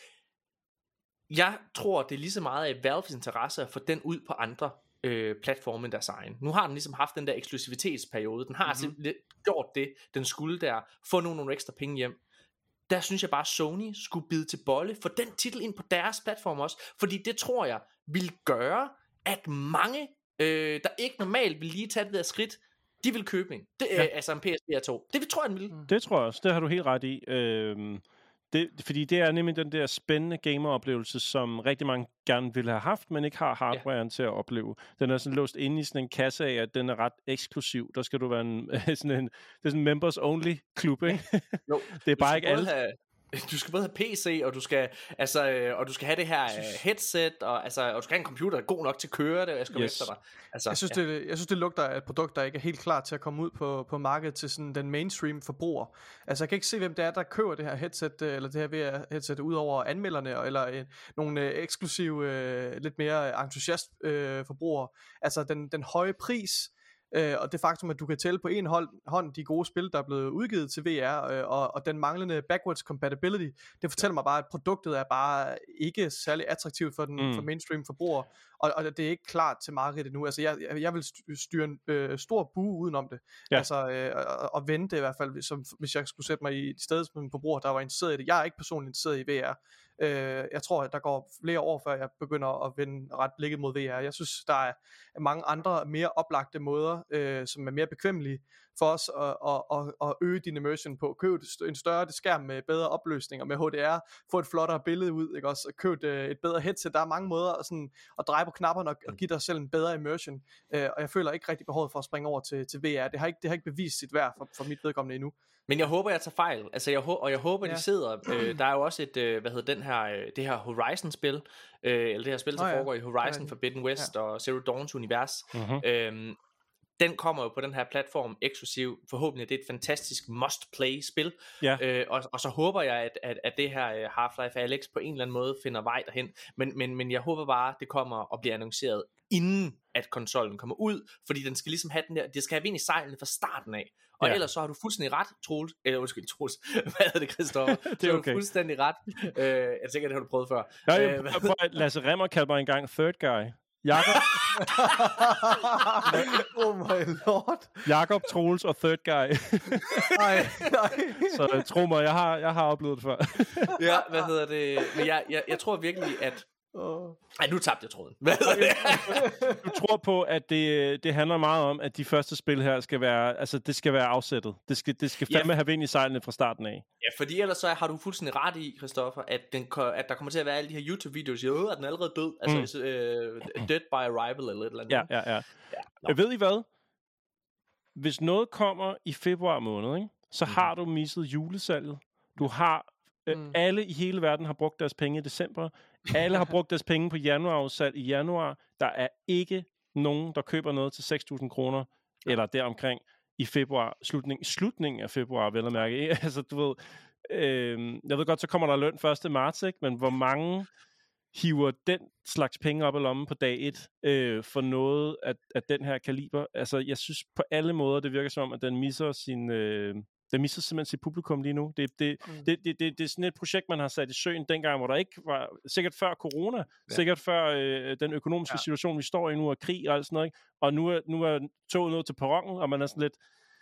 Jeg tror, det er lige så meget af Valves interesse at få den ud på andre øh, platforme end deres egen. Nu har den ligesom haft den der eksklusivitetsperiode. Den har mm-hmm. altså gjort det, den skulle der, få nogle, nogle ekstra penge hjem. Der synes jeg bare, Sony skulle bide til bolle, få den titel ind på deres platform også, fordi det tror jeg vil gøre, at mange, øh, der ikke normalt vil lige tage det der skridt, de vil købe en. Det, ja. øh, altså en P S V R to. Det tror jeg, den vil. Det tror jeg også. Det har du helt ret i. Øhm, det, fordi det er nemlig den der spændende gameroplevelse, som rigtig mange gerne ville have haft, men ikke har hardwaren ja. til at opleve. Den er sådan låst inde i sådan en kasse af, at den er ret eksklusiv. Der skal du være en, sådan en, det er sådan en members only klub, ikke? Jo. Det er bare ikke alle. Have... Du skal både have P C, og du skal altså, øh, og du skal have det her øh, headset, og altså, og du skal have en computer, der er god nok til at køre det, og jeg skal yes. efter dig. Altså, jeg synes, ja. det, jeg synes, det lugter af et produkt, der ikke er helt klar til at komme ud på, på markedet til sådan den mainstream forbruger. Altså, jeg kan ikke se, hvem det er, der køber det her headset, eller det her V R headset, ud over anmelderne, eller øh, nogle øh, eksklusive, øh, lidt mere entusiast øh, forbrugere. Altså, den, den høje pris, Øh, og det faktum, at du kan tælle på en hånd, hånd de gode spil, der er blevet udgivet til V R, øh, og, og den manglende backwards compatibility, det fortæller mig bare, at produktet er bare ikke særlig attraktivt for den mm. for mainstream forbruger, og, og det er ikke klart til markedet endnu. Altså jeg, jeg vil styre en øh, stor bue udenom det, ja. altså øh, og, og vente i hvert fald, som, hvis jeg skulle sætte mig i stedet som en forbruger, der var interesseret i det. Jeg er ikke personligt interesseret i V R. Øh, jeg tror, at der går flere år, før jeg begynder at vende ret blikket mod V R. Jeg synes, der er mange andre mere oplagte måder, øh, som er mere bekvemmelige for os at, at, at, at øge din immersion på. Køb en større skærm med bedre opløsning og med H D R, få et flottere billede ud, ikke også? Køb et bedre headset. Der er mange måder at, sådan, at dreje på knapperne og, og give dig selv en bedre immersion. Øh, og jeg føler ikke rigtig behovet for at springe over til, til V R. Det har ikke, det har ikke bevist sit værd for, for mit vedkommende endnu. Men jeg håber, jeg tager fejl. Altså, jeg, og jeg håber, ja. de sidder... Øh, der er jo også et, øh, hvad hedder den her, øh, det her Horizon-spil, øh, eller det her spil, der oh, ja. foregår i Horizon ja. Forbidden West ja. og Zero Dawn's univers. Mm-hmm. Øhm, den kommer jo på den her platform eksklusiv. Forhåbentlig det er et fantastisk must-play-spil. Ja. Øh, og, og så håber jeg, at, at, at det her Half-Life Alyx på en eller anden måde finder vej derhen. Men, men, men jeg håber bare, at det kommer og bliver annonceret, inden at konsollen kommer ud. Fordi den skal ligesom have den der... Det skal have vind i sejlene fra starten af. Og ja. ellers så har du fuldstændig ret, Troels. Eller undskyld, Troels. Hvad hedder det, Christoffer? Det er okay. Du fuldstændig ret. Øh, jeg tænker, det har du prøvet før. Ja, jeg, øh, prøv, Lasse Remmer kaldte mig engang third guy. Jakob. Oh my lord. Jakob, Troels og third guy. Nej, nej. Så tro mig, jeg har, jeg har oplevet det før. Ja, hvad hedder det? Men jeg, jeg, jeg tror virkelig, at... Oh. Ej, nu tabte jeg tråden. Hvad du tror på, at det, det handler meget om, at de første spil her skal være, altså det skal være afsættet. Det skal, det skal fandme ja. have vind i sejlene fra starten af. Ja, fordi ellers så har du fuldstændig ret i, Christoffer, at, den, at der kommer til at være alle de her YouTube-videoer, der siger, åh, er den allerede død? Altså, mm. øh, dead by arrival eller et eller andet. Ja, ja, ja. ja ved I hvad? Hvis noget kommer i februar måned, ikke, så mm. har du misset julesalget. Du har Mm. Alle i hele verden har brugt deres penge i december. Alle har brugt deres penge på januarudsalg i januar. Der er ikke nogen, der køber noget til seks tusind kroner, eller deromkring i februar, slutning, slutningen af februar, vel at mærke. Altså, du ved, øh, jeg ved godt, så kommer der løn første marts, ikke? Men hvor mange hiver den slags penge op i lommen på dag et øh, for noget af, af den her kaliber? Altså, jeg synes på alle måder, det virker som om, at den misser sin... Øh, Den misser simpelthen sit publikum lige nu. Det, det, mm. det, det, det, det er sådan et projekt, man har sat i søen dengang, hvor der ikke var, sikkert før corona, ja. sikkert før øh, den økonomiske ja. situation, vi står i nu, og krig og alt sådan noget, ikke? Og nu er, nu er toget nået til perronen, og man er sådan lidt,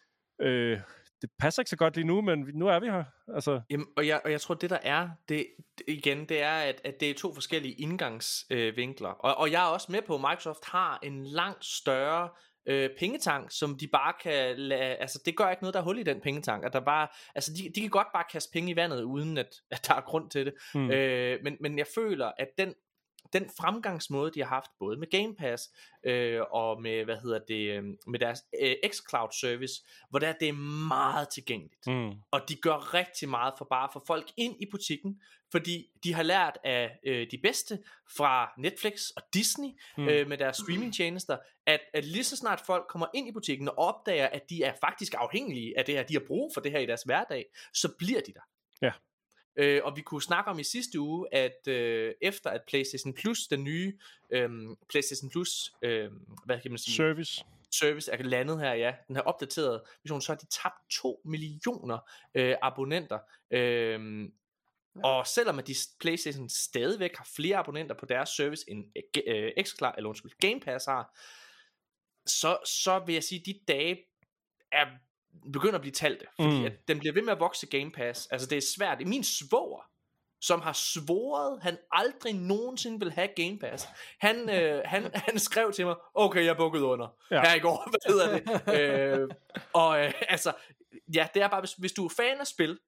øh, det passer ikke så godt lige nu, men nu er vi her. Altså. Jamen, og, jeg, og jeg tror, det der er, det, det igen, det er, at, at det er to forskellige indgangsvinkler. Øh, og, og jeg er også med på, at Microsoft har en langt større Øh, pengetank, som de bare kan lade, altså det gør ikke noget, der er hul i den pengetank, at der bare, altså de, de kan godt bare kaste penge i vandet, uden at, at der er grund til det, mm. øh, men, men jeg føler, at den den fremgangsmåde, de har haft, både med Game Pass øh, og med, hvad hedder det, med deres øh, xCloud service, hvor der det er meget tilgængeligt. Mm. Og de gør rigtig meget for bare at få folk ind i butikken, fordi de har lært af øh, de bedste fra Netflix og Disney mm. øh, med deres streamingtjenester, at, at lige så snart folk kommer ind i butikken og opdager, at de er faktisk afhængige af det her, de har brug for det her i deres hverdag, så bliver de der. Ja. Øh, og vi kunne snakke om i sidste uge, at øh, efter at PlayStation Plus, den nye øh, PlayStation Plus, øh, hvad kan man sige? Service. service er landet her, ja, den her opdaterede version, så har de tabt to millioner øh, abonnenter. Øh, Og selvom at de PlayStation stadigvæk har flere abonnenter på deres service end øh, xCloud eller undskyld Game Pass har, så så vil jeg sige at de dage er begynder at blive talte, fordi mm. at den bliver ved med at vokse Game Pass. Altså det er svært. Min svoger, som har svoret han aldrig nogensinde vil have Game Pass, han øh, han han skrev til mig, okay, jeg bukkede under ja. her i går, hvad hedder det? øh, og øh, altså ja, det er bare hvis, hvis du er fan af spil,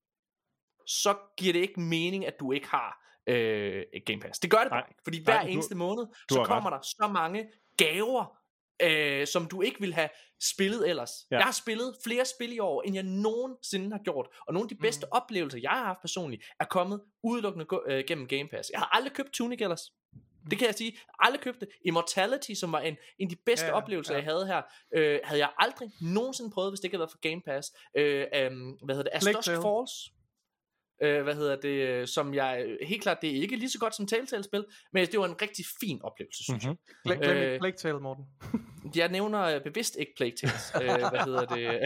så giver det ikke mening, at du ikke har øh, Game Pass. Det gør det bare ikke, fordi hver Nej, eneste du, måned, du så kommer ret. der så mange gaver, øh, som du ikke vil have spillet ellers. Ja. Jeg har spillet flere spil i år, end jeg nogensinde har gjort, og nogle af de bedste mm. oplevelser, jeg har haft personligt, er kommet udelukkende øh, gennem Game Pass. Jeg har aldrig købt Tunic ellers. Det kan jeg sige. Jeg har aldrig købt det. Immortality, som var en, en af de bedste ja, oplevelser, ja. jeg havde her, øh, havde jeg aldrig nogensinde prøvet, hvis det ikke havde været for Game Pass. Øh, øh, hvad hedder det? Astos Falls. Øh, hvad hedder det, som jeg, helt klart, det er ikke lige så godt som Telltale-spil, men det var en rigtig fin oplevelse, synes mm-hmm. jeg. Glem ikke Plague Tale, Morten. Jeg nævner bevidst ikke Plague Tales. øh, hvad hedder det?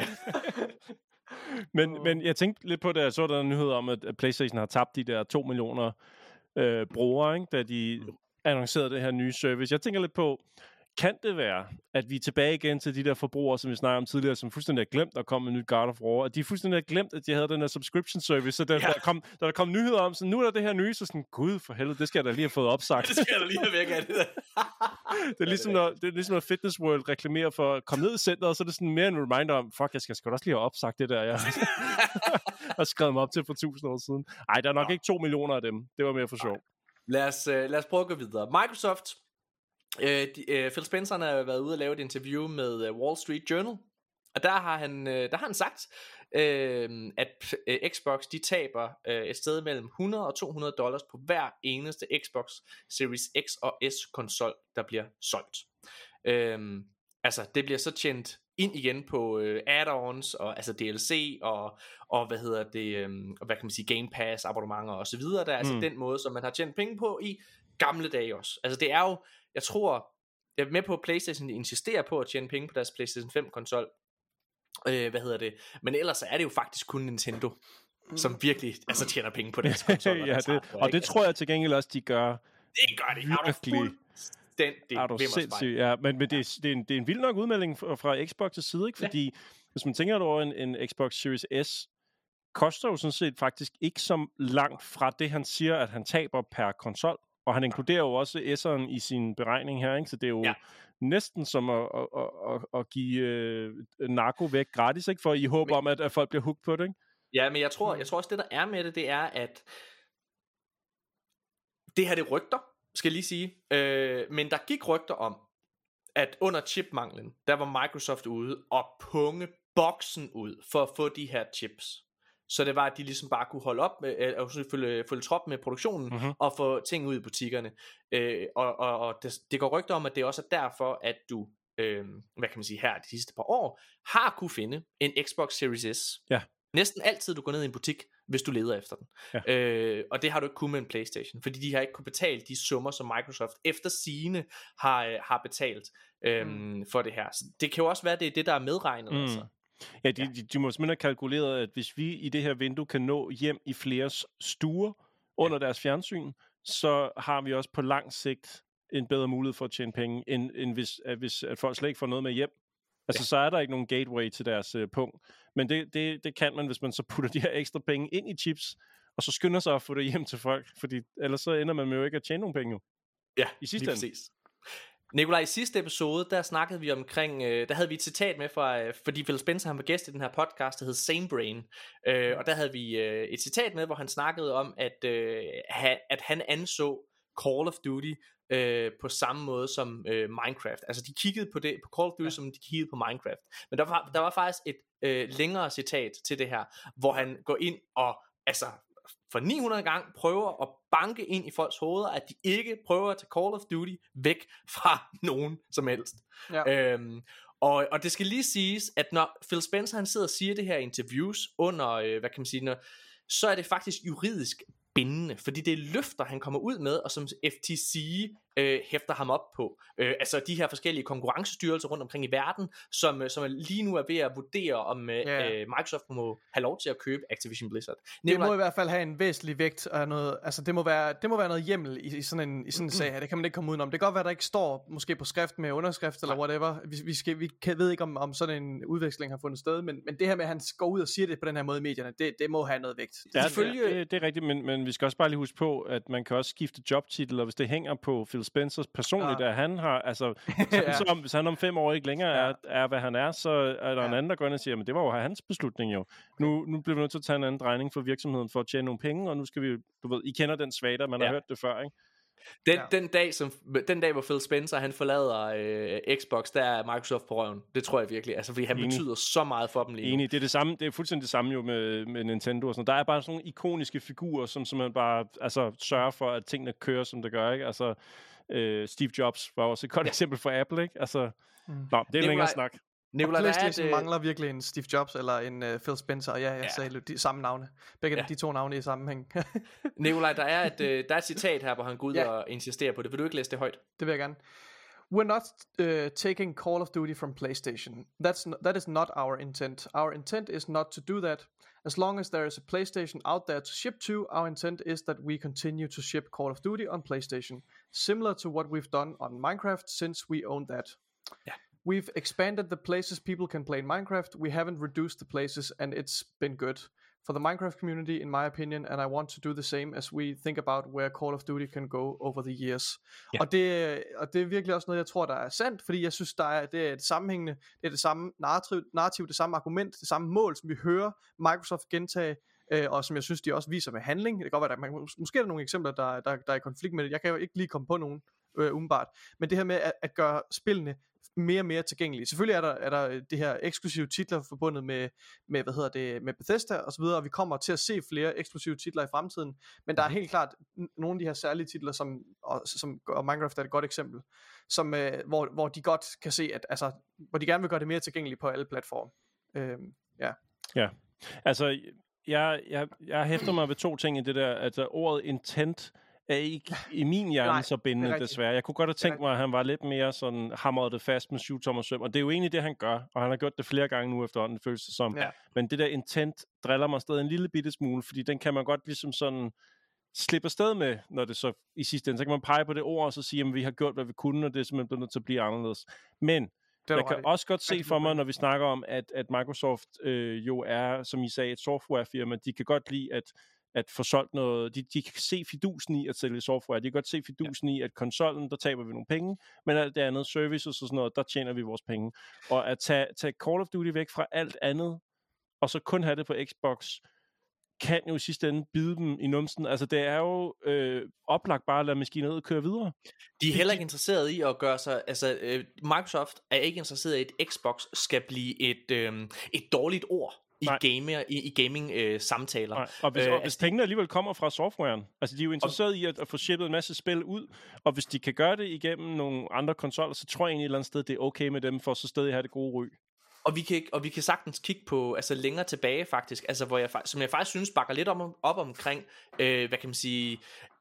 men, men jeg tænkte lidt på det, jeg så der en nyhed om, at PlayStation har tabt de der to millioner øh, brugere, ikke, da de annoncerede det her nye service. Jeg tænker lidt på, kan det være, at vi er tilbage igen til de der forbrugere, som vi snakkede om tidligere, som fuldstændig har glemt at komme med nyt God of War, at de fuldstændig har glemt, at de havde den her subscription service, så der, ja. der, kom, der kom nyheder om, så nu er der det her nye, så sådan, gud for helvede, det skal jeg da lige have fået opsagt. Det skal jeg da lige have væk af det der. det, er ligesom, når, det er ligesom, når Fitness World reklamerer for at komme ned i centret, så er det sådan mere en reminder om, fuck, jeg skal sgu da også lige have opsagt det der, jeg har skrevet mig op til for tusind år siden. Ej, der er nok ja. ikke to millioner af dem. Det var mere for sjov. Lad os, uh, lad os prøve at gå videre. Microsoft, uh, de, uh, Phil Spencer har været ude og lave et interview med uh, Wall Street Journal, og der har han, uh, der har han sagt, uh, at uh, Xbox, de taber uh, et sted mellem hundrede og to hundrede dollars på hver eneste Xbox Series X og S konsol, der bliver solgt. Uh, altså, det bliver så tjent ind igen på øh, add-ons og altså D L C og og hvad hedder det øh, og hvad kan man sige Game Pass abonnementer og så videre. Der er mm. altså den måde som man har tjent penge på i gamle dage også. Altså det er jo, jeg tror, jeg er med på at PlayStation insisterer på at tjene penge på deres PlayStation fem konsol. Øh, hvad hedder det? Men ellers er det jo faktisk kun Nintendo som virkelig altså tjener penge på deres konsol. ja, det, og det tror jeg til gengæld også de gør. Det gør de. Virkelig. Den, det er du sindssygt, ja, men, men det, er, det, er en, det er en vild nok udmelding fra, fra Xbox' side, ikke? Fordi ja. hvis man tænker over en, en Xbox Series S, koster jo sådan set faktisk ikke så langt fra det, han siger, at han taber per konsol, og han inkluderer jo også S'eren i sin beregning her, ikke? Så det er jo ja. næsten som at, at, at, at give øh, narko væk gratis, ikke? For i håb men, om, at, at folk bliver hooked på det, ikke? Ja, men jeg tror, jeg tror også, det der er med det, det er, at det her det rygter, skal jeg lige sige. Øh, men der gik rygter om, at under chipmanglen, der var Microsoft ude og punge boksen ud for at få de her chips. Så det var, at de ligesom bare kunne holde op med, og følge, følge trop med produktionen, mm-hmm. og få ting ud i butikkerne. Øh, og og, og det, det går rygter om, at det også er derfor, at du, øh, hvad kan man sige, her de sidste par år, har kunne finde en Xbox Series S. Ja. Næsten altid, du går ned i en butik, hvis du leder efter den. Ja. Øh, og det har du ikke kunnet med en PlayStation, fordi de har ikke kunne betale de summer, som Microsoft efter sigende har, har betalt øhm, mm. for det her. Så det kan jo også være, det er det, der er medregnet. Mm. Altså. Ja, de, de, de må simpelthen have kalkuleret, at hvis vi i det her vindue kan nå hjem i flere stuer under ja. deres fjernsyn, så har vi også på lang sigt en bedre mulighed for at tjene penge, end, end hvis, at, hvis at folk slet ikke får noget med hjem. Altså, ja. så er der ikke nogen gateway til deres øh, punkt. Men det, det, det kan man, hvis man så putter de her ekstra penge ind i chips, og så skynder sig at få det hjem til folk, fordi ellers så ender man med jo ikke at tjene nogen penge. Jo. Ja, i sidste ende. Præcis. Nikolaj, i sidste episode, der snakkede vi omkring, øh, der havde vi et citat med fra, øh, fordi Phil Spencer, han var gæst i den her podcast, der hed Sane Brain, øh, og der havde vi øh, et citat med, hvor han snakkede om, at, øh, ha, at han anså Call of Duty øh, på samme måde som øh, Minecraft. Altså de kiggede på det på Call of Duty, ja. som de kiggede på Minecraft. Men der var, der var faktisk et øh, længere citat til det her, hvor han går ind og altså for ni hundrede gang prøver at banke ind i folks hoveder, at de ikke prøver at tage Call of Duty væk fra nogen som helst. Ja. Øhm, og, og det skal lige siges, at når Phil Spencer han sidder og siger det her i interviews under, øh, hvad kan man sige, når, så er det faktisk juridisk bindende, fordi det er løfter, han kommer ud med, og som F T C øh, hæfter ham op på. Øh, altså de her forskellige konkurrencestyrelser rundt omkring i verden, som, som lige nu er ved at vurdere, om øh, yeah. Microsoft må have lov til at købe Activision Blizzard. Det Nikolaj... må i hvert fald have en væsentlig vægt af noget, altså det må være, det må være noget hjemmel i, i sådan en, i sådan en sag her. Det kan man ikke komme udenom. Det kan godt være, der ikke står måske på skrift med underskrift eller whatever. Vi, vi, skal, vi kan, ved ikke, om, om sådan en udveksling har fundet sted, men, men det her med, at han går ud og siger det på den her måde i medierne, det, det må have noget vægt. Ja, Selvfølgelig... det, det er rigtigt, men, men vi skal også bare lige huske på, at man kan også skifte jobtitel, og hvis det hænger på Phil Spencers personligt, ja. at han har, altså, ja. så om, hvis han om fem år ikke længere er, er hvad han er, så er der ja. en anden, der går ind og siger, men det var jo hans beslutning jo. Nu, nu bliver vi nødt til at tage en anden drejning for virksomheden for at tjene nogle penge, og nu skal vi, du ved, I kender den svagter, man ja. har hørt det før, ikke? Den, ja. den, dag, som, den dag, hvor Phil Spencer han forlader øh, Xbox, der er Microsoft på røven. Det tror jeg virkelig. Altså, fordi han Enig. betyder så meget for dem lige nu. Enig. Det er det samme. Det er fuldstændig det samme jo med, med Nintendo og sådan. Der er bare sådan nogle ikoniske figurer, som, som man bare altså, sørger for, at tingene kører, som det gør, ikke? Altså, øh, Steve Jobs var også et godt ja. eksempel for Apple, ikke? Altså, mm. nå, det er en længere snak. Nikolaj, PlayStation det... mangler virkelig en Steve Jobs eller en uh, Phil Spencer, og ja, jeg ja. sagde de samme navne. Begge ja. de to navne i sammenhæng. Nikolaj, der er, et, uh, der er et citat her, hvor han går ud ja. og insisterer på det. Vil du ikke læse det højt? Det vil jeg gerne. We're not uh, taking Call of Duty from PlayStation. That's no, that is not our intent. Our intent is not to do that. As long as there is a PlayStation out there to ship to, our intent is that we continue to ship Call of Duty on PlayStation, similar to what we've done on Minecraft since we own that. Ja. We've expanded the places people can play in Minecraft. We haven't reduced the places, and it's been good for the Minecraft community, in my opinion, and I want to do the same as we think about where Call of Duty can go over the years. Yeah. Og, det, og det er virkelig også noget, jeg tror, der er sandt, fordi jeg synes, der er, det er et sammenhængende, det er det samme narrativ, narrativ, det samme argument, det samme mål, som vi hører Microsoft gentage, øh, og som jeg synes, de også viser med handling. Det kan godt være, der man, måske er der nogle eksempler, der, der, der er i konflikt med det. Jeg kan jo ikke lige komme på nogen øh, umiddelbart, men det her med at, at gøre spillene mere og mere tilgængelige. Selvfølgelig er der, er der det her eksklusive titler forbundet med, med, hvad hedder det, med Bethesda og så videre, og vi kommer til at se flere eksklusive titler i fremtiden, men der er helt klart nogle af de her særlige titler, som, og, som, og Minecraft er et godt eksempel, som, øh, hvor, hvor de godt kan se, at, altså, hvor de gerne vil gøre det mere tilgængeligt på alle platforme. Øh, ja. Ja, altså, jeg, jeg, jeg hæfter mig ved to ting i det der, altså ordet intent er ikke i min hjerne Nej, så bindende, desværre. Jeg kunne godt have tænkt mig, at han var lidt mere sådan hamret det fast med syv tommer søm, og det er jo egentlig det, han gør, og han har gjort det flere gange nu efterhånden, det føles det som. Ja. Men det der intent driller mig stadig en lille bitte smule, fordi den kan man godt ligesom sådan slippe afsted med, når det så i sidste ende, så kan man pege på det ord, og så sige, at vi har gjort, hvad vi kunne, og det er simpelthen blevet nødt til at blive anderledes. Men jeg kan også godt se for mig, når vi snakker om, at, at Microsoft øh, jo er, som I sagde, et softwarefirma, de kan godt lide, at at få solgt noget, de, de kan se fidusen i at sælge software, de kan godt se fidusen ja. i, at konsollen, der taber vi nogle penge, men alt det andet, services og sådan noget, der tjener vi vores penge. Og at tage, tage Call of Duty væk fra alt andet, og så kun have det på Xbox, kan jo i sidste ende bide dem i numsen. Altså det er jo øh, oplagt bare at lade maskineriet køre videre. De er heller ikke interesseret i at gøre sig, altså øh, Microsoft er ikke interesseret i, at Xbox skal blive et, øh, et dårligt ord i, gamer, i, i gaming-samtaler. Øh, og hvis, øh, og hvis pengene alligevel kommer fra softwaren, altså de er jo interesseret og, i at, at få shippet en masse spil ud, og hvis de kan gøre det igennem nogle andre konsoller, så tror jeg egentlig et eller andet sted, det er okay med dem, for så stadig have det gode ry. Og vi kan og vi kan sagtens kigge på altså længere tilbage faktisk, altså hvor jeg som jeg faktisk synes bakker lidt om, op omkring øh, hvad kan man sige,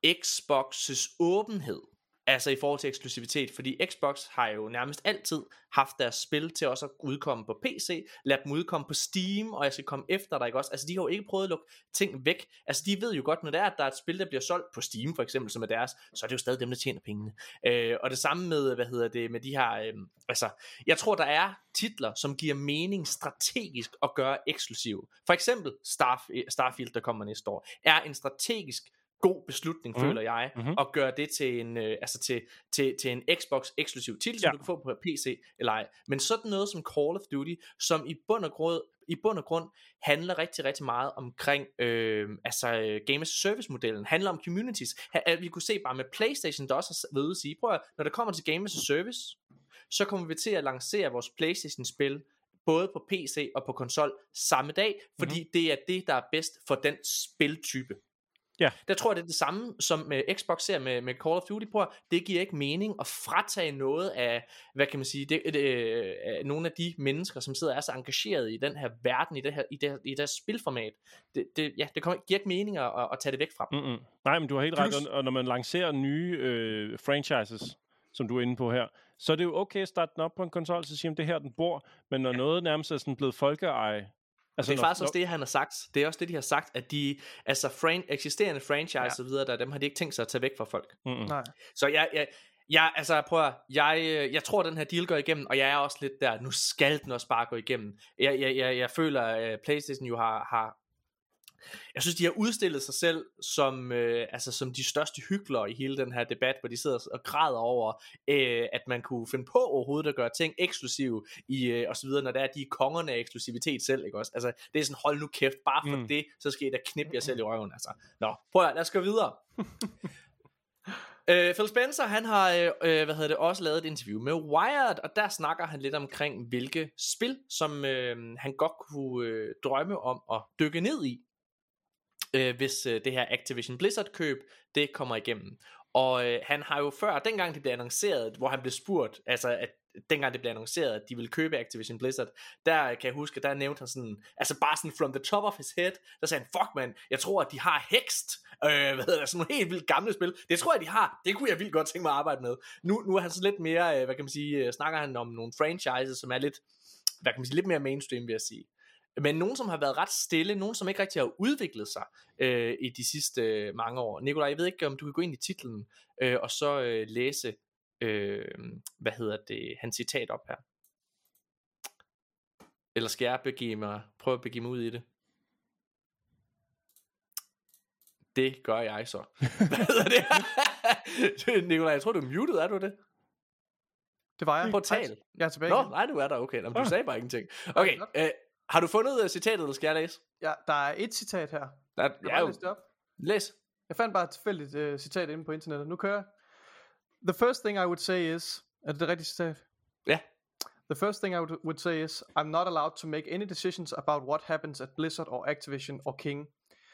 Xbox's åbenhed. Altså i forhold til eksklusivitet, fordi Xbox har jo nærmest altid haft deres spil til også at udkomme på P C, lad dem udkomme på Steam, og jeg skal komme efter dig, ikke også? Altså de har jo ikke prøvet at lukke ting væk. Altså de ved jo godt, når det er, at der er et spil, der bliver solgt på Steam for eksempel, som er deres, så er det jo stadig dem, der tjener pengene. Øh, og det samme med, hvad hedder det, med de her, øh, altså jeg tror, der er titler, som giver mening strategisk at gøre eksklusive. For eksempel Starf- Starfield, der kommer næste år, er en strategisk god beslutning, mm. føler jeg, mm-hmm. at gøre det til en, øh, altså til, til, til en Xbox eksklusiv titel, som ja. du kan få på P C eller ej. Men sådan noget som Call of Duty, som i bund og grund, i bund og grund handler rigtig, rigtig meget omkring øh, altså Game as a Service modellen, handler om communities. Ha, vi kunne se bare med PlayStation, der også har været ude at sige, prøv at, når det kommer til Game as a Service, så kommer vi til at lancere vores PlayStation-spil både på P C og på konsol samme dag, fordi mm-hmm. det er det, der er bedst for den spiltype. Ja. Der tror jeg, det er det samme, som med Xbox ser med, med Call of Duty. På, det giver ikke mening at fratage noget af, hvad kan man sige, det, det, det, nogle af de mennesker, som sidder og er så engageret i den her verden, i det her, i det, i det spilformat. Det, det, ja, det kommer, giver ikke mening at, at tage det væk fra dem. Mm-mm. Nej, men du har helt Plus... ret, og når man lancerer nye øh, franchises, som du er inde på her, så er det jo okay at starte den op på en konsol, så siger man, det her den bor, men når ja. noget nærmest er sådan blevet folkeeje. Altså, det er når, faktisk når... også det, han har sagt. Det er også det, de har sagt, at de altså fran- eksisterende franchise ja. og så videre, der, dem har de ikke tænkt sig at tage væk fra folk. Mm-mm. Nej. Så jeg, jeg, jeg, altså prøv at, jeg, jeg tror, at den her deal går igennem, og jeg er også lidt der, nu skal den også bare gå igennem. Jeg, jeg, jeg, jeg føler, at PlayStation jo har, har jeg synes, de har udstillet sig selv som, øh, altså, som de største hyklere i hele den her debat, hvor de sidder og græder over, øh, at man kunne finde på overhovedet at gøre ting eksklusive i, øh, og så videre, når det er, de er kongerne af eksklusivitet selv, ikke også? Altså, det er sådan, hold nu kæft, bare for mm. det, så skal I da knippe jer selv i røven, altså. Nå, prøv at, lad os gå videre. øh, Phil Spencer, han har, øh, hvad hedder det, også lavet et interview med Wired, og der snakker han lidt omkring, hvilke spil, som øh, han godt kunne øh, drømme om at dykke ned i, Øh, hvis øh, det her Activision Blizzard køb, det kommer igennem. Og øh, han har jo før, dengang det blev annonceret, hvor han blev spurgt, altså at dengang det blev annonceret, at de ville købe Activision Blizzard, der kan jeg huske, der nævnte han sådan, altså bare sådan from the top of his head, der sagde han, fuck man, jeg tror at de har Hexed, øh, hvad hedder det, sådan nogle helt vildt gamle spil, det tror jeg de har, det kunne jeg vildt godt tænke mig at arbejde med. Nu, nu er han så lidt mere, øh, hvad kan man sige, øh, snakker han om nogle franchises, som er lidt, hvad kan man sige, lidt mere mainstream, vil jeg sige. Men nogen, som har været ret stille, nogen, som ikke rigtig har udviklet sig øh, i de sidste øh, mange år. Nikolaj, jeg ved ikke, om du kan gå ind i titlen øh, og så øh, læse, øh, hvad hedder det, hans citat op her. Eller skal jeg begive mig, prøve at begive mig ud i det? Det gør jeg så. Hvad hedder det? Nikolaj, jeg tror, du er muted, er du det? Det var jeg. På tal. Jeg er tilbage. Nå, nej, du er der, okay. Nå, du ah. sagde bare ingenting. Okay, øh, har du fundet uh, citatet, eller skal jeg læse? Ja, der er et citat her. Der, jeg ja, har læst det op. Læs. Jeg fandt bare et tilfældigt uh, citat inde på internettet. Nu kører jeg. The first thing I would say is... Er det det rigtige citat? Ja. Yeah. The first thing I would, would say is, I'm not allowed to make any decisions about what happens at Blizzard or Activision or King.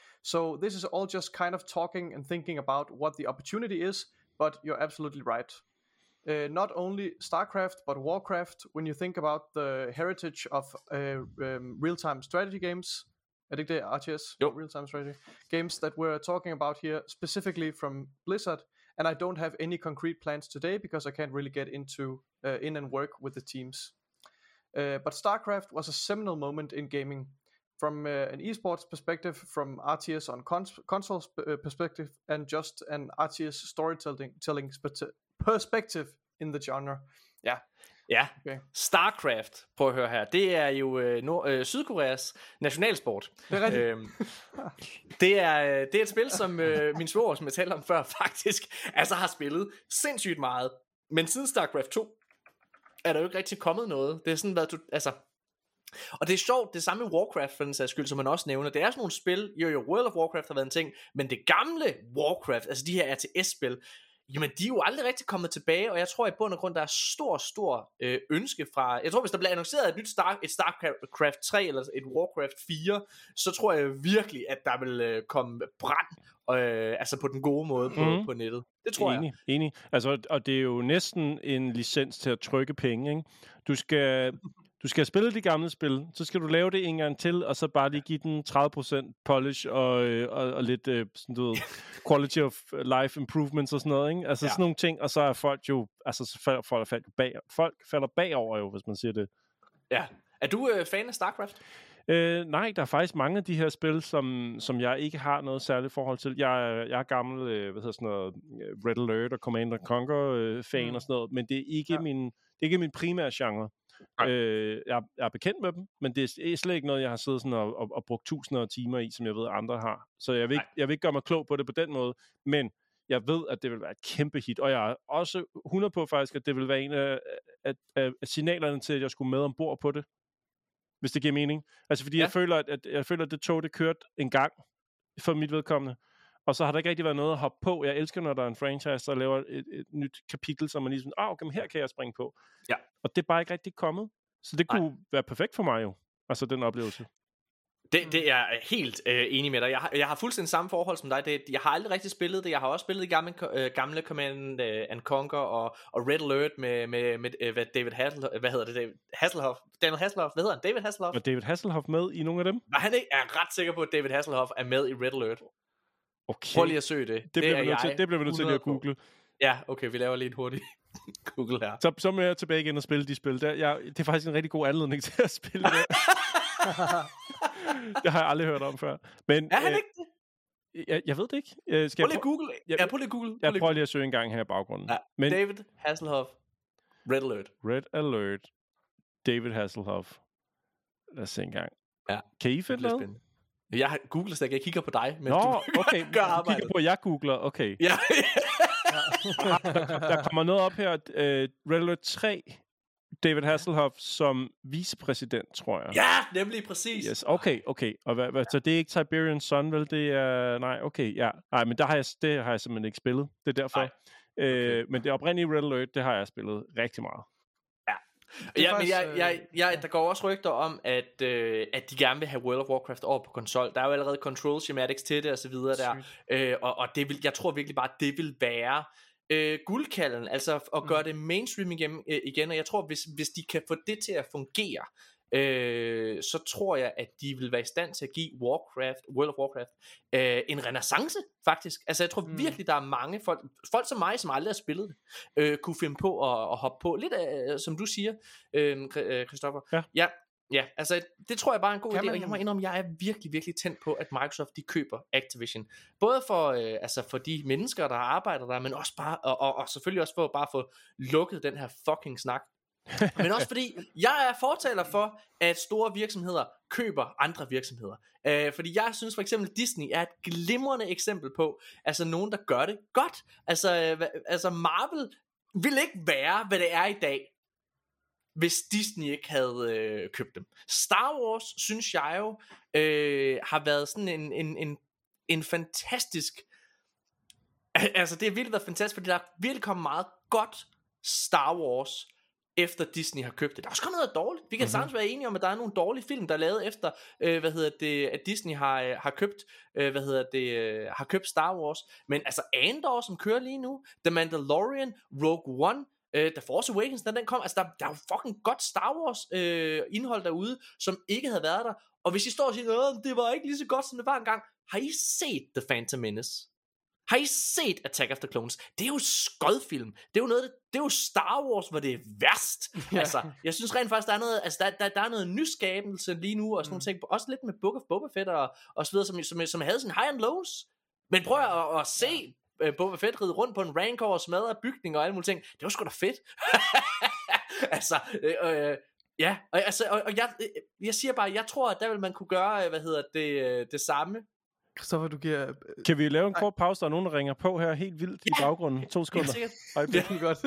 So this is all just kind of talking and thinking about what the opportunity is, but you're absolutely right. Uh, not only StarCraft, but Warcraft, when you think about the heritage of uh, um, real-time strategy games, I think they R T S, yep. real-time strategy games that we're talking about here, specifically from Blizzard, and I don't have any concrete plans today because I can't really get into uh, in and work with the teams. Uh, but StarCraft was a seminal moment in gaming, from uh, an esports perspective, from R T S on cons- console sp- uh, perspective, and just an R T S storytelling telling sp- perspective in the genre. Ja, ja. Okay. StarCraft, prøv at høre her. Det er jo øh, Nord- øh, Sydkoreas nationalsport. Det er rigtigt. Øhm, det, er, det er et spil, som øh, min svoger, som jeg talte om før, faktisk altså har spillet sindssygt meget. Men siden StarCraft to er der jo ikke rigtig kommet noget. Det er sådan, hvad du, altså... Og det er sjovt, det samme med Warcraft for den sags skyld, som man også nævner. Det er sådan nogle spil, jo jo, World of Warcraft har været en ting, men det gamle Warcraft, altså de her R T S-spil, jamen de er jo aldrig rigtig kommet tilbage, og jeg tror i bund og grund, der er stor, stor øh, ønske fra, jeg tror hvis der bliver annonceret et nyt Star, et StarCraft tre eller et Warcraft fire, så tror jeg virkelig, at der vil øh, komme brand, øh, altså på den gode måde på, mm. på nettet. Det tror enig, jeg. Enig, altså, og det er jo næsten en licens til at trykke penge, ikke? Du skal... Du skal spille de gamle spil, så skal du lave det en gang til, og så bare lige give den tredive procent polish og, og, og lidt sådan, du ved, quality of life improvements og sådan noget, ikke? Altså ja. Sådan nogle ting, og så er folk jo, altså så falder folk, falder bag, folk falder bagover jo, hvis man siger det. Ja. Er du øh, fan af StarCraft? Øh, nej, der er faktisk mange af de her spil, som, som jeg ikke har noget særligt forhold til. Jeg, jeg er gammel, øh, hvad hedder sådan noget, Red Alert og Command and Conquer øh, fan mm. og sådan noget, men det er ikke, ja. min, det er ikke min primære genre. Øh, jeg, jeg er bekendt med dem, men det er slet ikke noget, jeg har siddet sådan og, og, og brugt tusinder af timer i, som jeg ved, andre har. Så jeg vil, ikke, jeg vil ikke gøre mig klog på det på den måde, men jeg ved, at det vil være et kæmpe hit, og jeg er også hundrede på faktisk, at det vil være en af, af, af signalerne til, at jeg skulle med ombord på det, hvis det giver mening. Altså fordi ja. jeg, føler, at, at jeg føler, at det tog, det kørte en gang for mit vedkommende, og så har der ikke rigtig været noget at hoppe på. Jeg elsker, når der er en franchise, der laver et, et nyt kapitel, som man ligesom, ah, okay, her kan jeg springe på. Ja. Og det er bare ikke rigtig kommet. Så det kunne Nej. være perfekt for mig jo, altså den oplevelse. Det, det er jeg helt øh, enig med dig. Jeg har, jeg har fuldstændig samme forhold som dig. Det, jeg har aldrig rigtig spillet det. Jeg har også spillet de gamle, øh, gamle Command øh, and Conquer og, og Red Alert med, med, med øh, hvad David Hasselhoff, hvad hedder det? David Hasselhoff, Daniel Hasselhoff, hvad hedder han? David Hasselhoff. Var David Hasselhoff med i nogle af dem? Nej, han er, er ret sikker på, at David Hasselhoff er med i Red Alert. Okay. Prøv lige at søge det. Det, det bliver vi nødt til, det bliver vi nødt til lige at google. Ja, okay, vi laver lige en hurtig Google her. Så, så må jeg tilbage igen og spille de spil. Der, jeg, det er faktisk en rigtig god anledning til at spille det. Det har jeg aldrig hørt om før. Men, er han øh, ikke det? Jeg, jeg ved det ikke. Øh, skal prøv lige jeg at google. Jeg, ja, prøv lige at google. Jeg prøver lige at søge en gang her i baggrunden. Ja, Men, David Hasselhoff, Red Alert. Red Alert, David Hasselhoff. Lad os se en gang. Ja, kan I finde noget? Jeg har googlet slet ikke. Jeg kigger på dig, mens Nå, du okay. gør arbejdet. Du kigger på, at jeg googler. Okay. Ja. der, der kommer noget op her. Uh, Red Alert tre. David Hasselhoff som vicepræsident, tror jeg. Ja, nemlig præcis. Yes, okay, okay. Og hvad, hvad, så det er ikke Tiberian Sun, vel? Det er... Nej, okay, ja. Nej, men der har jeg, det har jeg simpelthen ikke spillet. Det er derfor. Okay. Øh, men det oprindelige Red Alert, det har jeg spillet rigtig meget. Ja, ja faktisk, men jeg, jeg, jeg, der går også rygter om, at, øh, at de gerne vil have World of Warcraft over på konsol. Der er jo allerede control schematics til det og så videre der. Øh, og og det vil, jeg tror virkelig bare, at det vil være øh, guldkalden, altså at gøre mm. det mainstream igen, øh, igen. Og jeg tror, hvis, hvis de kan få det til at fungere, øh, så tror jeg, at de vil være i stand til at give Warcraft, World of Warcraft øh, en renaissance, faktisk. Altså jeg tror mm. virkelig, der er mange folk, folk som mig, som aldrig har spillet det, øh, kunne finde på at, at hoppe på. Lidt af, som du siger, øh, Christoffer. Ja. ja. Ja, altså det tror jeg bare er en god kan idé, man... og jeg må indrømme, jeg er virkelig, virkelig tændt på, at Microsoft de køber Activision. Både for, øh, altså for de mennesker, der arbejder der, men også bare, og, og, og selvfølgelig også for bare at få lukket den her fucking snak. Men også fordi, jeg er fortaler for, at store virksomheder køber andre virksomheder. Øh, fordi jeg synes for eksempel, Disney er et glimrende eksempel på, altså nogen, der gør det godt. Altså, øh, altså Marvel vil ikke være, hvad det er i dag, hvis Disney ikke havde øh, købt dem. Star Wars, synes jeg jo, øh, har været sådan en, en, en, en fantastisk... Altså, det har virkelig været fantastisk, fordi der er virkelig kommet meget godt Star Wars, efter Disney har købt det. Der er også kommet noget dårligt. Vi kan mm-hmm. sagtens være enige om, at der er nogle dårlige film, der er lavet efter, øh, hvad hedder det, at Disney har, øh, har købt, øh, hvad hedder det, øh, har købt Star Wars. Men altså, Andor, som kører lige nu, The Mandalorian, Rogue One, Uh, The Force Awakens, den, den kom, altså der, der er jo fucking godt Star Wars uh, indhold derude, som ikke havde været der, og hvis I står og siger, åh, det var ikke lige så godt, som det var engang, har I set The Phantom Menace? Har I set Attack of the Clones? Det er jo skodfilm, det er jo noget, det er jo Star Wars, hvor det er værst. Ja. Altså, jeg synes rent faktisk, der er noget, altså der, der, der er noget nyskabelse lige nu, og sådan mm. nogle ting, også lidt med Book of Boba Fett, og, og så videre, som, som, som havde sin high and lows, men prøv at, at, at se Boba Fett ride rundt på en Rancor og smadre bygninger og alle mulige ting. Det var sgu da fedt. altså, øh, øh, ja, og, altså, og, og jeg, jeg siger bare, jeg tror, at der vil man kunne gøre, hvad hedder det, det samme. Christoffer, du giver... Kan vi lave en kort pause, der er nogen, der ringer på her helt vildt ja. i baggrunden? To sekunder. Ja, sikkert. Det er godt.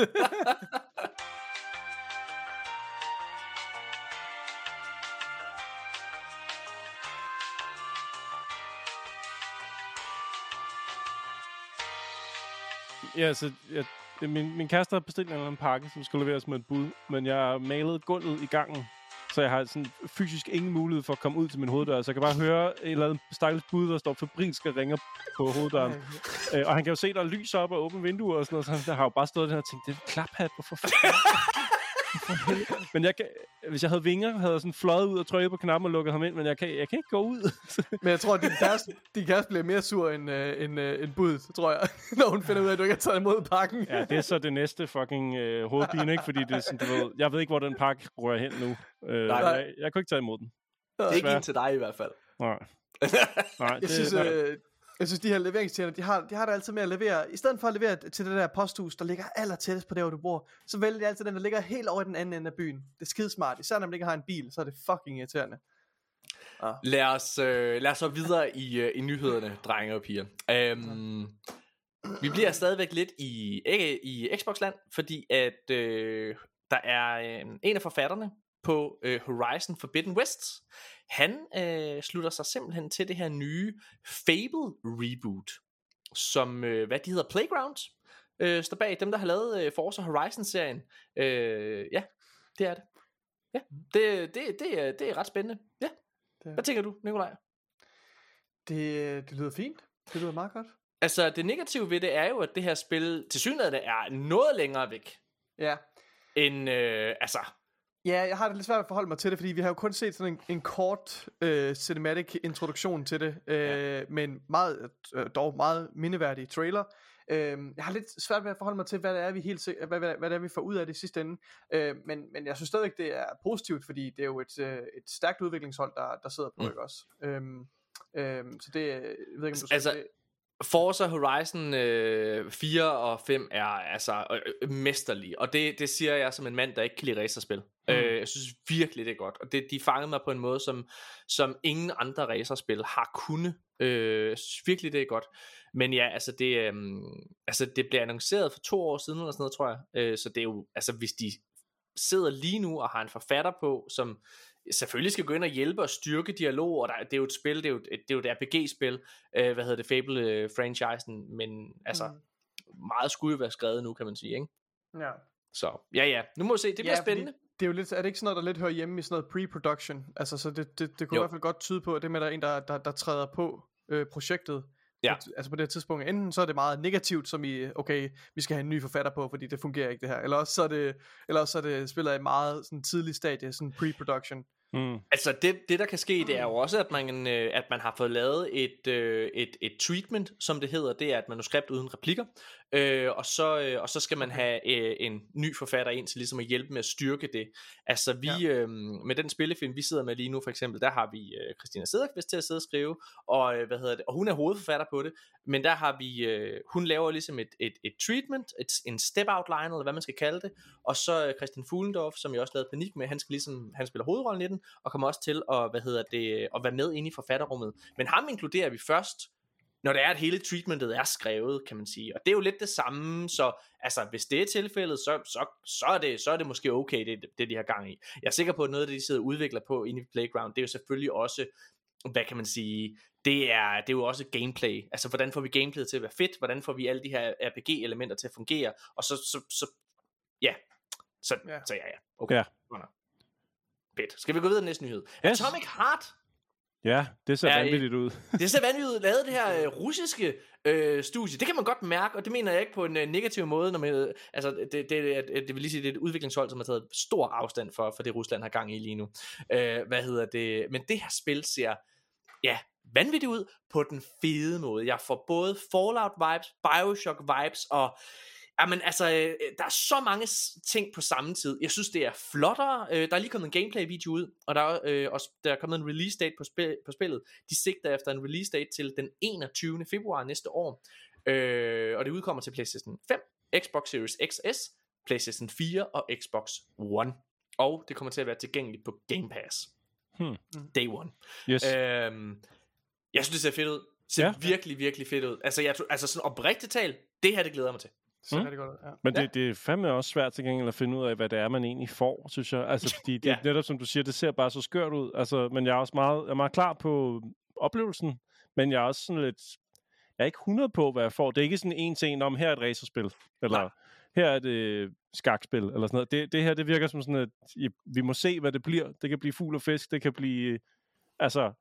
Ja, så jeg, min, min kæreste har bestilt en eller anden pakke, som skal leveres med et bud, men jeg har malet gulvet i gangen, så jeg har sådan fysisk ingen mulighed for at komme ud til min hoveddør, så jeg kan bare høre et eller andet stakkels bud, der står febrilsk og ringer på hoveddøren. øh, og han kan jo se, der er lys op og åbne vinduer og sådan noget, så han der har jo bare stået der og tænkt, det er et klaphat, hvorfor fanden? Men jeg kan, hvis jeg havde vinger, havde jeg sådan fløjet ud og trykket på knappen og lukket ham ind, men jeg kan, jeg kan ikke gå ud. Men jeg tror, at din kæreste, din kæreste bliver mere sur end, uh, end, uh, end bud, tror jeg, når hun finder ud af, at du ikke har taget imod pakken. Ja, det er så det næste fucking uh, hovedpine, ikke? Fordi det er sådan, du ved, jeg ved ikke, hvor den pakke rører hen nu. Uh, Nej. Jeg, jeg kunne ikke tage imod den. Det er ikke en til dig i hvert fald. Nej. Nej, jeg det, synes, øh, jeg synes, de her leveringstjenester, de har, de har det altid med at levere. I stedet for at levere til det der posthus, der ligger aller tættest på der, hvor du bor, så vælger de altid den, der ligger helt over i den anden ende af byen. Det er skidesmart. Især når man ikke har en bil, så er det fucking irriterende. Ah. Lad os, øh, lad os så videre i, øh, i nyhederne, drenge og piger. Um, vi bliver stadigvæk lidt i, i Xbox-land, fordi at øh, der er øh, en af forfatterne på øh, Horizon Forbidden West. Han øh, slutter sig simpelthen til det her nye Fable reboot, som, øh, hvad de hedder, Playground, øh, står bag. Dem, der har lavet øh, Forza Horizon-serien. Øh, ja, det er det. Ja, det, det, det, er, det er ret spændende. Ja. Det... Hvad tænker du, Nikolaj? Det, det lyder fint. Det lyder meget godt. Altså, det negative ved det er jo, at det her spil tilsyneladende er noget længere væk. Ja. End, øh, altså... Ja, jeg har det lidt svært at forholde mig til det, fordi vi har jo kun set sådan en, en kort øh, cinematic introduktion til det, øh, ja. men meget, øh, dog meget mindeværdig trailer. Øh, jeg har lidt svært ved at forholde mig til, hvad det er, vi helt hvad, hvad, hvad det er, vi får ud af det sidste ende. Øh, men, men jeg synes stadigvæk, det er positivt, fordi det er jo et, øh, et stærkt udviklingshold, der, der sidder på, mm. ikke også? Øh, øh, så det, jeg ved ikke, om du altså, synes det. Forza Horizon øh, fire og fem er altså øh, mesterlige, og det, det siger jeg som en mand, der ikke kan lide racerspil. Mm. Øh, jeg synes virkelig, det er godt, og det, de fangede mig på en måde, som, som ingen andre racerspil har kunnet. Øh, virkelig, det er godt. Men ja, altså det, øh, altså det blev annonceret for to år siden, eller sådan noget, tror jeg. Øh, så det er jo, altså hvis de sidder lige nu og har en forfatter på, som selvfølgelig skal gå ind og hjælpe og styrke dialog, og der, det er jo et spil, det er jo et, det er jo et R P G-spil, øh, hvad hedder det, Fable-franchisen, men altså, mm. meget skulle jo være skrevet nu, kan man sige, ikke? Ja. Så, ja ja, nu må vi se, det bliver ja, spændende. Det er jo lidt, er det ikke sådan noget, der lidt hører hjemme i sådan noget pre-production? Altså, så det, det, det kunne jo. i hvert fald godt tyde på, at det med, at der er en, der, der, der træder på øh, projektet, ja. altså på det her tidspunkt, enten så er det meget negativt, som i, okay, vi skal have en ny forfatter på, fordi det fungerer ikke det her, eller også så er det, eller også så er det spiller i meget sådan tidlig stadie, sådan pre-production. Mm. Altså det, det der kan ske, det er jo også at man, øh, at man har fået lavet et, øh, et, et treatment, som det hedder. Det er et manuskript uden replikker, øh, og, så, øh, og så skal man have øh, en ny forfatter ind til ligesom at hjælpe med at styrke det. Altså vi ja. øh, med den spillefilm vi sidder med lige nu for eksempel, der har vi øh, Christina Sederqvist til at sidde og skrive, og øh, hvad hedder det, og hun er hovedforfatter på det. Men der har vi øh, hun laver ligesom et, et, et treatment, et, en step outline eller hvad man skal kalde det, og så øh, Christian Fuglendorf, som jeg også lavede Panik med, han skal ligesom han spiller hovedrollen i den, og kommer også til at, hvad hedder det, at være med inde i forfatterrummet. Men ham inkluderer vi først, når det er, at hele treatmentet er skrevet, kan man sige. Og det er jo lidt det samme, så altså, hvis det er tilfældet, så, så, så, er, det, så er det måske okay, det, det de har gang i. Jeg er sikker på, at noget af det, de sidder og udvikler på inde i Playground, det er jo selvfølgelig også, hvad kan man sige, det er, det er jo også gameplay. Altså, hvordan får vi gameplayet til at være fedt? Hvordan får vi alle de her R P G-elementer til at fungere? Og så, så, så ja. Så, ja. så ja, ja. Okay. Ja. Fedt. Skal vi gå videre til næste nyhed? Yes. Atomic Heart. Ja, det ser er, vanvittigt ud. Det ser vanvittigt ud. Lavet det her øh, russiske øh, studie. Det kan man godt mærke, og det mener jeg ikke på en øh, negativ måde. Når man, øh, altså, det, det, det, det vil lige sige, det er et udviklingshold, som har taget stor afstand for, for det, Rusland har gang i lige nu. Øh, hvad hedder det? Men det her spil ser ja, vanvittigt ud på den fede måde. Jeg får både Fallout-vibes, Bioshock-vibes og jamen altså, der er så mange ting på samme tid. Jeg synes det er flottere. Der er lige kommet en gameplay video ud, og der er, øh, også, der er kommet en release date på, spil, på spillet. De sigter efter en release date til den enogtyvende februar næste år, øh, og det udkommer til PlayStation fem, Xbox Series X S, PlayStation fire og Xbox One, og det kommer til at være tilgængeligt på Game Pass hmm. Day One. Yes. øhm, Jeg synes det ser fedt ud. Det ser ja. virkelig virkelig fedt ud. Altså, jeg, altså sådan oprigtigt talt, det her det glæder jeg mig til. Så mm. er det godt, ja. Men det, det er fandme også svært til gengæld at finde ud af, hvad det er, man egentlig får, synes jeg. Altså, fordi det, ja. netop som du siger, det ser bare så skørt ud. Altså, men jeg er også meget, jeg er meget klar på oplevelsen, men jeg er også sådan lidt, jeg er ikke hundrede på, hvad jeg får. Det er ikke sådan en til en om, her er et racerspil, eller Nej. her er det skakspil, eller sådan noget. Det, det her, det virker som sådan, at vi må se, hvad det bliver. Det kan blive fugl og fisk, det kan blive, altså,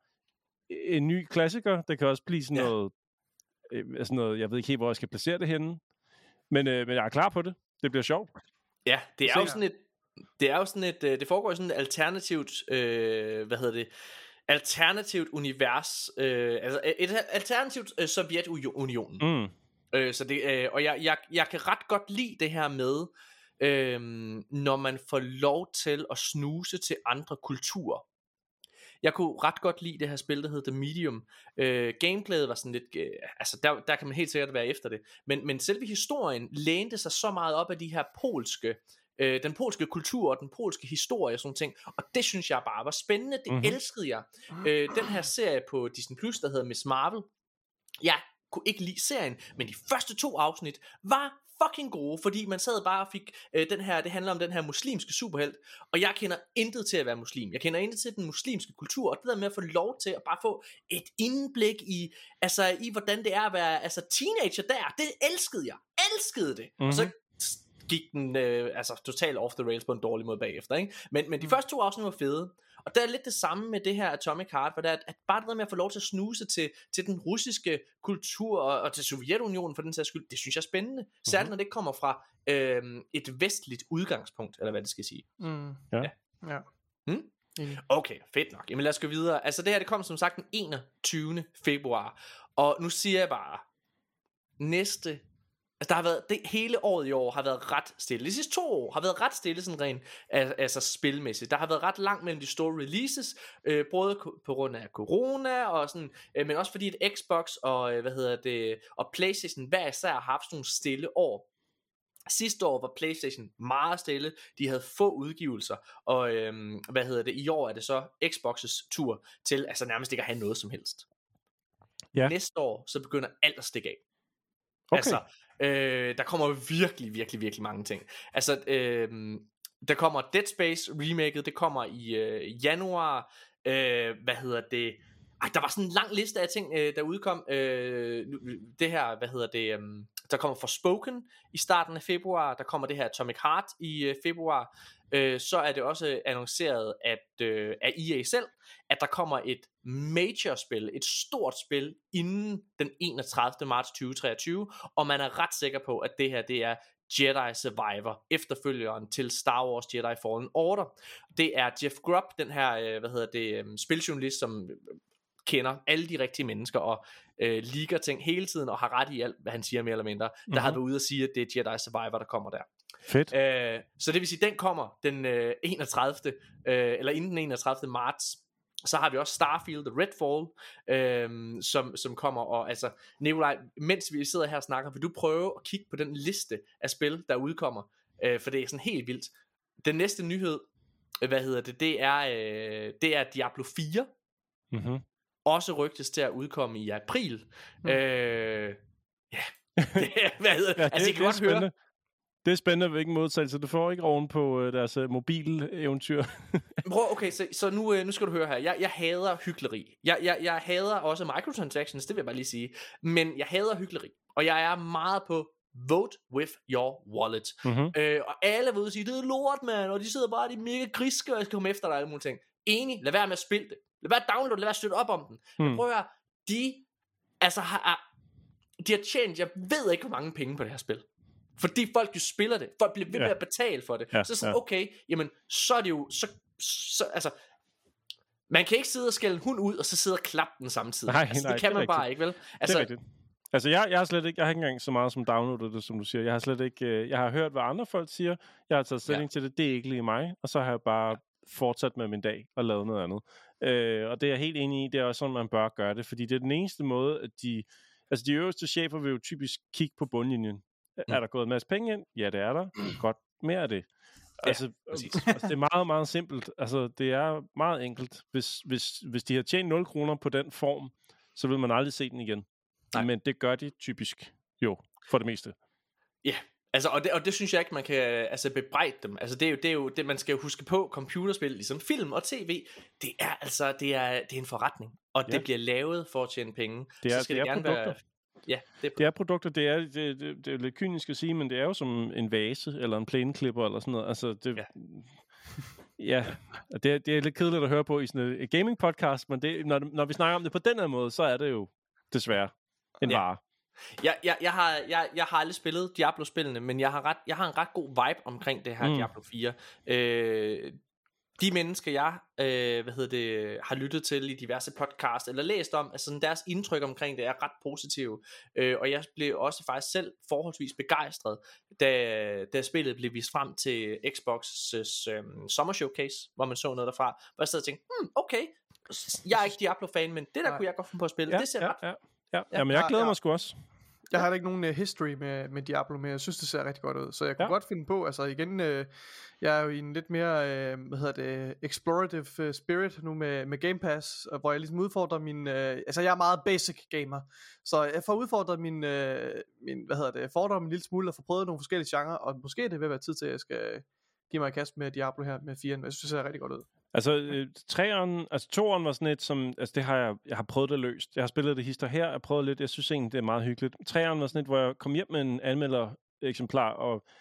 en ny klassiker. Det kan også blive sådan ja. noget, altså noget, jeg ved ikke helt, hvor jeg skal placere det henne. Men, øh, men jeg er klar på det. Det bliver sjovt. Ja, det er jo sådan et, det er jo sådan et, det foregår i sådan et alternativt, øh, hvad hedder det, alternativt univers, øh, altså et alternativt øh, Sovjetunionen. Mm. Øh, så det, øh, og jeg, jeg, jeg kan ret godt lide det her med, øh, når man får lov til at snuse til andre kulturer. Jeg kunne ret godt lide det her spil, der hedder The Medium. Øh, gameplayet var sådan lidt, øh, altså der, der kan man helt sikkert være efter det. Men, men selve historien lænede sig så meget op af de her polske, øh, den polske kultur og den polske historie og sådan ting. Og det synes jeg bare var spændende. Det mm-hmm. elskede jeg. Øh, den her serie på Disney Plus, der hedder Miss Marvel. Jeg kunne ikke lide serien, men de første to afsnit var fucking gode, fordi man sad bare og fik øh, den her, det handler om den her muslimske superhelt, og jeg kender intet til at være muslim. Jeg kender intet til den muslimske kultur, og det der med at få lov til at bare få et indblik i, altså i hvordan det er at være altså teenager der, det elskede jeg. Elskede det. Mm-hmm. Og så gik den øh, altså totalt off the rails på en dårlig måde bagefter, ikke? Men, men de første to afsnit var fede. Og der er lidt det samme med det her Atomic Heart, hvor det er, at bare det der med at få lov til at snuse til, til den russiske kultur, og, og til Sovjetunionen for den sags skyld, det synes jeg er spændende. Særligt når det ikke kommer fra øh, et vestligt udgangspunkt, eller hvad det skal sige. Mm. Ja. Ja. Ja. Hmm? Okay, fedt nok. Jamen lad os gå videre. Altså det her, det kom som sagt den enogtyvende februar. Og nu siger jeg bare, næste, altså der har været, det hele året i år har været ret stille. De sidste to år har været ret stille sådan rent, altså spilmæssigt. Der har været ret langt mellem de store releases, øh, både på grund af corona og sådan, øh, men også fordi at Xbox og øh, hvad hedder det, og PlayStation hver især har haft sådan nogle stille år. Sidste år var PlayStation meget stille. De havde få udgivelser. Og øhm, hvad hedder det, i år er det så Xbox's tur til altså nærmest ikke at have noget som helst. Ja. Næste år så begynder alt at stikke af. Okay. Altså øh, der kommer virkelig virkelig virkelig mange ting. Altså øh, der kommer Dead Space remaket. Det kommer i øh, januar. øh, Hvad hedder det, ej, der var sådan en lang liste af ting øh, der udkom. øh, Det her, hvad hedder det, øh, der kommer Forspoken i starten af februar. Der kommer det her Atomic Heart i øh, februar. øh, Så er det også annonceret at, øh, af E A selv, at der kommer et major spil, et stort spil inden den enogtredivte marts tyve treogtyve. Og man er ret sikker på at det her, det er Jedi Survivor, efterfølgeren til Star Wars Jedi Fallen Order. Det er Jeff Grubb, den her øh, hvad hedder det, øh, spiljournalist, som kender alle de rigtige mennesker og øh, liker ting hele tiden og har ret i alt hvad han siger mere eller mindre, mm-hmm. der har været ude at sige at det er Jedi Survivor der kommer der. Fedt. øh, Så det vil sige den kommer den øh, enogtredivte øh, eller inden den enogtredivte marts. Så har vi også Starfield og Redfall øh, som, som kommer. Og altså Nikolaj, mens vi sidder her og snakker, vil du prøve at kigge på den liste af spil der udkommer, øh, for det er sådan helt vildt. Den næste nyhed, hvad hedder det, det er øh, det er Diablo fire. Mhm. Også rygtes til at udkomme i april. Mm. øh, Ja. Hvad hedder ja, det? Altså I kan godt høre. Det er spændende, hvilken modtagelse du får, ikke, oven på øh, deres øh, mobil-eventyr. Prøv, okay, så, så nu, øh, nu skal du høre her. Jeg, jeg hader hykleri. Jeg, jeg, jeg hader også microtransactions, det vil jeg bare lige sige. Men jeg hader hykleri. Og jeg er meget på vote with your wallet. Mm-hmm. øh, Og alle vil ude og sige, det er lort, mand. Og de sidder bare, de er mega griske, og jeg skal komme efter dig og alle mulige ting. Enig, lad være med at spille det. Lad være at downloade, lad være at støtte op om den. Mm. Men prøv at høre, de, altså, har, de har tjent, jeg ved ikke, hvor mange penge på det her spil. Fordi folk jo spiller det. Folk bliver ved med ja. at betale for det. Ja, så sådan, ja. okay, jamen, så er det jo, så, så, altså, man kan ikke sidde og skælde en hund ud, og så sidde og klappe den samtidig. Nej, altså, nej, det kan det man bare rigtigt. ikke, vel? Altså, det er rigtigt. Altså, jeg, jeg har slet ikke, jeg har ikke engang så meget som downloadet det, som du siger. Jeg har slet ikke, jeg har hørt, hvad andre folk siger. Jeg har taget stilling ja. til det. Det er ikke lige mig. Og så har jeg bare fortsat med min dag og lavet noget andet. Øh, og det er jeg helt enig i. Det er også sådan, man bør gøre det. Fordi det er den eneste måde, at de, altså de øverste chefer vil jo typisk kigge på bundlinjen. Mm. Er der gået en masse penge ind? Ja, det er der. Mm. Godt, mere af det. Ja, altså, altså, det er meget, meget simpelt. Altså, det er meget enkelt. Hvis, hvis, hvis de har tjent nul kroner på den form, så vil man aldrig se den igen. Nej. Men det gør de typisk jo, for det meste. Ja, altså, og det, og det synes jeg ikke, man kan altså, bebrejde dem. Altså, det er jo det, er jo, det man skal jo huske på, computerspil, ligesom film og tv, det er altså, det er, det er en forretning. Og ja. det bliver lavet for at tjene penge. Det er, så skal det det er gerne produkter. Være, ja, det er, det er produkter, det er, det, det, det er lidt kynisk at sige, men det er jo som en vase, eller en plæneklipper, eller sådan noget. Altså, det... Ja. Ja, det er, det er lidt kedeligt at høre på i sådan et gaming podcast, men det, når, når vi snakker om det på den her måde, så er det jo desværre en ja. vare. Jeg, jeg, jeg, har, jeg, jeg har aldrig spillet Diablo-spillene, men jeg har, ret, jeg har en ret god vibe omkring det her mm. Diablo fire. Øh, de mennesker, jeg øh, hvad hedder det, har lyttet til i diverse podcasts, eller læst om, altså deres indtryk omkring det er ret positive. Øh, og jeg blev også faktisk selv forholdsvis begejstret, da, da spillet blev vist frem til Xbox's øh, Summer Showcase, hvor man så noget derfra, hvor jeg sad og tænkte, hmm, okay, jeg er ikke Diablo-fan, men det der kunne jeg godt finde på at spille. Ja, det ser ja, ret... Ja. Ja, ja, men jeg glæder ja, ja. mig sgu også. Jeg har ikke nogen uh, history med, med Diablo, men jeg synes, det ser rigtig godt ud. Så jeg kunne ja. godt finde på, altså igen, uh, jeg er jo i en lidt mere, uh, hvad hedder det, explorative uh, spirit nu med, med Game Pass, uh, hvor jeg ligesom udfordrer min, uh, altså jeg er meget basic gamer, så jeg får udfordret min, uh, min hvad hedder det, fordom en lille smule, og får prøvet nogle forskellige genrer, og måske det vil være tid til, at jeg skal give mig et kast med Diablo her med firen, jeg synes, det ser rigtig godt ud. Altså, øh, treeren, altså toeren var sådan et, som, altså det har jeg, jeg har prøvet det løst. Jeg har spillet det hister her, jeg har prøvet lidt, jeg synes egentlig, det er meget hyggeligt. Treeren var sådan et, hvor jeg kom hjem med en anmelder-eksemplar, og ja.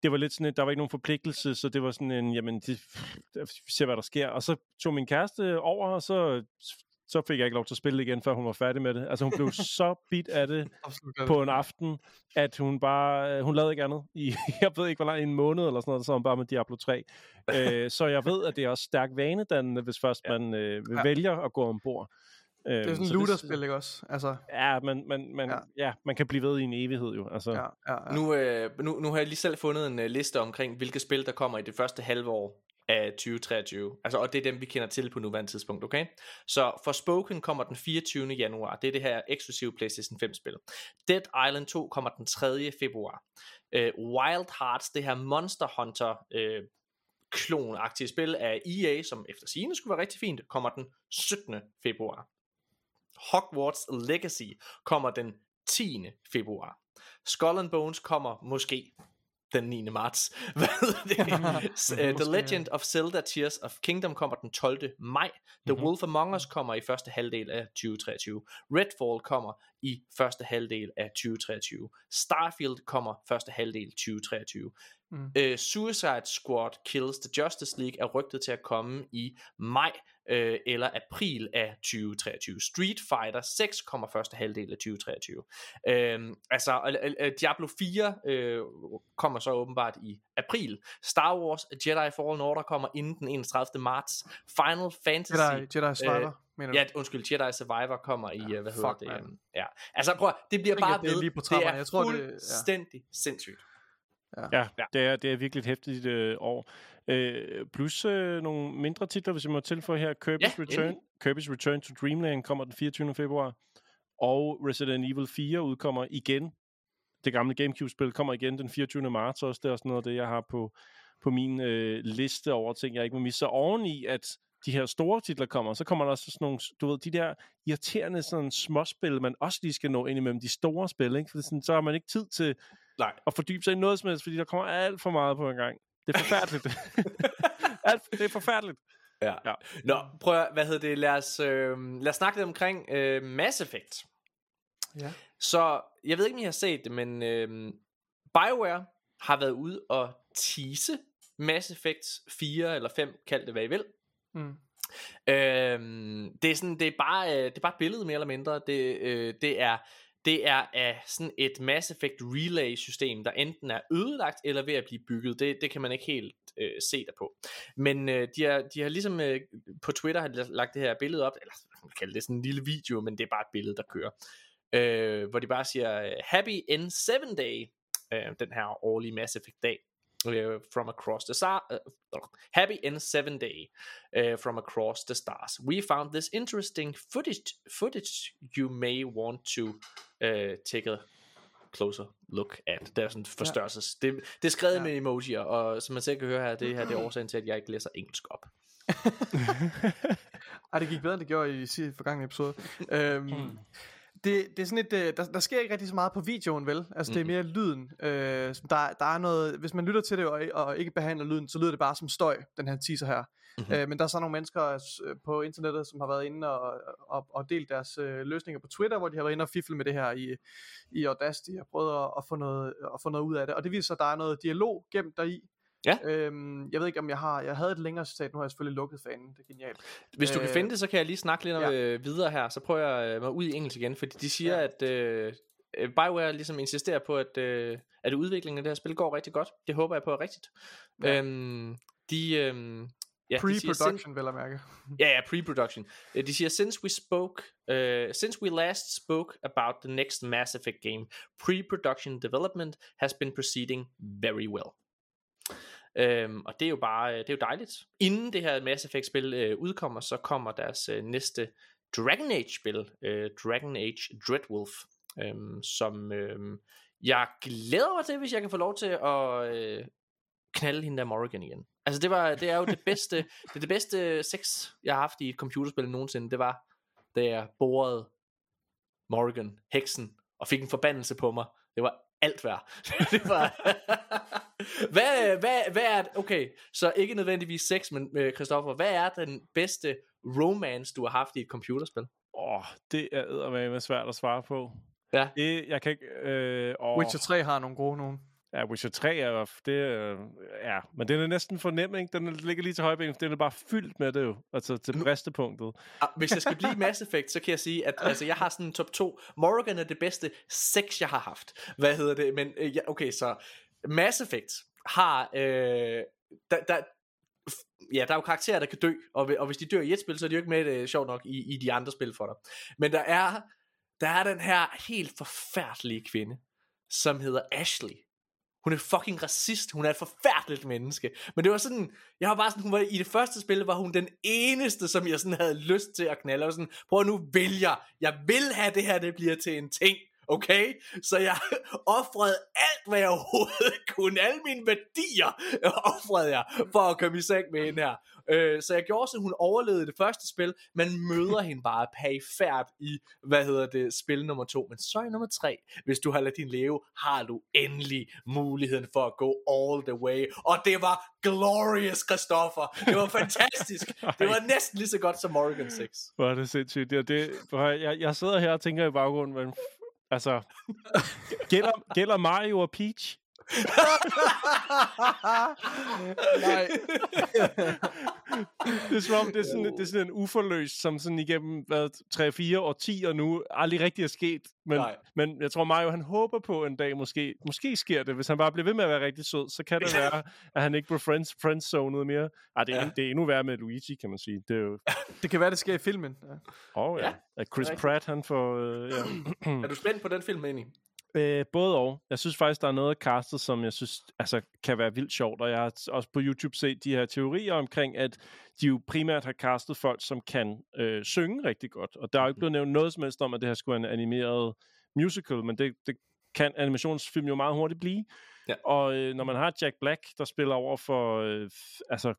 det var lidt sådan, at der var ikke nogen forpligtelse, så det var sådan en, jamen, det, vi ser, hvad der sker. Og så tog min kæreste over, og så, så fik jeg ikke lov til at spille igen, før hun var færdig med det. Altså, hun blev så bit af det på en aften, at hun bare, hun lavede ikke andet i, jeg ved ikke, hvor lang en måned eller sådan noget, så var hun bare med Diablo tre. øh, så jeg ved, at det er også stærkt vanedannende, hvis først ja. man øh, ja. vælger at gå ombord. Det er sådan en looterspil, ikke også? Altså... Ja, man, man, man, ja. ja, man kan blive ved i en evighed jo. Altså... Ja, ja, ja. Nu, øh, nu, nu har jeg lige selv fundet en uh, liste omkring, hvilke spil, der kommer i det første halve år af tyve treogtyve. Altså, og det er dem, vi kender til på nuværende tidspunkt, okay? Så Forspoken kommer den fireogtyvende januar. Det er det her eksklusive PlayStation fem-spil. Dead Island to kommer den tredje februar. Uh, Wild Hearts, det her Monster Hunter... Uh, klon-agtige spil af E A, som efter sigende skulle være rigtig fint, kommer den syttende februar. Hogwarts Legacy kommer den tiende februar. Skull and Bones kommer måske den niende marts. Hvad det? The Legend of Zelda Tears of Kingdom kommer den tolvte maj. The mm-hmm. Wolf Among Us kommer i første halvdel af tyve treogtyve. Redfall kommer i første halvdel af tyve treogtyve. Starfield kommer første halvdel tyve treogtyve. Mm. Uh, Suicide Squad Kills the Justice League er rygtet til at komme i maj uh, eller april af tyve treogtyve. Street Fighter seks kommer første halvdel af tyve treogtyve. Uh, altså uh, uh, Diablo fire uh, kommer så åbenbart i april. Star Wars Jedi Fallen Order kommer inden den enogtredivte marts. Final Fantasy Jedi, Jedi Survivor uh, mener du? Ja, undskyld, Jedi Survivor kommer i ja, uh, hvad hedder det? Um, ja. Altså prøv, det bliver bare ved. Det, det er jeg tror, fuldstændig det, ja. sindssygt. Ja, ja, ja. Det, er, det er virkelig et hæftigt øh, år. Øh, plus øh, nogle mindre titler, hvis jeg må tilføje her. Kirby's, ja, Return, Kirby's Return to Dreamland kommer den fireogtyvende februar. Og Resident Evil fire udkommer igen. Det gamle GameCube-spil kommer igen den fireogtyvende marts også. Det er også noget af det, jeg har på, på min øh, liste over ting, jeg ikke må misse. Så oveni, at de her store titler kommer, så kommer der også sådan nogle, du ved, de der irriterende sådan småspil, man også lige skal nå ind imellem de store spil, ikke? For sådan, så har man ikke tid til Nej. at fordybe sig i noget som helst, fordi der kommer alt for meget på en gang. Det er forfærdeligt. alt, det er forfærdeligt. Ja. ja. Nå, prøv at, hvad hedder det, lad os, øh, lad os snakke lidt omkring øh, Mass Effect. Ja. Så, jeg ved ikke, om I har set det, men øh, BioWare har været ude og tease Mass Effect fire eller fem, kald det hvad I vil. Mm. Øhm, det er sådan, det er bare, øh, det er bare et billede mere eller mindre. Det, øh, det er, det er af sådan et Mass Effect relay system, der enten er ødelagt eller ved at blive bygget. Det, det kan man ikke helt øh, se der på. Men øh, de har, de har ligesom øh, på Twitter har de lagt det her billede op, eller man kan kalde det sådan en lille video, men det er bare et billede der kører, øh, hvor de bare siger Happy N syv Day, øh, den her årlige Mass Effect dag. Uh, from across the stars, uh, Happy N syv Day uh, from across the stars. We found this interesting footage. Footage you may want to uh, take a closer look at. Det er sådan forstørrelses. Ja. Det, det er skrevet ja. med emojier, og som man selv kan høre her, det her det er årsagen til, at jeg ikke læser engelsk op. Ej, det gik bedre, end det gjorde i sidste forgangne episode. um, hmm. Det, det er sådan et, der, der sker ikke rigtig så meget på videoen, vel? Altså, mm. det er mere lyden. Øh, der, der er noget, hvis man lytter til det og, og ikke behandler lyden, så lyder det bare som støj, den her teaser her. Mm-hmm. Øh, men der er så nogle mennesker på internettet, som har været inde og, og, og delt deres øh, løsninger på Twitter, hvor de har været inde og fifle med det her i, i Audacity og prøvet at, at, få noget, at få noget ud af det. Og det viser sig, at der er noget dialog gemt deri. Ja. Øhm, jeg ved ikke om jeg har Jeg havde et længere citat. Nu har jeg selvfølgelig lukket fanen. Det er genialt. Hvis du øh, kan finde det, så kan jeg lige snakke lidt ja. videre her. Så prøver jeg mig ud i engelsk igen. Fordi de siger ja. at øh, BioWare ligesom insisterer på at, øh, at udviklingen af det her spil går rigtig godt. Det håber jeg på er rigtigt. ja. øhm, De øh, ja, pre-production vil jeg mærke. Ja, ja, pre-production. De siger, since we spoke, uh, since we last spoke about the next Mass Effect game, pre-production development has been proceeding very well. Um, og det er jo bare, det er jo dejligt. Inden det her Mass Effect spil uh, udkommer, så kommer deres uh, næste Dragon Age spil, uh, Dragon Age Dreadwolf, um, som um, jeg glæder mig til, hvis jeg kan få lov til at uh, knalde hende der Morrigan igen. Altså det var, det er jo det bedste, det er det bedste sex jeg har haft i et computerspil nogensinde. Det var, da jeg borede Morrigan, heksen, og fik en forbandelse på mig. Det var alt værd. Det var hvad, hvad, hvad er okay, så ikke nødvendigvis sex, men Christoffer, hvad er den bedste romance du har haft i et computerspil? Åh, oh, det er eddermame svært at svare på. Ja. Det, jeg kan ikke øh, oh. Witcher tre har nogle gode nogen. Ja, Witcher tre er det er, ja, men den er næsten for nem, ikke? Den ligger lige til højbenet, for den er bare fyldt med det jo, altså til bristepunktet. Hvis jeg skal blive Mass Effect, så kan jeg sige, at altså, jeg har sådan en top to. Morrigan er det bedste sex, jeg har haft. Hvad hedder det? Men øh, ja, okay, så Mass Effect har, øh, der, der, ja, der er jo karakterer, der kan dø, og, og hvis de dør i et spil, så er de jo ikke med det, sjovt nok, i, i de andre spil for dig. Men der er, der er den her helt forfærdelige kvinde, som hedder Ashley. Hun er fucking racist. Hun er et forfærdeligt menneske. Men det var sådan, jeg var bare sådan, hun var i det første spil, var hun den eneste, som jeg sådan havde lyst til at knalde. Og sådan, prøv nu vil jeg. Jeg vil have det her, det bliver til en ting. Okay? Så jeg offrede alt, hvad jeg overhovedet kunne. Alle mine værdier offrede jeg for at komme i seng med hende her. Øh, så jeg gjorde så, hun overlevede det første spil. Man møder hende bare perifært i, hvad hedder det, spil nummer to. Men så i nummer tre, hvis du har ladet din leve, har du endelig muligheden for at gå all the way. Og det var glorious, Christoffer. Det var fantastisk. Det var næsten lige så godt som Morrigan seks. Hvor er det sindssygt. Det, det, jeg, jeg sidder her og tænker i baggrunden, men altså, gælder, gælder Mario og Peach? Nej. Det er som om, det er sådan, det er sådan en uforløst, som sådan igennem tre fire årtier nu aldrig rigtig er sket. Men, men jeg tror, Mario, han håber på en dag, måske, måske sker det. Hvis han bare bliver ved med at være rigtig sød, så kan det være, at han ikke bliver friends, friendzonet mere. Ej, det er, ja. det er endnu værre med Luigi, kan man sige. Det, er jo... det kan være, det sker i filmen. Åh ja. Oh, ja. At Chris Pratt, han får... Øh, ja. Er du spændt på den film, egentlig? Øh, både og. Jeg synes faktisk, der er noget af castet, som jeg synes altså, kan være vildt sjovt, og jeg har også på YouTube set de her teorier omkring, at de jo primært har castet folk, som kan øh, synge rigtig godt, og der er jo ikke blevet nævnt noget som helst om, at det her skulle være en animeret musical, men det, det kan animationsfilm jo meget hurtigt blive. Ja. Og øh, når man har Jack Black, der spiller over for øh, altså,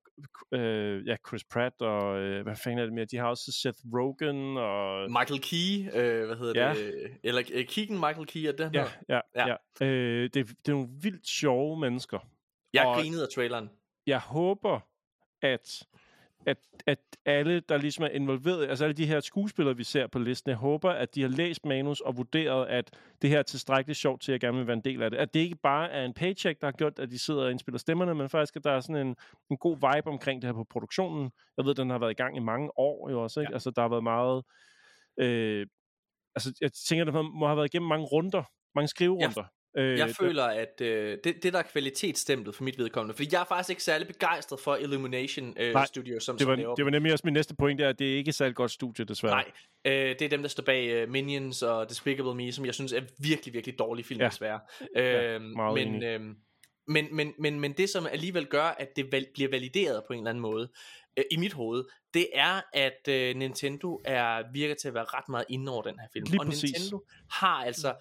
øh, ja, Chris Pratt og øh, hvad fanden er det mere? De har også Seth Rogen og... Michael Key, øh, hvad hedder ja. det? Eller øh, Keegan Michael Key, er det ja, ja, ja, ja. Øh, det, det er nogle vildt sjove mennesker. Jeg har grinet af traileren. Jeg håber, at... At, at alle, der ligesom er involveret, altså alle de her skuespillere, vi ser på listen, jeg håber, at de har læst manus og vurderet, at det her er tilstrækkeligt sjovt til, at jeg gerne vil være en del af det. At det ikke bare er en paycheck, der har gjort, at de sidder og indspiller stemmerne, men faktisk, at der er sådan en, en god vibe omkring det her på produktionen. Jeg ved, den har været i gang i mange år jo også, ikke? Ja. Altså, der har været meget... Øh, altså, jeg tænker, det må have været igennem mange runder, mange skriverunder. Ja. Jeg øh, føler, at øh, det, det der er kvalitetsstemplet for mit vedkommende, fordi jeg er faktisk ikke særlig begejstret for Illumination øh, Nej, Studios, som det var, som det var nemlig også min næste point, der, at det er ikke et særligt godt studie, desværre. Nej, øh, det er dem, der står bag øh, Minions og Despicable Me, som jeg synes er virkelig, virkelig dårlige film, ja. desværre. Ja, øh, men, øh, men, men, men, men det, som alligevel gør, at det val- bliver valideret på en eller anden måde, øh, i mit hoved, det er, at øh, Nintendo er virker til at være ret meget inde over den her film. Lige og præcis. Nintendo har altså...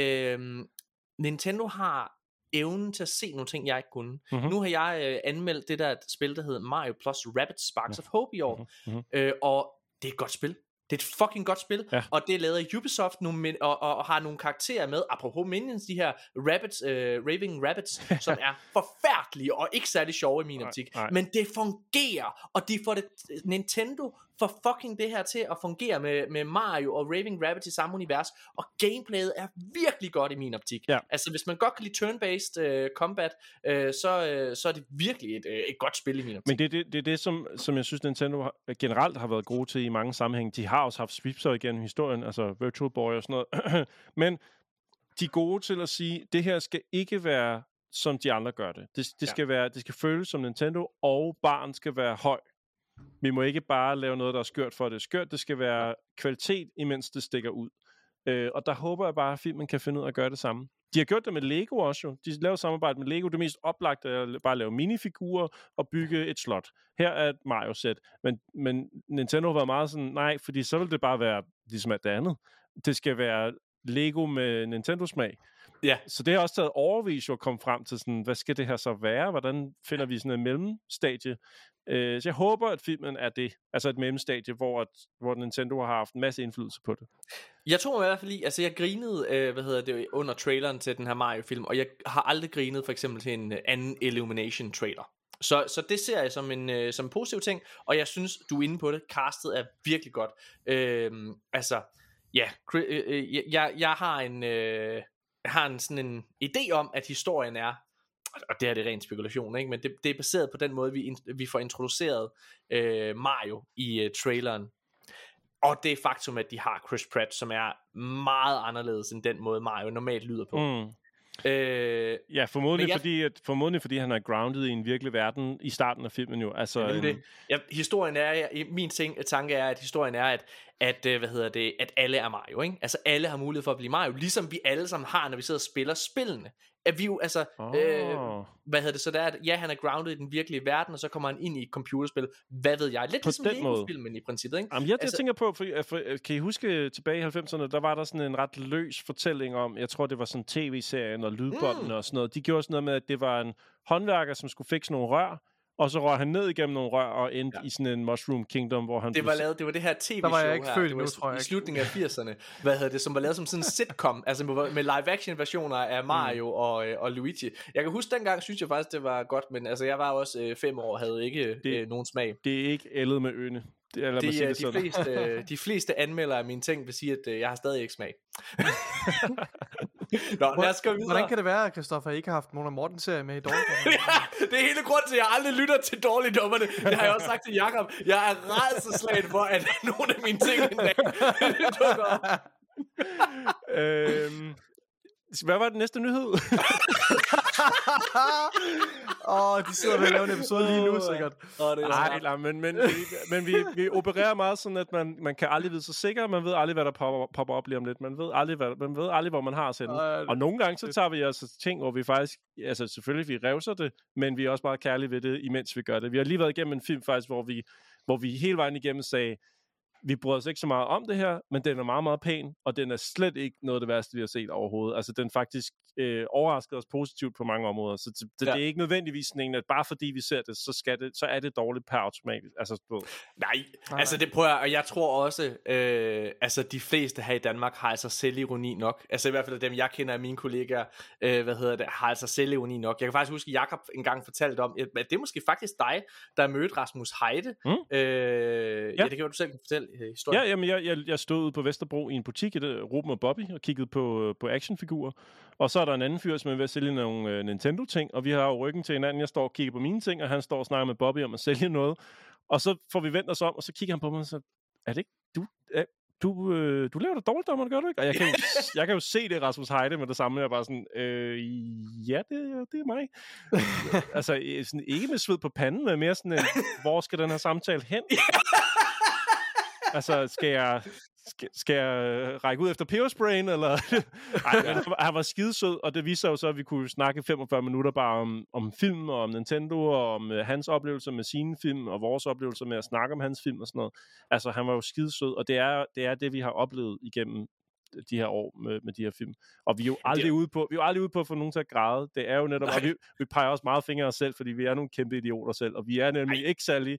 Øh, Nintendo har evnen til at se nogle ting, jeg ikke kunne. Mm-hmm. Nu har jeg øh, anmeldt det der spil, der hedder Mario plus Rabbids Sparks mm-hmm. of Hope i år. Mm-hmm. Øh, og det er et godt spil. Det er et fucking godt spil, ja. Og det er lavet af Ubisoft nu, men, og, og, og har nogle karakterer med, apropos Minions, de her Rabbids, øh, Raving Rabbids, som er forfærdelige og ikke særlig sjove i min optik. Nej, nej. Men det fungerer, og de får det, Nintendo får fucking det her til at fungere med, med Mario og Raving Rabbids i samme univers, og gameplayet er virkelig godt i min optik. Ja. Altså hvis man godt kan lide turn-based øh, combat, øh, så, øh, så er det virkelig et, øh, et godt spil i min optik. Men det er det, det, er det som, som jeg synes Nintendo har, generelt har været gode til i mange sammenhænge. De har også haft svipser igennem historien, altså Virtual Boy og sådan noget. Men de er gode til at sige, det her skal ikke være som de andre gør det. Det, det, skal, ja. være, det skal føles som Nintendo, og barn skal være høj. Vi må ikke bare lave noget, der er skørt for, at det er skørt. Det skal være kvalitet, imens det stikker ud. Øh, og der håber jeg bare, at filmen kan finde ud af at gøre det samme. De har gjort det med Lego også jo. De laver samarbejde med Lego. Det mest oplagte er bare at lave minifigurer og bygge et slot. Her er et Mario-sæt. Men, men Nintendo har været meget sådan, nej, fordi så vil det bare være ligesom alt det andet. Det skal være Lego med Nintendo-smag. Ja. Så det har også taget overvis at komme frem til sådan, hvad skal det her så være? Hvordan finder vi sådan en mellemstadie? Øh, så jeg håber, at filmen er det. Altså et mellemstadie, hvor, at, hvor Nintendo har haft en masse indflydelse på det. Jeg tror i hvert fald lige, altså jeg grinede, øh, hvad hedder det, under traileren til den her Mario-film, og jeg har aldrig grinet for eksempel til en anden Illumination-trailer. Så, så det ser jeg som en, øh, som en positiv ting, og jeg synes, du er inde på det. Castet er virkelig godt. Øh, altså, ja, øh, øh, jeg, jeg har en... Øh, jeg har en sådan en idé om, at historien er, og det er det rent spekulation, ikke? Men det, det er baseret på den måde, vi, vi får introduceret øh, Mario i øh, traileren. Og det faktum, at de har Chris Pratt, som er meget anderledes end den måde, Mario normalt lyder på. Mm. Øh, ja, formodentlig, jeg, fordi, at, formodentlig fordi han er grounded i en virkelig verden i starten af filmen jo. Altså, det, det. Ja, historien er, min ting, tanke er, at historien er, at, at, hvad hedder det, at alle er Mario, ikke? Altså alle har mulighed for at blive Mario, ligesom vi alle sammen har, når vi sidder og spiller spillene. At vi jo, altså, oh. øh, hvad hedder det, så der er, at ja, han er grounded i den virkelige verden, og så kommer han ind i et computerspil, hvad ved jeg, lidt på ligesom Lego-filmen i princippet, ikke? Jamen, jeg, altså, jeg tænker på, for, for, kan I huske tilbage i halvfemserne, der var der sådan en ret løs fortælling om, jeg tror det var sådan tv-serien og lydbånden mm. og sådan noget, de gjorde sådan noget med, at det var en håndværker, som skulle fikse nogle rør, og så røg han ned igennem nogle rør og endte ja. i sådan en Mushroom Kingdom, hvor han... Det var lavet, det var det her tv-show der var jeg ikke her, født det var nu, tror jeg i slutningen af firserne, hvad hedder det, som var lavet som sådan en sitcom, altså med live-action versioner af Mario mm. og, og Luigi. Jeg kan huske, dengang synes jeg faktisk, det var godt, men altså jeg var også øh, fem år, havde ikke det, øh, nogen smag. Det er ikke ældet med øne. Det, eller de, det de, fleste, de fleste anmeldere af mine ting vil sige, at øh, jeg har stadig ikke smag. Nå, lad os gå videre. Hvordan kan det være, at Christoffer ikke har haft nogen af Mortens serier med i Dårligdommerne? Ja, det er hele grunden til, at jeg aldrig lytter til Dårligdommerne. Det har jeg også sagt til Jakob. Jeg er rædselslagen for, at nogle af mine ting en dag dukker op. øhm, hvad var den næste nyhed? Åh, oh, de sidder ved at lave en episode lige nu, sikkert. Oh, nej, nej, men, men, vi, men vi, vi opererer meget sådan, at man, man kan aldrig vide sig sikker, man ved aldrig, hvad der popper, popper op lige om lidt. Man ved aldrig, hvad, man ved aldrig, hvor man har at sende. Uh, og nogle gange, så tager vi altså ting, hvor vi faktisk, altså selvfølgelig, vi revser det, men vi er også meget kærlige ved det, imens vi gør det. Vi har lige været igennem en film faktisk, hvor vi, hvor vi hele vejen igennem sagde, vi bryder os ikke så meget om det her, men den er meget, meget pæn, og den er slet ikke noget af det værste, vi har set overhovedet. Altså, den faktisk øh, overrasker os positivt på mange områder. Så det, det, ja. det er ikke nødvendigvis sådan en, at bare fordi vi ser det, så, skal det, så er det dårligt per automatisk. Altså, på. Nej, Nej, altså det prøver jeg, og jeg tror også, øh, altså de fleste her i Danmark har altså selvironi nok. Altså i hvert fald dem, jeg kender af mine kollegaer, øh, hvad hedder det, har altså selvironi nok. Jeg kan faktisk huske, at Jakob engang fortalte om, at det er måske faktisk dig, der mødte Rasmus Heide. Mm. Øh, ja. ja, det kan du selv fortælle. Historie. Ja, jamen jeg, jeg, jeg stod ude på Vesterbro i en butik, Ruben og Bobby, og kiggede på, på actionfigurer. Og så er der en anden fyr, som er ved at sælge nogle uh, Nintendo-ting, og vi har jo ryggen til hinanden. Jeg står og kigger på mine ting, og han står og snakker med Bobby om at sælge noget. Og så får vi vendt os om, og så kigger han på mig og så er det ikke du? Er, du, øh, du laver da Dårligdommerne, gør du ikke? Og jeg kan jo, jeg kan jo se det, Rasmus Heide, med det samme. Jeg er bare sådan, øh, ja, det, det er mig. Altså, sådan, ikke med sved på panden, men mere sådan, en, hvor skal den her samtale hen? Altså, skal jeg, skal, skal jeg række ud efter pebersprayen, eller? Ej, men han var skidesød, og det viser jo så, at vi kunne snakke femogfyrre minutter bare om, om film, og om Nintendo, og om uh, hans oplevelser med sine film, og vores oplevelser med at snakke om hans film, og sådan noget. Altså, han var jo skidesød, og det er, det er det, vi har oplevet igennem de her år med, med de her film. Og vi er jo aldrig, det... ude, på, vi er jo aldrig ude på at få nogen til at græde. Det er jo netop, og vi, vi peger også meget fingre os selv, fordi vi er nogle kæmpe idioter selv, og vi er nemlig Ej. ikke særlig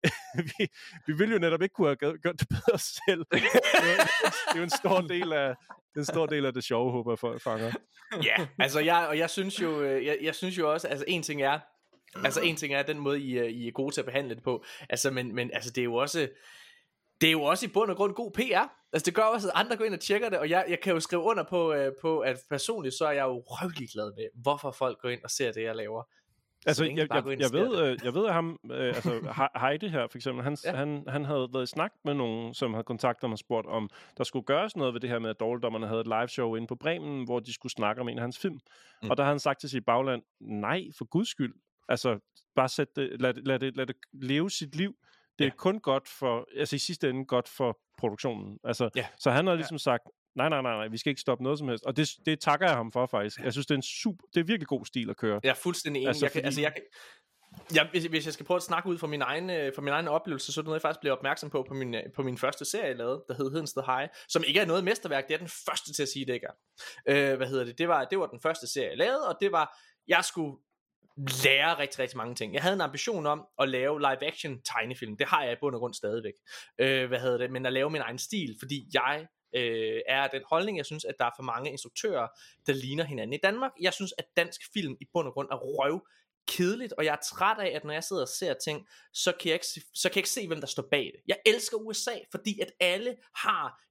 vi, vi ville jo netop ikke kunne have gjort det bedre selv. Det er jo en stor del af, det er en stor del af det sjove, håber jeg, folk fanger. Ja, altså jeg, og jeg synes jo, jeg, jeg synes jo også, altså en ting er, altså en ting er den måde, I, I er gode til at behandle det på, altså men, men altså det er jo også, det er jo også i bund og grund god P R. Altså det gør også, at andre går ind og tjekker det, og jeg, jeg kan jo skrive under på, uh, på, at personligt, så er jeg jo røvlig glad med, hvorfor folk går ind og ser det, jeg laver. Altså, jeg, jeg, jeg, ved, øh, jeg ved, at ham, øh, altså Heide her, for eksempel, han, ja. han, han havde været i snak med nogen, som havde kontaktet ham og spurgt, om der skulle gøres noget ved det her med, at Dårligdommerne havde et live show inde på Bremen, hvor de skulle snakke om en af hans film. Mm. Og der har han sagt til sit bagland, nej, for guds skyld. Altså, bare sæt det, lad, lad, det, lad det leve sit liv. Det er ja. kun godt for, altså i sidste ende godt for produktionen. Altså, ja. Så han har ligesom ja. sagt, nej, nej, nej, nej, vi skal ikke stoppe noget som helst. Og det, det takker jeg ham for, faktisk. Jeg synes, det er en super, det er virkelig god stil at køre. Jeg er fuldstændig enig. Altså, jeg kan, fordi... altså, jeg kan, jeg, hvis, hvis jeg skal prøve at snakke ud fra min egen, fra min egen oplevelse, så er det noget, jeg faktisk blev opmærksom på på min, på min første serie, jeg lavede, der hed Hedensted High, som ikke er noget mesterværk. Det er den første til at sige, det ikke er. Øh, hvad hedder det? Det var, det var den første serie, jeg lavede, og det var, jeg skulle lære rigtig, rigtig mange ting. Jeg havde en ambition om at lave live-action tegnefilm. Det har jeg i bund og grund stadigvæk. Øh, hvad hedder det? Men at lave min egen stil, fordi jeg øh, er den holdning, jeg synes, at der er for mange instruktører, der ligner hinanden i Danmark. Jeg synes, at dansk film i bund og grund er røv kedeligt, og jeg er træt af, at når jeg sidder og ser ting, så kan jeg ikke se, så kan jeg ikke se, hvem der står bag det. Jeg elsker U S A, fordi at alle har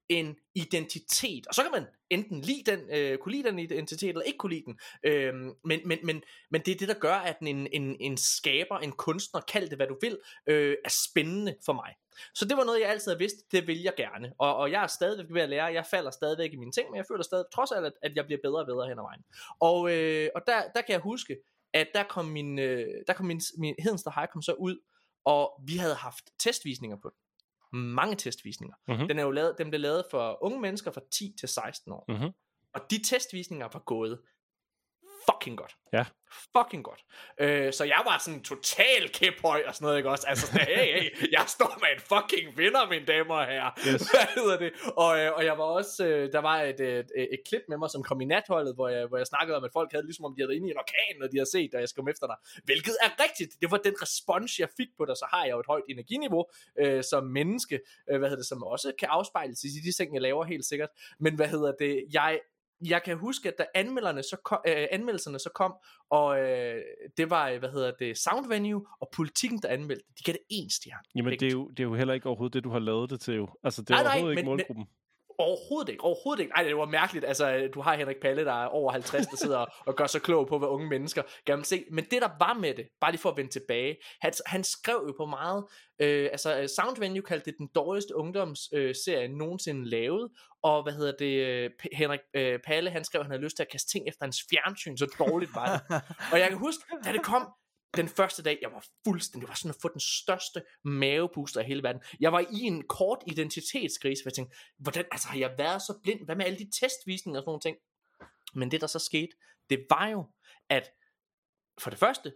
en identitet, og så kan man enten lide den, øh, kunne lide den identitet, eller ikke kunne lide den, øhm, men, men, men, men det er det, der gør, at en, en, en skaber, en kunstner, kald det hvad du vil, øh, er spændende for mig. Så det var noget, jeg altid har vidst, det vil jeg gerne, og, og jeg er stadigvæk ved at lære, jeg falder stadigvæk i mine ting, men jeg føler stadig, trods alt, at, at jeg bliver bedre og bedre hen ad vejen. Og, øh, og der, der kan jeg huske, at der kom min, øh, der kom min, min Hedensted High kom så ud, og vi havde haft testvisninger på den. Mange testvisninger. Mm-hmm. Den er jo lavet, den blev lavet for unge mennesker fra ti til seksten år. Mm-hmm. Og de testvisninger var gået fucking godt. Ja. Fucking godt. Øh, så jeg var sådan total kæphøj og sådan noget, ikke også? Altså sådan, hey, hey, jeg står med en fucking vinder, mine damer og herrer. Yes. Hvad hedder det? Og, øh, og jeg var også, øh, der var et, et, et, et klip med mig, som kom i natholdet, hvor jeg, hvor jeg snakkede om, at folk havde ligesom om de havde været inde i en orkan, når de havde set, da jeg kom efter dig. Hvilket er rigtigt. Det var den respons, jeg fik på dig. Så har jeg jo et højt energiniveau øh, som menneske, øh, hvad hedder det, som også kan afspejles i de ting, jeg laver helt sikkert. Men hvad hedder det? Jeg Jeg kan huske, at da anmelderne så kom, øh, anmeldelserne så kom, og øh, det var, hvad hedder det, Sound Venue og Politikken, der anmeldte, de gav det en stjerne. Jamen, det er, jo, det er jo heller ikke overhovedet det, du har lavet det til jo. Altså, det er nej, overhovedet nej, ikke men, målgruppen. Men, Overhovedet ikke, overhovedet ikke. Ej, det var mærkeligt. Altså, du har Henrik Palle, der er over halvtreds, der sidder og gør sig klog på, hvad unge mennesker gerne vil se. Men det, der var med det, bare lige for at vende tilbage, han, han skrev jo på meget, øh, altså Sound Venue kaldte det den dårligste ungdomsserie øh, nogensinde lavet, og hvad hedder det, Henrik øh, Palle, han skrev, at han havde lyst til at kaste ting efter hans fjernsyn, så dårligt var det. Og jeg kan huske, da det kom, den første dag, jeg var fuldstændig, det var sådan at få den største mavepuster i hele verden. Jeg var i en kort identitetskrise, for jeg tænkte, hvordan, altså har jeg været så blind? Hvad med alle de testvisninger og sådan nogle ting? Men det, der så skete, det var jo, at for det første,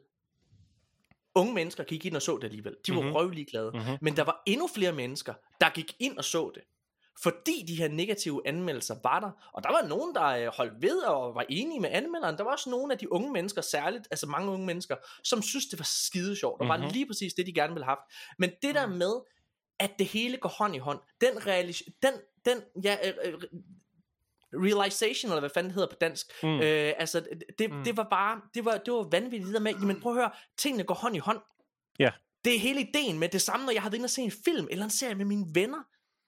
unge mennesker gik ind og så det alligevel. De var mm-hmm. røvlig glade. Mm-hmm. Men der var endnu flere mennesker, der gik ind og så det. Fordi de her negative anmeldelser var der. Og der var nogen, der holdt ved og var enige med anmelderen. Der var også nogle af de unge mennesker, særligt, altså mange unge mennesker, som synes det var skide sjovt. Og mm-hmm. var lige præcis det, de gerne ville have haft. Men det der med, at det hele går hånd i hånd, den realis- den, den, ja, øh, realization, eller hvad fanden det hedder på dansk, mm. øh, altså, det, mm. det var bare, det var, det var vanvittigt det der med, jamen prøv at høre, tingene går hånd i hånd. Ja. Yeah. Det er hele ideen med det samme, når jeg havde inde og se en film, eller en serie med mine venner,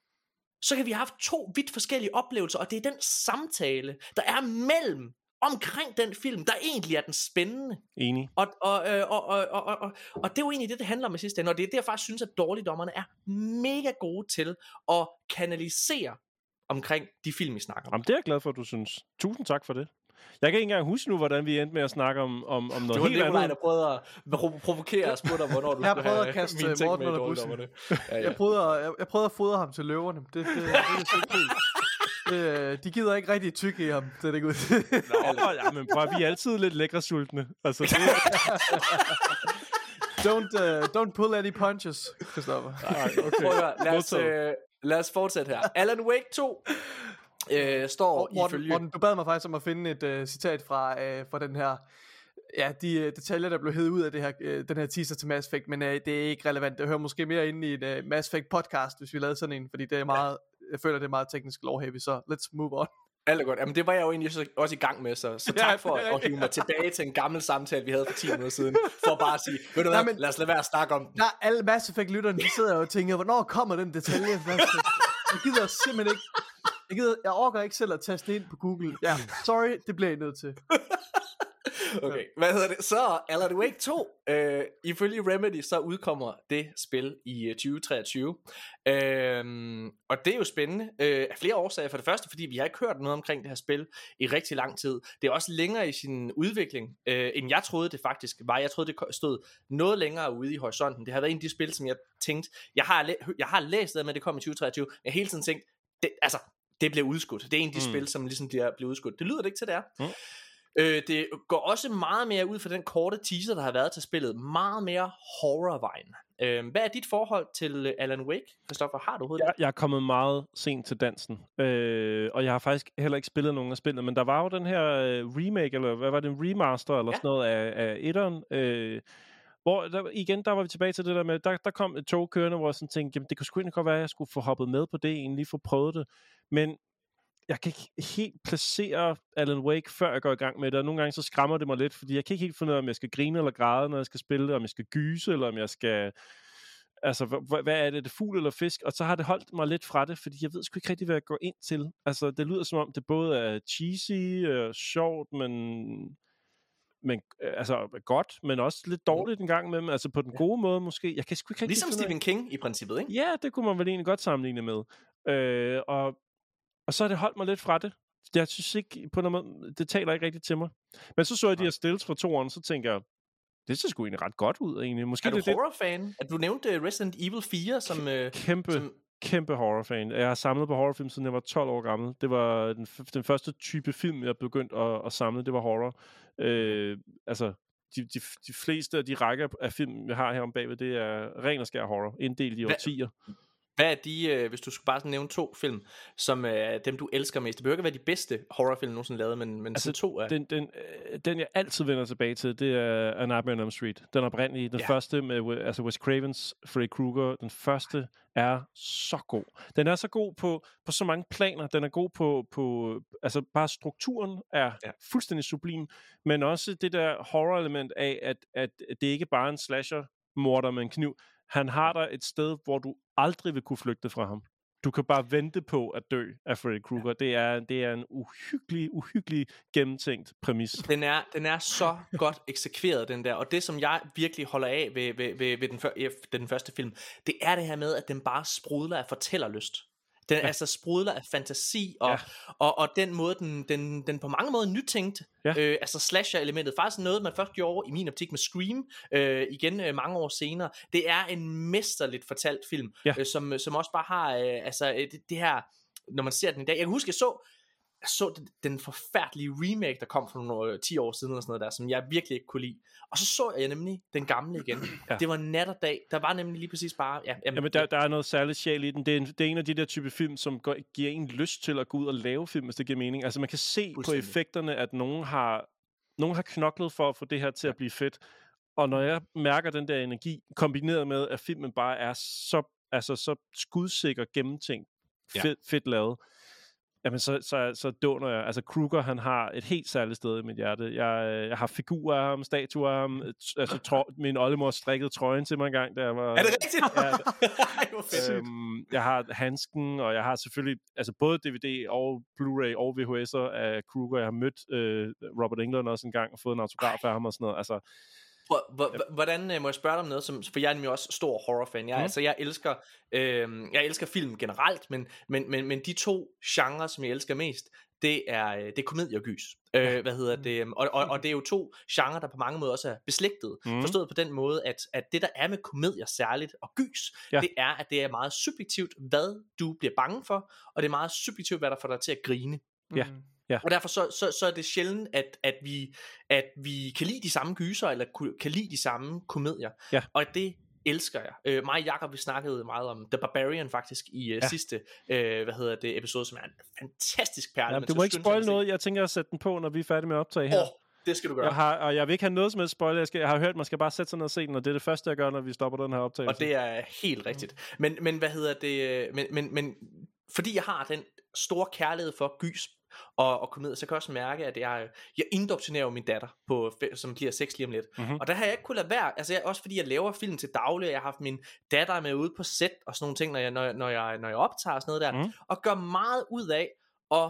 så kan vi have haft to vidt forskellige oplevelser, og det er den samtale, der er mellem, omkring den film, der egentlig er den spændende. Enig. Og, og, øh, og, og, og, og, og, og det er jo egentlig det, det handler om i sidste ende, og det er det, jeg faktisk synes, at dårligdommerne er mega gode til at kanalisere omkring de film, vi snakker om. Jamen, det er jeg glad for, at du synes. Tusind tak for det. Jeg kan ikke engang huske nu, hvordan vi endte med at snakke om, om, om noget helt andet. Det var der prøvede at pro- provokere og spurgte om, hvornår du jeg skulle have at kaste mine ting med i dårligdommerne. Ja, ja. Jeg, prøvede at, jeg, jeg prøvede at fodre ham til løverne. Det, det, det, det er så ikke helt. Det, de gider ikke rigtig tykke i ham. Det er det ikke ud. Nå, ja, men prøv, vi er altid lidt lækre sultne. Altså, det... don't, uh, don't pull any punches, Christoffer. Nej, okay. Prøv at, lad, os, øh, lad os fortsætte her. Alan Wake to øh, står Morten, ifølge... Morten, du bad mig faktisk om at finde et uh, citat fra, uh, fra den her... Ja, de uh, detaljer, der blev hævet ud af det her, uh, den her teaser til Mass Effect, men uh, det er ikke relevant. Det hører måske mere inde i en uh, Mass Effect podcast, hvis vi lavede sådan en, fordi det er meget... Jeg føler, det er meget teknisk lov-heavy, så let's move on. Alt er godt. Jamen, det var jeg jo egentlig også i gang med, så, så tak ja, for at hive mig tilbage til en gammel samtale, vi havde for ti minutter siden, for bare at sige, ved du hvad, men, lad os lade være at snakke om den. Nej, alle Mass Effect-lytterne, de sidder jo og tænker, hvornår kommer den detalje? Jeg gider simpelthen ikke, jeg, gider, jeg orker ikke selv at taste ind på Google. Ja, sorry, det bliver jeg nødt til. Okay, hvad hedder det? Så Alan Wake to, øh, ifølge Remedy, så udkommer det spil i tyve treogtyve. Øh, og det er jo spændende øh, af flere årsager. For det første, fordi vi har ikke hørt noget omkring det her spil i rigtig lang tid. Det er også længere i sin udvikling, øh, end jeg troede det faktisk var. Jeg troede det stod noget længere ude i horisonten. Det har været en af de spil, som jeg tænkte, jeg har, læ- jeg har læst det med, at det kom i tyve treogtyve. Jeg har hele tiden tænkt, det, altså, det bliver udskudt. Det er en af de mm. spil, som ligesom bliver, bliver udskudt. Det lyder det ikke til, det er. Mm. Øh, det går også meget mere ud fra den korte teaser, der har været til spillet. Meget mere horrorvejen. Øh, hvad er dit forhold til Alan Wake, Christoffer? Har du overhovedet jeg, jeg er kommet meget sent til dansen. Øh, og jeg har faktisk heller ikke spillet nogen af spillene. Men der var jo den her øh, remake, eller hvad var det, en remaster, eller ja. sådan noget af, af etteren. Øh, hvor der, igen, der var vi tilbage til det der med, der, der kom et tog kørende, hvor jeg sådan tænkte, jamen det kunne sgu ikke godt være, at jeg skulle få hoppet med på det, egentlig få prøvet det. Men jeg kan ikke helt placere Alan Wake, før jeg går i gang med det, og nogle gange så skræmmer det mig lidt, fordi jeg kan ikke helt finde ud af, om jeg skal grine eller græde, når jeg skal spille det, om jeg skal gyse, eller om jeg skal... altså, hvad, hvad er det, er det fugl eller fisk? Og så har det holdt mig lidt fra det, fordi jeg ved sgu ikke rigtig, hvad jeg går ind til. Altså, det lyder som om, det både er cheesy, øh, sjovt, men, men øh, altså godt, men også lidt dårligt en gang imellem. Altså, på den gode måde måske. Jeg kan sgu ikke rigtig Ligesom Stephen King i princippet, ikke? Ja, det kunne man vel egentlig godt sammenligne med. Øh, og, og så har det holdt mig lidt fra det. Jeg synes ikke, på noget måde, det taler ikke rigtigt til mig. Men så så jeg de her stills fra toeren, så tænker jeg, det ser sgu egentlig ret godt ud, egentlig. Måske er du det, horror-fan? At du nævnte Resident Evil fire som... Kæmpe, som... kæmpe horror-fan. Jeg har samlet på horrorfilm, siden jeg var tolv år gammel. Det var den, den første type film, jeg begyndte at, at samle, det var horror. Øh, altså, de, de, de fleste af de rækker af film, jeg har her om bagved, det er ren og skær horror. Inddelt i årtier. Hvad er de, øh, hvis du skulle bare nævne to film, som er øh, dem, du elsker mest? Det behøver ikke være de bedste horrorfilm, nogensinde lavet, men, men altså, to er... Den, den, øh, den, jeg altid vender tilbage til, det er A Nightmare on Elm Street. Den oprindelige, den ja. første med altså Wes Cravens, Freddy Krueger, den første er så god. Den er så god på, på så mange planer. Den er god på, på altså bare strukturen er ja. fuldstændig sublim, men også det der horror-element af, at, at det ikke bare er en slasher-morder med en kniv. Han har der et sted, hvor du aldrig vil kunne flygte fra ham. Du kan bare vente på at dø af Freddy Krueger. Ja. Det er, det er en uhyggelig, uhyggelig gennemtænkt præmis. Den er, den er så godt eksekveret, den der. Og det, som jeg virkelig holder af ved, ved, ved, ved den, før, den første film, det er det her med, at den bare sprudler af fortællerlyst. Den ja. altså sprudler af fantasi, og, ja. og, og den måde, den, den, den på mange måder nytænkt, ja. øh, altså slasher-elementet, faktisk noget, man først gjorde i min optik med Scream, øh, igen øh, mange år senere. Det er en mesterligt fortalt film, ja. øh, som, som også bare har, øh, altså det, det her, når man ser den i dag. Jeg kan huske, jeg så, jeg så den forfærdelige remake, der kom for nogle ti år siden, og sådan noget der, som jeg virkelig ikke kunne lide. Og så så jeg nemlig den gamle igen. Ja. Det var nat og dag. Der var nemlig lige præcis bare... Ja, jamen, jamen der, der er noget særligt sjæl i den. Det er, en, det er en af de der type film, som går, giver en lyst til at gå ud og lave film, hvis det giver mening. Altså man kan se på effekterne, at nogen har, nogen har knoklet for at få det her til ja. at blive fedt. Og når jeg mærker den der energi, kombineret med, at filmen bare er så, altså, så skudsikker, gennemtænkt, fedt, ja. fedt lavet, jamen så, så, så dåner jeg. Altså Krueger, han har et helt særligt sted i mit hjerte. Jeg, jeg har figurer af ham, statuer af ham. Altså tro, min oldemor strikkede trøjen til mig en gang, da jeg var... Er det rigtigt? Ja, Ej, øhm, jeg har handsken, og jeg har selvfølgelig altså både D V D og Blu-ray og V H S'er af Krueger. Jeg har mødt øh, Robert Englund også en gang og fået en autograf af ham og sådan noget. Altså... Hvordan må jeg spørge dig om noget, som, for jeg er nemlig også stor horrorfan. Jeg, mm. altså, jeg elsker, øh, jeg elsker film generelt, men, men, men, men de to genrer, som jeg elsker mest, det er, det er komedie og gys. Ja. Øh, hvad hedder det? Og, og, og det er jo to genrer, der på mange måder også er beslægtede. Mm. Forstået på den måde, at, at det der er med komedier særligt og gys, ja. det er, at det er meget subjektivt, hvad du bliver bange for, og det er meget subjektivt, hvad der får dig til at grine. Ja. Ja. Og derfor så, så, så er det sjældent, at, at, vi, at vi kan lide de samme gyser, eller kan lide de samme komedier. Ja. Og det elsker jeg. Øh, mig og Jacob, vi snakkede meget om The Barbarian faktisk i uh, ja. sidste øh, hvad hedder det, episode, som er en fantastisk perle. Ja, du må ikke spoil noget. Jeg tænker at sætte den på, når vi er færdige med at optage her. Oh, det skal du gøre. Jeg har, og jeg vil ikke have noget som helst spoiler. Jeg, skal, jeg har hørt, man skal bare sætte sig ned og se den, og det er det første, jeg gør, når vi stopper den her optagelse. Og det er helt rigtigt. Men, men hvad hedder det? Men, men, men fordi jeg har den store kærlighed for gys og, og komedie, så kan jeg også mærke, at jeg, jeg indoktrinerer min datter, på, som bliver seks lige om lidt. Mm-hmm. Og der har jeg ikke kunnet lade være, altså jeg, også fordi jeg laver film til daglig, jeg har haft min datter med ude på set og sådan nogle ting, når jeg, når, når jeg, når jeg optager sådan noget der, mm. og gør meget ud af at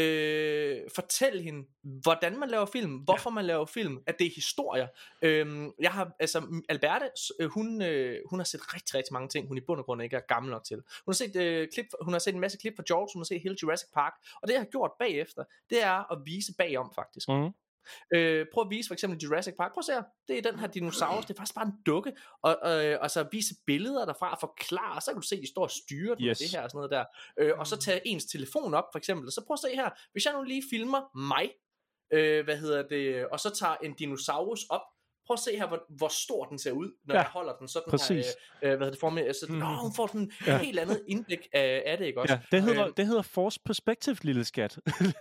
øh, fortælle hende, hvordan man laver film, hvorfor ja. man laver film, at det er historier. Øh, jeg har, altså Alberte, hun, øh, hun har set rigtig, rigtig mange ting, hun i bund og grund ikke er gammel nok til. Hun har set, øh, klip, hun har set en masse klip fra George, hun har set hele Jurassic Park, og det jeg har gjort bagefter, det er at vise bagom faktisk. Mm. Øh, prøv at vise for eksempel Jurassic Park. Prøv at se her. Det er den her dinosaurus. Det er faktisk bare en dukke. Og, øh, og så vise billeder derfra og forklare. Så kan du se, de står og styrer yes. det her og sådan noget der. Øh, og så tage ens telefon op for eksempel. Så prøv at se her. Hvis jeg nu lige filmer mig, øh, hvad hedder det, og så tager en dinosaurus op. Prøv at se her, hvor, hvor stor den ser ud, når ja. jeg holder den sådan Præcis. her, øh, hvad hedder det, for mig, så, mm. nå, hun får sådan et ja. helt andet indblik af, af det, ikke også? Ja, det hedder, øh, det hedder force perspective, lille skat.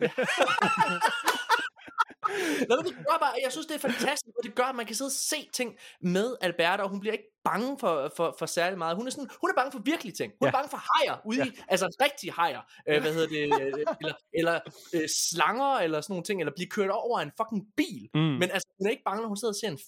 Nå, det gør bare, jeg synes det er fantastisk, og det gør at man kan sidde og se ting med Alberte, og hun bliver ikke bange for, for, for særlig meget. Hun er sådan, hun er bange for virkelige ting. Hun ja. er bange for hajer ude ja. i, altså rigtige hajer, øh, hvad hedder det, eller, eller øh, slanger eller sådan nogle ting, eller blive kørt over af en fucking bil. Mm. Men altså hun er ikke bange, når hun sidder og ser en film.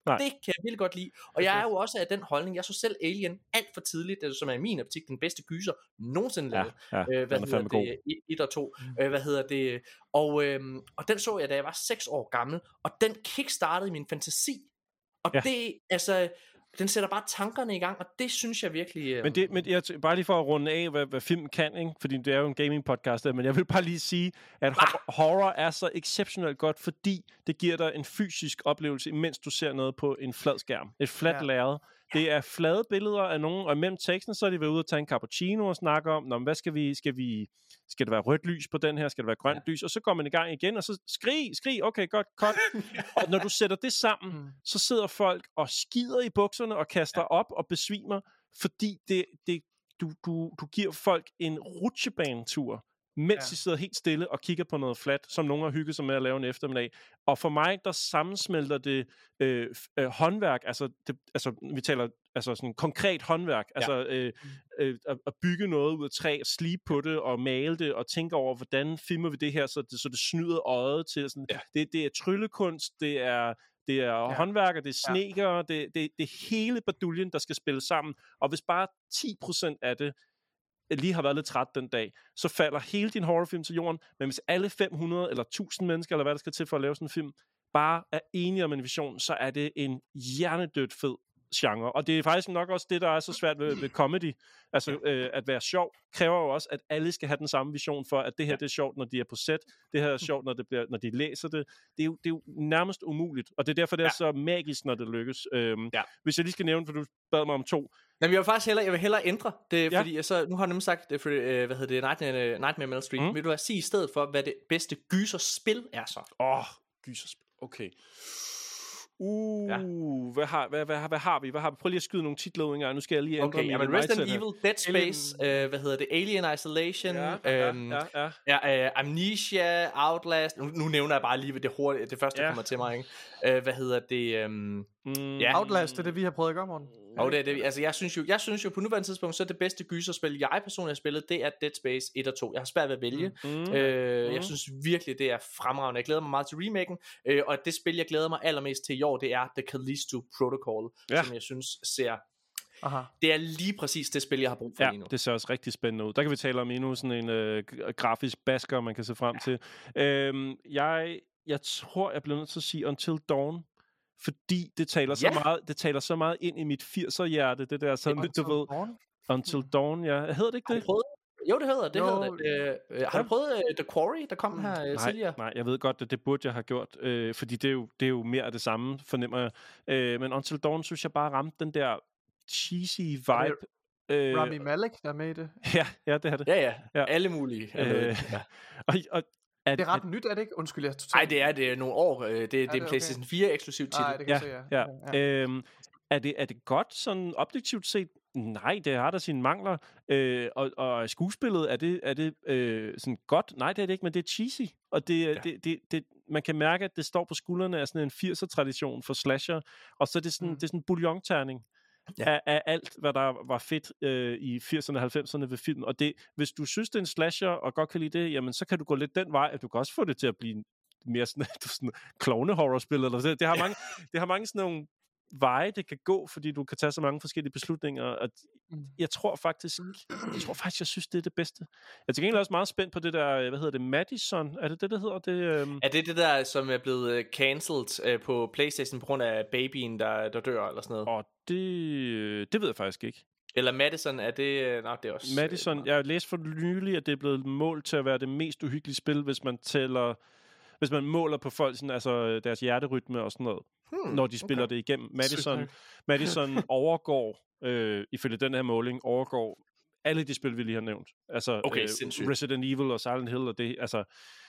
Nej. Det kan jeg virkelig godt lide. Og jeg er jo også af den holdning, jeg så selv Alien alt for tidligt, som er i min optik den bedste gyser nogensinde lavet. Ja, ja, øh, hvad hedder det? et og to. Mm. Øh, hvad hedder det? Og, øh, og den så jeg, da jeg var seks år gammel, og den kickstartede min fantasi. Og ja. det, altså... Den sætter bare tankerne i gang, og det synes jeg virkelig... Øh... Men, det, men jeg, bare lige for at runde af, hvad, hvad film kan, ikke? Fordi det er jo en gaming-podcast, men jeg vil bare lige sige, at ah! horror er så exceptionelt godt, fordi det giver dig en fysisk oplevelse, imens du ser noget på en flad skærm. Et fladt ja. lærred. Det er flade billeder af nogen, og imellem teksten, så er de været ude og tage en cappuccino og snakke om, Nå, hvad skal vi, skal vi, skal det være rødt lys på den her, skal det være grønt ja. lys, og så går man i gang igen, og så skrig, skrig, okay, godt, cut. Og når du sætter det sammen, mm. så sidder folk og skider i bukserne og kaster ja. op og besvimer, fordi det, det, du, du, du giver folk en rutsjebanetur, mens ja. de sidder helt stille og kigger på noget fladt, som nogen har hygget sig med at lave en eftermiddag. Og for mig, der sammensmelter det øh, øh, håndværk, altså, det, altså vi taler altså sådan konkret håndværk, ja. altså øh, øh, at, at bygge noget ud af træ, slibe på det og male det, og tænke over, hvordan filmer vi det her, så det, så det snyder øjet til. Sådan, ja. det, det er tryllekunst, det er det er ja. håndværker, det er snedkere, ja. det, det, det er hele baduljen, der skal spille sammen. Og hvis bare ti procent af det lige har været lidt træt den dag, så falder hele din horrorfilm til jorden. Men hvis alle fem hundrede eller tusind mennesker, eller hvad der skal til for at lave sådan en film, bare er enige om en vision, så er det en hjernedødt fed genre. Og det er faktisk nok også det, der er så svært ved, ved comedy. Altså, øh, at være sjov kræver jo også, at alle skal have den samme vision for, at det her det er sjovt, når de er på set. Det her er sjovt, når, det bliver, når de læser det. Det er, jo, det er jo nærmest umuligt. Og det er derfor, det er ja. så magisk, når det lykkes. Øhm, ja. Hvis jeg lige skal nævne, for du bad mig om to. Jamen, jeg vil faktisk hellere, jeg vil hellere ændre det, ja. fordi jeg så, nu har jeg nemlig sagt, det, for, øh, hvad hedder det, Nightmare, Nightmare on Elm Street. Mm. Vil du have sige i stedet for, hvad det bedste gyserspil er så? Åh, oh, gyserspil. Okay. Uh, ja. hvad, har, hvad, hvad, hvad har vi? Hvad har vi? Prøv lige at skyde nogle titler ud engang. Nu skal jeg lige ændre okay, min jamen, Resident Evil, Dead Space, Alien. Øh, hvad hedder det? Alien Isolation, ja, øhm, ja, ja, ja. Ja, øh, Amnesia, Outlast. Nu, nu nævner jeg bare lige det hurtigt, det første, der ja. kommer til mig. Ikke? Øh, hvad hedder det? Øhm, mm. ja. Outlast, det er det, vi har prøvet at gøre, Morten. Og det er det, altså jeg synes jo, jeg synes jo på nuværende tidspunkt, så er det bedste gyserspil, jeg personligt har spillet, det er Dead Space et og to. Jeg har svært ved at vælge. Mm. Øh, mm. Jeg synes virkelig, det er fremragende. Jeg glæder mig meget til remaken, øh, og det spil, jeg glæder mig allermest til i år, det er The Callisto Protocol, ja. som jeg synes ser... Aha. Det er lige præcis det spil, jeg har brug for ja, lige nu. Det ser også rigtig spændende ud. Der kan vi tale om endnu sådan en øh, grafisk basker, man kan se frem ja. til. Øhm, jeg, jeg tror, jeg bliver nødt til at sige Until Dawn. Fordi det taler så yeah. meget, det taler så meget ind i mit firser hjerte, det der sådan lidt, du ved. Dawn? Until Dawn, ja. Hedder det ikke det? Prøvet? Jo, det hedder det. Jo. Hedder det. Øh, øh, har ja. du prøvet uh, The Quarry, der kom her øh, nej, tidligere? Nej, jeg ved godt, at det burde jeg have gjort, øh, fordi det er, jo, det er jo mere af det samme, fornemmer jeg. Øh, men Until Dawn, synes jeg bare ramte den der cheesy vibe. Øh, Rami Malek, der er med i det. Ja, ja, det er det. Ja, ja. ja. Alle mulige. Øh, ja. og, og At, det er ret at, nyt, er det ikke? Undskyld, jeg Nej, det er det er nogle år. Det, det, det er en PlayStation fire eksklusiv titel. Nej, det kan ja, se, ja. ja. ja. Øhm, er, det, er det godt sådan objektivt set? Nej, det har der sine mangler. Øh, og, og skuespillet, er det, er det øh, sådan godt? Nej, det er det ikke, men det er cheesy. Og det, ja. det, det, det, man kan mærke, at det står på skuldrene af sådan en firser-tradition for slasher. Og så er det sådan, mm. det er sådan en bouillon-terning. Ja. Af, af alt, hvad der var fedt øh, i firserne og halvfemserne ved filmen. Og det, hvis du synes, det er en slasher, og godt kan lide det, jamen så kan du gå lidt den vej, at du kan også få det til at blive mere sådan, sådan klovne-horror-spil, eller sådan. Det har mange, det har mange sådan nogle veje, det kan gå, fordi du kan tage så mange forskellige beslutninger, og jeg tror faktisk, jeg tror faktisk, jeg synes, det er det bedste. Jeg er til gengæld også meget spændt på det der, hvad hedder det, Madison, er det det, der hedder? Det, øhm... Er det det der, som er blevet cancelled øh, på PlayStation på grund af babyen, der, der dør, eller sådan noget? Åh, det, det ved jeg faktisk ikke. Eller Madison, er det... Nå, det er også... Madison, øh, jeg læste for nylig, at det er blevet målt til at være det mest uhyggelige spil, hvis man tæller... Hvis man måler på folk, sådan, altså deres hjerterytme og sådan noget, hmm, når de spiller okay. det igennem. Madison, Madison overgår, øh, ifølge den her måling, overgår alle de spil, vi lige har nævnt. Altså okay, øh, Resident Evil og Silent Hill og det, altså...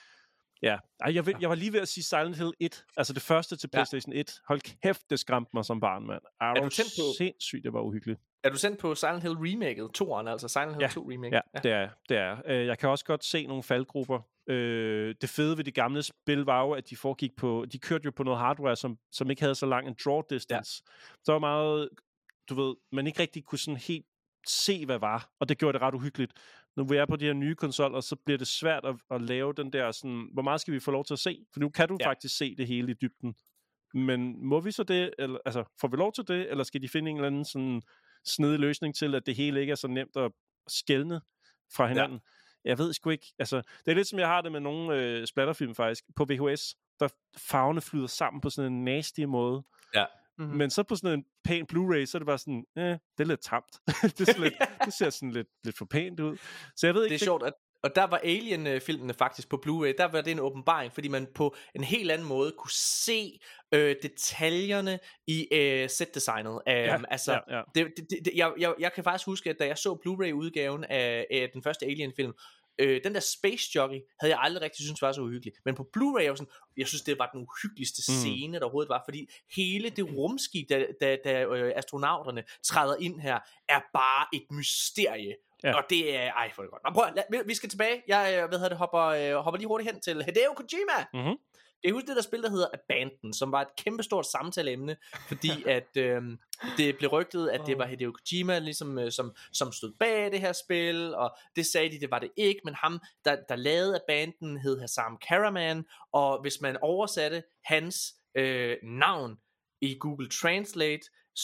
Ja, Ej, jeg, vil, jeg var lige ved at sige Silent Hill et, altså det første til PlayStation ja. et. Hold kæft, det skræmte mig som barn, mand. Er, er du tændt på... Sindssygt, det var uhyggeligt. Er du sendt på Silent Hill remaket, toeren, altså Silent Hill ja. to remake? Ja, ja, det er det er. Jeg kan også godt se nogle faldgrupper. Øh, det fede ved de gamle spil var jo, at de foregik på, de kørte jo på noget hardware, som, som ikke havde så lang en draw distance. Ja. Så var meget, du ved, man ikke rigtig kunne sådan helt se, hvad var, og det gjorde det ret uhyggeligt. Nu vi er på de her nye konsoller, så bliver det svært at, at lave den der sådan, hvor meget skal vi få lov til at se? For nu kan du ja. faktisk se det hele i dybden Men må vi så det, eller, altså får vi lov til det, eller skal de finde en eller anden sådan snedig løsning til, at det hele ikke er så nemt at skelne fra hinanden? Ja. Jeg ved sgu ikke, altså det er lidt som jeg har det med nogle øh, splatterfilm faktisk, på V H S, der farverne flyder sammen på sådan en nasty måde. Ja. Mm-hmm. Men så på sådan en pæn Blu-ray, så er det bare sådan, eh, det er lidt tamt. det, er lidt, det ser sådan lidt, lidt for pænt ud. Så jeg ved ikke... Det er det... sjovt, at og der var Alien-filmene faktisk på Blu-ray, der var det en åbenbaring, fordi man på en helt anden måde kunne se øh, detaljerne i øh, set-designet. Um, ja, altså, ja, ja. Det, det, det, jeg, jeg, jeg kan faktisk huske, at da jeg så Blu-ray-udgaven af, af den første Alien-film, øh, den der Space Jockey havde jeg aldrig rigtig syntes var så uhyggelig. Men på Blu-ray, jeg, sådan, jeg synes, det var den uhyggeligste scene, mm. der overhovedet var, fordi hele det rumskib, da, da, da øh, astronauterne træder ind her, er bare et mysterie. Ja. Og det er, ej for det godt. Nå, prøv, lad, vi skal tilbage. Jeg hvad hedder det, hopper, øh, hopper lige hurtigt hen til Hideo Kojima. Mm-hmm. Jeg husker det der spil, der hedder Abandon, som var et kæmpestort samtaleemne, fordi at øh, det blev rygtet, at det var Hideo Kojima, ligesom, øh, som, som stod bag det her spil, og det sagde de, det var det ikke, men ham, der, der lavede Abandon, hed Hassam Karaman, og hvis man oversatte hans øh, navn i Google Translate,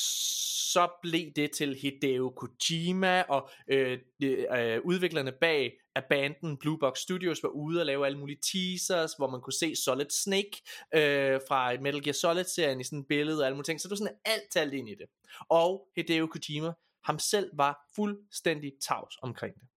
så blev det til Hideo Kojima, og øh, øh, udviklerne bag Abandon, Blue Box Studios, var ude og lave alle mulige teasers, hvor man kunne se Solid Snake øh, fra Metal Gear Solid-serien i sådan et billede og alle mulige ting, så det var sådan alt talt ind i det. Og Hideo Kojima, ham selv var fuldstændig tavs omkring det.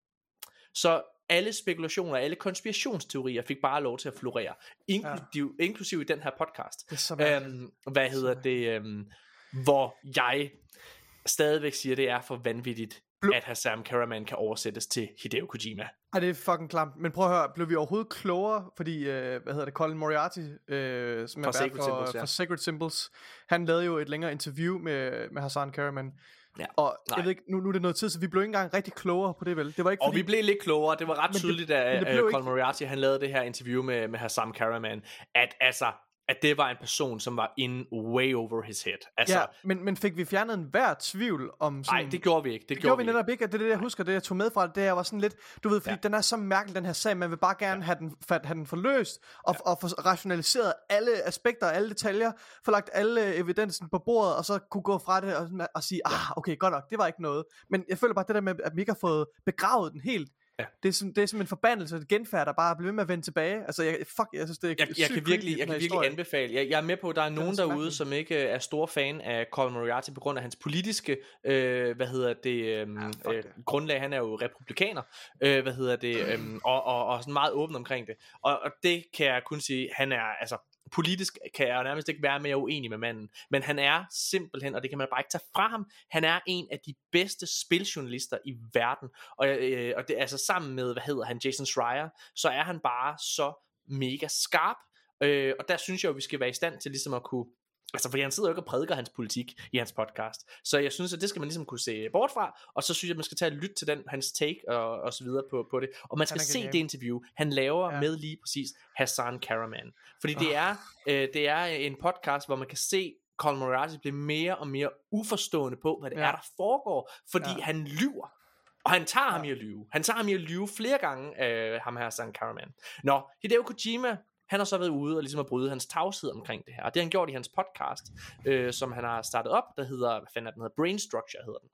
Så alle spekulationer, alle konspirationsteorier fik bare lov til at florere, inklusiv, ja. inklusiv i den her podcast. Det er så øhm, hvad hedder det... Øhm, hvor jeg stadigvæk siger, det er for vanvittigt, Bl- at Hassam Karaman kan oversættes til Hideo Kojima. Ja, det er fucking klamt. Men prøv at høre, blev vi overhovedet klogere? Fordi, øh, hvad hedder det, Colin Moriarty, øh, som er for, Sacred for, Symbols, ja. for Sacred Symbols, han lavede jo et længere interview med, med Hassam Karaman. Ja. Og nej. jeg ved ikke, nu, nu er det noget tid, så vi blev ikke engang rigtig klogere på det, vel? Det var ikke, og fordi... vi blev lidt klogere. Det var ret tydeligt, da uh, Colin ikke... Moriarty, han lavede det her interview med, med Hassam Karaman, at altså... at det var en person, som var in way over his head. Altså, ja, men, men fik vi fjernet en hver tvivl om sådan... Nej, det gjorde vi ikke. Det, det gjorde, gjorde vi netop ikke. Det er det, jeg husker, det jeg tog med fra det, jeg var sådan lidt... Du ved, fordi ja. den er så mærkelig, den her sag. Man vil bare gerne ja. have, den, have den forløst, og, ja. og få rationaliseret alle aspekter, alle detaljer, få lagt alle evidensen på bordet, og så kunne gå fra det og, og sige, ja. ah, okay, godt nok, det var ikke noget. Men jeg føler bare, det der med, at vi ikke har fået begravet den helt, ja. det, er sådan, det er som en forbandelse, et genfærd, der bare bliver ved med at vende tilbage. Altså, jeg, fuck, jeg synes, det er Jeg, jeg kan virkelig, jeg kan virkelig anbefale. Jeg, jeg er med på, at der er nogen derude, mærkeligt. som ikke er store fan af Colin Moriarty på grund af hans politiske, øh, hvad hedder det, øh, ja, øh, grundlag. Han er jo republikaner, øh, hvad hedder det, øh, og, og, og sådan meget åben omkring det. Og, og det kan jeg kun sige, han er, altså, politisk kan jeg nærmest ikke være mere uenig med manden, men han er simpelthen, og det kan man bare ikke tage fra ham, han er en af de bedste spiljournalister i verden, og, øh, og det altså sammen med, hvad hedder han, Jason Schreier, så er han bare så mega skarp, øh, og der synes jeg jo, vi skal være i stand til ligesom at kunne, altså fordi han sidder jo ikke og prædiker hans politik i hans podcast, så jeg synes, at det skal man ligesom kunne se bort fra, og så synes jeg, at man skal tage og lytte til den, hans take og, og så videre på, på det, og man skal se genial. det interview, han laver ja. med lige præcis Hassam Karaman, fordi det er, øh, det er en podcast, hvor man kan se Colin Moriarty blive mere og mere uforstående på, hvad det ja. er, der foregår, fordi ja. han lyver. Og han tager ja. ham i at lyve. Han tager ham i at lyve flere gange, øh, ham her, Hassam Karaman. Nå, Hideo Kojima, han har så været ude og ligesom at bryde hans tavshed omkring det her. Og det har han gjort i hans podcast, øh, som han har startet op, der hedder, hvad fanden er den hedder, Brain Structure hedder den.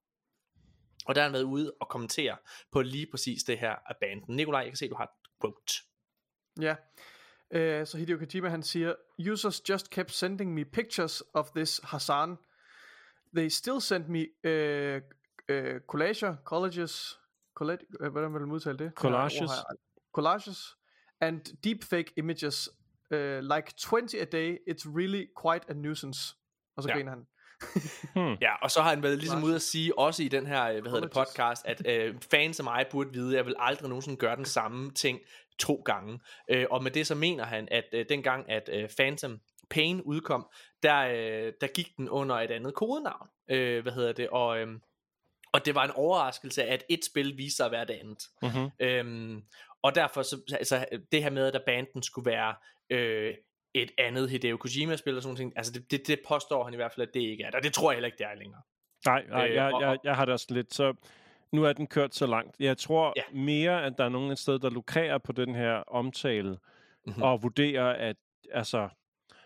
Og der har han været ude og kommentere på lige præcis det her Abandon. Nikolaj, jeg kan se, at du har et quote. Ja, uh, så Hideo Kojima, han siger, users just kept sending me pictures of this Hassan. They still sent me uh, uh, collager, collages, collage, uh, hvordan vil man udtale det? Collages. Collages. And deepfake images, uh, like twenty a day. It's really quite a nuisance. Og så ja. griner han. hmm. Ja, og så har han været ligesom ude at sige, også i den her, hvad hedder det, podcast, at øh, fans af mig burde vide, at jeg vil aldrig nogensinde gøre den samme ting to gange. Øh, og med det så mener han, at øh, dengang, at øh, Phantom Pain udkom, der, øh, der gik den under et andet kodenavn. Øh, hvad hedder det, og... Øh, og det var en overraskelse, at et spil viste sig at være det andet. Mm-hmm. Øhm, og derfor, så, altså, det her med, at banden skulle være øh, et andet Hideo Kojima-spil, og sådan noget, altså det, det, det påstår han i hvert fald, at det ikke er. Og det tror jeg heller ikke, det er længere. Nej, nej øh, jeg, og, jeg, jeg har det også lidt, så nu er den kørt så langt. Jeg tror ja. mere, at der er nogen et sted, der lukrerer på den her omtale, mm-hmm. og vurderer, at altså...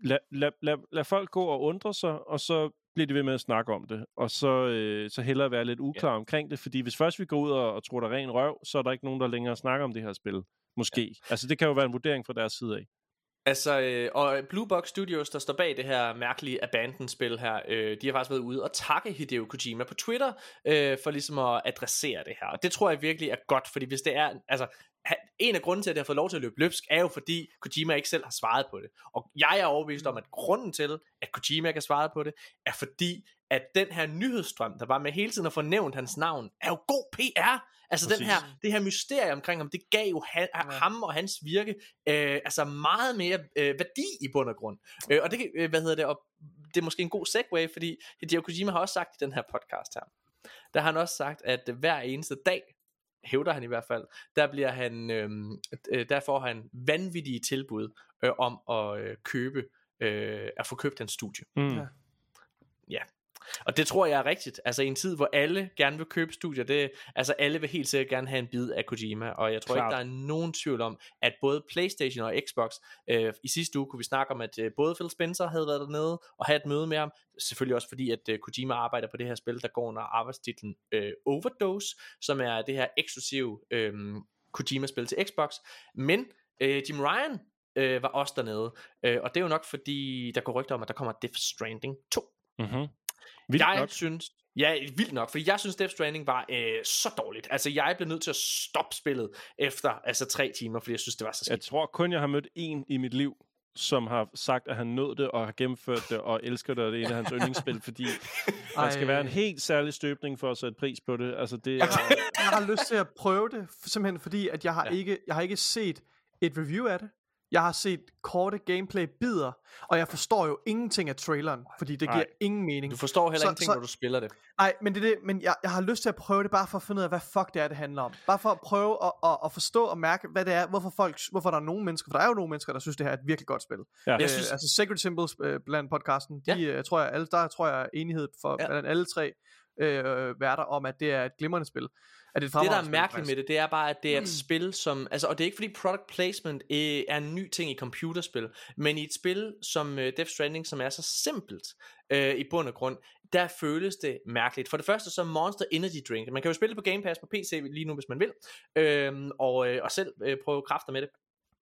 lad, lad, lad, lad folk gå og undre sig, og så bliver de ved med at snakke om det, og så, øh, så hellere være lidt uklar ja. omkring det, fordi hvis først vi går ud og, og tror, der er ren røv, så er der ikke nogen, der længere snakker om det her spil. Måske. Ja. Altså, det kan jo være en vurdering fra deres side af. Altså, øh, og Blue Box Studios, der står bag det her mærkelige Abandon-spil her, øh, de har faktisk været ude og takke Hideo Kojima på Twitter, øh, for ligesom at adressere det her. Og det tror jeg virkelig er godt, fordi hvis det er, altså, en af grunden til, at det har fået lov til at løbe løbsk, er jo fordi Kojima ikke selv har svaret på det. Og jeg er overbevist om, at grunden til, at Kojima ikke har svaret på det, er fordi, at den her nyhedsstrøm, der var med hele tiden at få nævnt hans navn, er jo god P R. Altså den her, det her mysterie omkring ham, det gav jo han, ja. ham og hans virke øh, altså meget mere øh, værdi i bund og grund. Øh, og det, øh, hvad hedder det, og det er måske en god segue, fordi Hideo Kojima har også sagt i den her podcast her, der har han også sagt, at hver eneste dag, hævder han i hvert fald, der bliver han, øh, øh, der får han vanvittige tilbud øh, om at øh, købe, øh, at få købt hans studie. Mm. Ja. Ja. Og det tror jeg er rigtigt. Altså i en tid, hvor alle gerne vil købe studier, det, altså alle vil helt sikkert gerne have en bid af Kojima, og jeg tror Klart. ikke, der er nogen tvivl om, at både PlayStation og Xbox, øh, i sidste uge kunne vi snakke om, at øh, både Phil Spencer havde været dernede og havde et møde med ham, selvfølgelig også fordi, at øh, Kojima arbejder på det her spil, der går under arbejdstitlen øh, Overdose, som er det her eksklusive øh, Kojima-spil til Xbox, men øh, Jim Ryan øh, var også dernede, øh, og det er jo nok fordi, der går rygter om, at der kommer Death Stranding to. Mhm. Vildt jeg nok. synes, ja, vildt nok, fordi jeg synes Death Stranding var øh, så dårligt. Altså jeg blev nødt til at stoppe spillet efter altså tre timer, fordi jeg synes det var så skidt. Jeg tror kun jeg har mødt en i mit liv, som har sagt at han nåede det og har gennemført det og elsker det, og det er en af hans yndlingsspil, fordi man skal være en helt særlig støbning for at sætte pris på det. Altså det. Jeg har, jeg har lyst til at prøve det, simpelthen fordi at jeg har ja. ikke, jeg har ikke set et review af det. Jeg har set korte gameplay-bidder, og jeg forstår jo ingenting af traileren, fordi det giver Ej. ingen mening. Du forstår heller så, ingenting, så, når du spiller det. Nej, men det er det, men jeg, jeg har lyst til at prøve det, bare for at finde ud af, hvad fuck det er, det handler om. Bare for at prøve at, at, at forstå og mærke, hvad det er, hvorfor folk, hvorfor der er nogle mennesker, for der er jo nogle mennesker, der synes, det her er et virkelig godt spil. Ja. Øh, synes... Altså Sacred Symbols øh, blandt podcasten, de, ja. øh, tror jeg, alle, der tror jeg er enighed for ja. blandt alle tre øh, værter om, at det er et glimrende spil. Det, det der er mærkeligt med det, det er bare, at det er et mm. spil, som, altså, og det er ikke fordi product placement øh, er en ny ting i computerspil, men i et spil som øh, Death Stranding, som er så simpelt øh, i bund og grund, der føles det mærkeligt. For det første så Monster Energy Drink, man kan jo spille på Game Pass på P C lige nu, hvis man vil, øh, og, øh, og selv øh, prøve kræfter med det.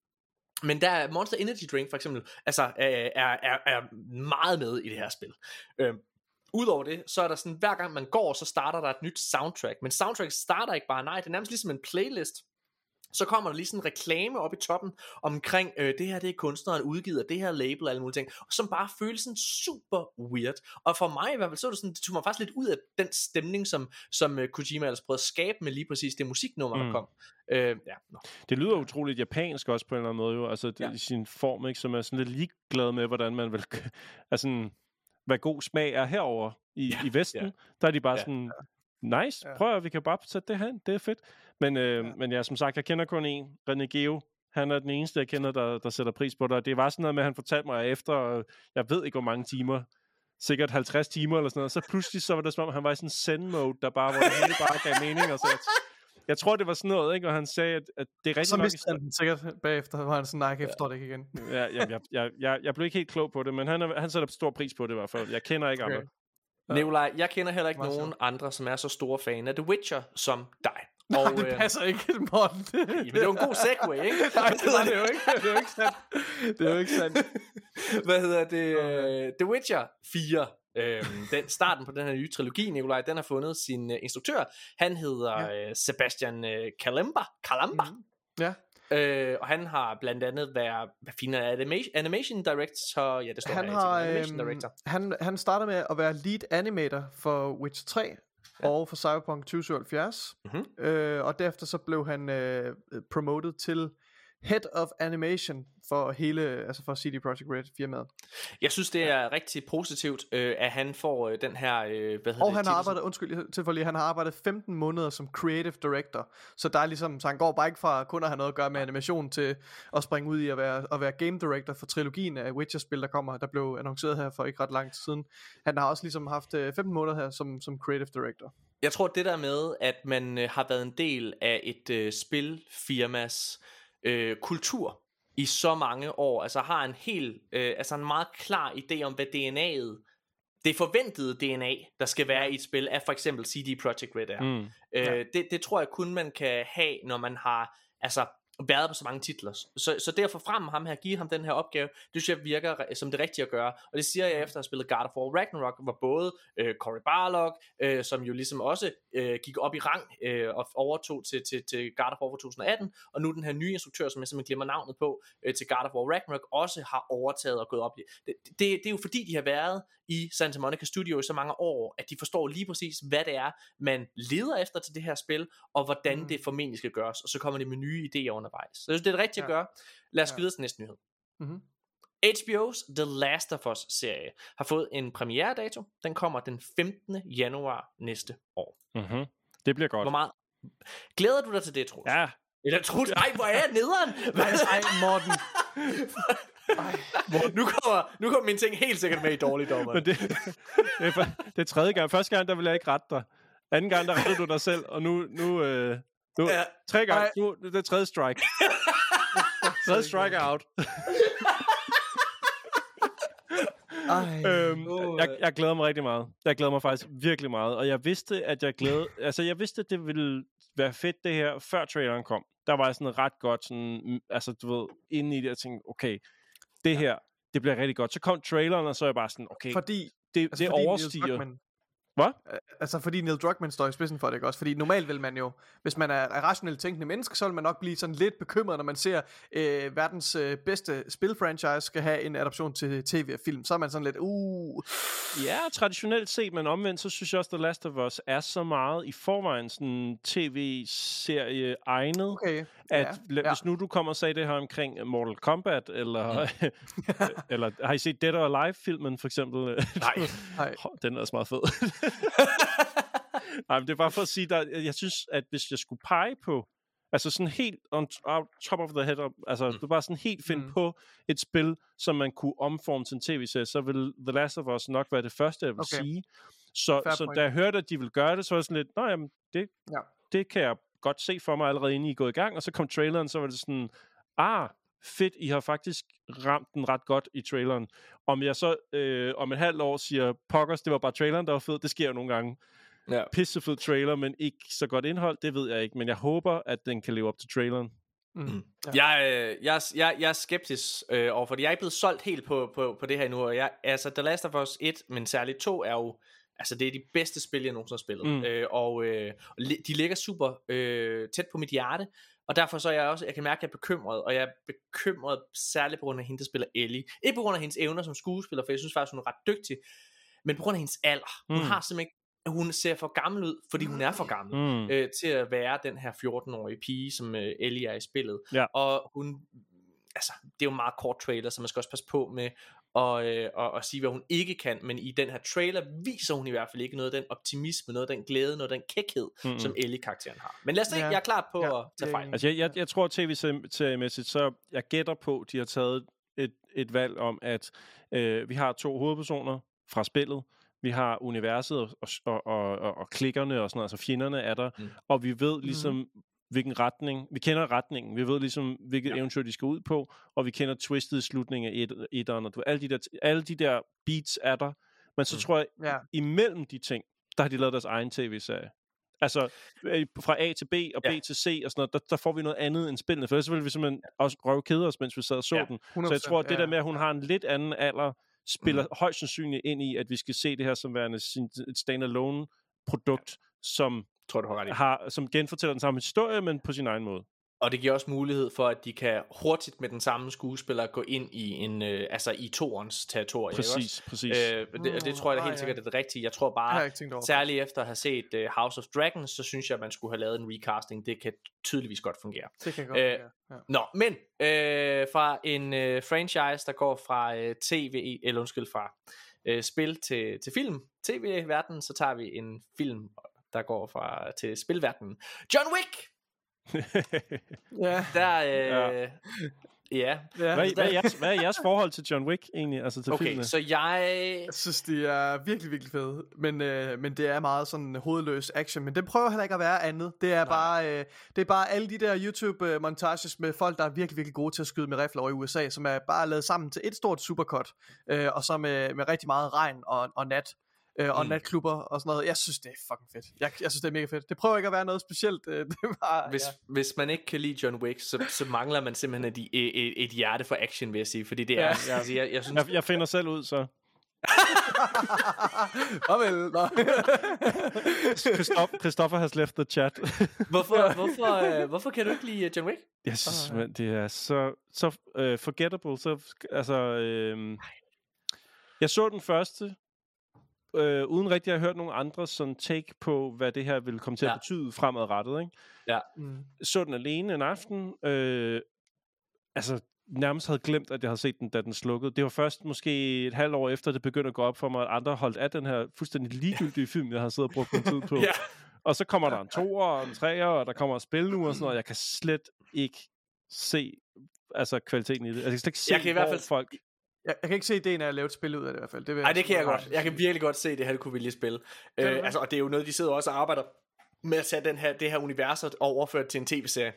Men der er Monster Energy Drink for eksempel, altså øh, er, er, er meget med i det her spil. Øh, Udover det, så er der sådan, hver gang man går, så starter der et nyt soundtrack. Men soundtrack starter ikke bare, nej, det er nærmest ligesom en playlist. Så kommer der lige sådan en reklame op i toppen omkring, øh, det her det er kunstneren udgivet af det her label og alle mulige ting, som bare føles sådan super weird. Og for mig i hvert fald, så er det sådan, det tog mig faktisk lidt ud af den stemning, som, som uh, Kojima ellers prøvede at skabe med lige præcis det musiknummer, mm. der kom. Øh, ja, no. Det lyder utroligt japansk også på en eller anden måde, jo. Altså det, ja. i sin form, ikke, som er sådan lidt ligeglad med, hvordan man vil, altså hvad god smag er herover i, ja, i Vesten, ja. Der er de bare ja, sådan, nice, ja. prøv at vi kan bare sætte det hen, det er fedt. Men, øh, ja. men ja, som sagt, jeg kender kun en, René Geo, han er den eneste, jeg kender, der, der sætter pris på det, og det var sådan noget med, at han fortalte mig efter, jeg ved ikke, hvor mange timer, sikkert halvtreds timer eller sådan noget, så pludselig så var det som om, han var i sådan en zen-mode, der bare, hvor det hele bare gav mening, og så jeg tror, det var sådan noget, ikke? Og han sagde, at, at det er rigtig så nok... Så mistede han den sikkert bagefter, hvor han sådan, nej, jeg forstår ja. det ikke igen. ja, jeg, jeg, jeg, jeg, jeg blev ikke helt klog på det, men han, er, han sætter stor pris på det i hvert fald. Jeg kender ikke okay. andre. Ja. Nikolaj, jeg kender heller ikke nogen andre, som er så store fan af The Witcher som dig. Nej, og, det øh, passer ikke, Morten. Jamen, det er jo en god segue, ikke? Nej, det er det jo ikke. Det er jo ikke sandt. Det er jo ikke sandt. Hvad hedder det? Uh, The Witcher fire. Øhm, den, starten på den her nye trilogi, Nikolaj, den har fundet sin uh, instruktør. Han hedder ja. uh, Sebastian uh, Kalemba Kalamba. Mm-hmm. Ja. Øh, og han har blandt andet været hvad fint animation, animation director. Ja, det står han her, har, animation director. Han, han starter med at være lead animator for Witcher tre ja. og for Cyberpunk tyve syvoghalvfjerds. Mm-hmm. øh, og derefter så blev han øh, promoted til Head of Animation for hele, altså for C D Projekt Red firmaet. Jeg synes det er rigtig positivt, øh, at han får øh, den her, øh, hvad hedder og det? han har arbejdet, undskyld til for lige, han har arbejdet femten måneder som creative director, så der er ligesom, så han går bare ikke fra kun at have noget at gøre med animation til at springe ud i at være, at være game director for trilogien af Witcher-spil, der kommer, der blev annonceret her for ikke ret lang tid siden. Han har også ligesom haft øh, femten måneder her som, som creative director. Jeg tror det der med, at man øh, har været en del af et øh, spilfirmas Øh, kultur, i så mange år, altså har en helt, øh, altså en meget klar idé om, hvad D N A'et, det forventede D N A, der skal være i et spil, af for eksempel C D Projekt Red er. Mm. Øh, ja. det, det tror jeg kun, man kan have, når man har, altså, været på så mange titler. Så, så derfor frem ham her, give ham den her opgave, det synes jeg virker som det rigtige at gøre. Og det siger jeg efter at have spillet God of War Ragnarok, hvor både øh, Cory Barlog, øh, som jo ligesom også øh, gik op i rang øh, og overtog til, til, til God of War for to tusind atten, og nu den her nye instruktør, som jeg simpelthen glemmer navnet på, øh, til God of War Ragnarok, også har overtaget og gået op i. Det, det, det er jo fordi, de har været i Santa Monica Studio i så mange år, at de forstår lige præcis, hvad det er, man leder efter til det her spil, og hvordan mm. det formentlig skal gøres, og så kommer det med nye idéer undervejs. Så jeg synes, det er det rigtige ja. at gøre. Lad os ja. videre til næste nyhed. Mm-hmm. H B O's The Last of Us-serie har fået en premieredato. Den kommer den femtende januar næste år. Mm-hmm. Det bliver godt. Hvor meget glæder du dig til det, Troels? Ja. Eller Troels, nej, hvor er jeg nederen? Nej, nej, Morten. Morten. Nu kommer, nu kommer mine ting helt sikkert med i dårligdommer. Men det, det, er, det er tredje gang. Første gang, der vil jeg ikke rette dig. Anden gang, der rettede du dig selv. Og nu, nu, øh, nu ja. tre gange, nu, det er tredje strike. Tredje strike out. øhm, jeg, jeg glæder mig rigtig meget. Jeg glæder mig faktisk virkelig meget. Og jeg vidste, at jeg glæder... Altså, jeg vidste, at det ville være fedt, det her, før traileren kom. Der var jeg sådan ret godt, sådan... Altså, du ved, inde i det, jeg tænkte, okay, det her, det bliver rigtig godt. Så kom traileren, og så er jeg bare sådan, okay, fordi, det, altså det fordi overstiger... Hvad? Altså fordi Neil Druckmann står i spidsen for det, ikke også? Fordi normalt vil man jo, hvis man er rationelt tænkende menneske, så vil man nok blive sådan lidt bekymret, når man ser øh, verdens øh, bedste spilfranchise skal have en adaption til tv og film. Så er man sådan lidt, uh... Ja, traditionelt set, men omvendt, så synes jeg også, The Last of Us er så meget i forvejen sådan tv-serie egnet, okay. at ja, ja. hvis nu du kommer og sagde det her omkring Mortal Kombat, eller, mm. eller har I set Dead or Alive-filmen for eksempel? Nej. Nej. Den er også meget fed. Nej, men det er bare for at sige, der, jeg synes, at hvis jeg skulle pege på, altså sådan helt on top of the head, altså mm. det er bare sådan helt finde mm. på et spil, som man kunne omforme til en tv-serie, så vil The Last of Us nok være det første, jeg vil okay. sige. Så, så da jeg hørte, at de ville gøre det, så var jeg sådan lidt, nå jamen, det, ja. det kan jeg godt se for mig allerede, inden I er gået i gang, og så kom traileren, så var det sådan, ah, fedt, I har faktisk ramt den ret godt i traileren. Om jeg så øh, om et halvt år siger, pokkers, det var bare traileren, der var fed, det sker jo nogle gange. Ja. Pissefed trailer, men ikke så godt indhold, det ved jeg ikke, men jeg håber, at den kan leve op til traileren. Mm. Ja. Jeg, øh, jeg, jeg, jeg er skeptisk øh, overfor det. Jeg er ikke blevet solgt helt på, på, på det her endnu, og jeg, altså The Last of Us et, men særligt to er jo, altså det er de bedste spil, jeg nogensinde har spillet, mm. øh, og øh, de ligger super øh, tæt på mit hjerte, og derfor så er jeg også, jeg kan mærke, at jeg er bekymret, og jeg er bekymret særligt på grund af hende, der spiller Ellie. Ikke på grund af hendes evner som skuespiller, for jeg synes faktisk, hun er ret dygtig, men på grund af hendes alder. Hun mm. har simpelthen ikke, hun ser for gammel ud, fordi hun er for gammel, mm. øh, til at være den her fjorten-årige pige, som øh, Ellie er i spillet. Ja. Og hun, altså, det er jo en meget kort trailer, så man skal også passe på med og, øh, og, og sige, hvad hun ikke kan, men i den her trailer viser hun i hvert fald ikke noget af den optimisme, noget af den glæde, noget af den kækhed, mm. som Ellie-karakteren har. Men lad os se, ja. jeg er klar på ja. at tage fejl. Altså, jeg, jeg, jeg tror, tv-seriemæssigt, så jeg gætter på, de har taget et, et valg om, at øh, vi har to hovedpersoner fra spillet, vi har universet og, og, og, og, og klikkerne og sådan noget, altså fjenderne er der, mm. og vi ved ligesom, mm. hvilken retning, vi kender retningen, vi ved ligesom, hvilket ja. eventyr de skal ud på, og vi kender twistet i slutningen af et, etteren, og du, alle, de der, alle de der beats er der, men så mm. tror jeg, ja. imellem de ting, der har de lavet deres egen tv-serie. Altså, fra A til B og B ja. til C og sådan noget, der, der får vi noget andet end spillene, for ellers ville vi simpelthen også røve kede os, mens vi sad og så ja. den. Så jeg tror, at det ja. der med, at hun har en lidt anden alder, spiller mm. højst sandsynligt ind i, at vi skal se det her som værende et stand-alone produkt, som, tror, du har, har, som genfortæller den samme historie, men på sin egen måde. Og det giver også mulighed for, at de kan hurtigt med den samme skuespiller gå ind i en, øh, altså i toerens territorie. Præcis, præcis. Øh, det, det tror jeg da helt sikkert er det rigtige. Jeg tror bare, jeg særligt efter at have set uh, House of Dragons, så synes jeg, at man skulle have lavet en recasting. Det kan tydeligvis godt fungere. Det kan godt øh, ja. Nå, men øh, fra en øh, franchise, der går fra øh, tv, eller undskyld, fra øh, spil til, til film, tv-verdenen, så tager vi en film, der går fra til spilverdenen. John Wick! ja. Der, øh, ja. Ja. Ja. Hvad, hvad, er jeres, hvad er jeres forhold til John Wick egentlig, altså til Okay, filmene? så jeg... Jeg synes, de er virkelig, virkelig fede. Men, øh, men det er meget sådan hovedløs action. Men det prøver heller ikke at være andet. Det er, bare, øh, det er bare alle de der YouTube-montages med folk, der er virkelig, virkelig gode til at skyde med rifler over i U S A, som er bare lavet sammen til et stort supercut. Øh, og så med, med rigtig meget regn og, og nat. Øh, og mm. natklubber og sådan noget. Jeg synes, det er fucking fedt. Jeg, jeg synes, det er mega fedt. Det prøver ikke at være noget specielt. Det er bare, hvis, ja. hvis man ikke kan lide John Wick, så, så mangler man simpelthen et, et, et hjerte for action, vil jeg sige. Fordi det er... Ja. Altså, jeg, jeg, synes, jeg, jeg finder selv ud, så... Nå vel, nå. Christopher, Christopher has left the chat. hvorfor, hvorfor, uh, hvorfor kan du ikke lide John Wick? Jeg synes, man, det er så, så uh, forgettable. Så, altså, uh, jeg så den første, uh, uden rigtig at have hørt nogen andre sådan take på, hvad det her ville komme til ja. at betyde fremadrettet. Ikke? Ja. Mm. Så den alene en aften. Uh, altså, nærmest havde glemt, at jeg havde set den, da den slukkede. Det var først måske et halvt år efter, det begyndte at gå op for mig, at andre holdt af den her fuldstændig ligegyldige film, jeg havde siddet og brugt min tid på. Ja. Og så kommer der en toer og en treer, og der kommer et spil nu og sådan noget. Jeg kan slet ikke se altså kvaliteten i det. Jeg kan slet ikke se, jeg kan i hvert fald folk... Jeg, jeg kan ikke se ideen af at lave et spil ud af det i hvert fald. Det Nej, det kan jeg godt. Jeg kan virkelig godt se, det her det kunne vi lige spille. Øh, altså, og det er jo noget, de sidder også og arbejder med at sætte den her, det her univers og overføre til en tv-serie.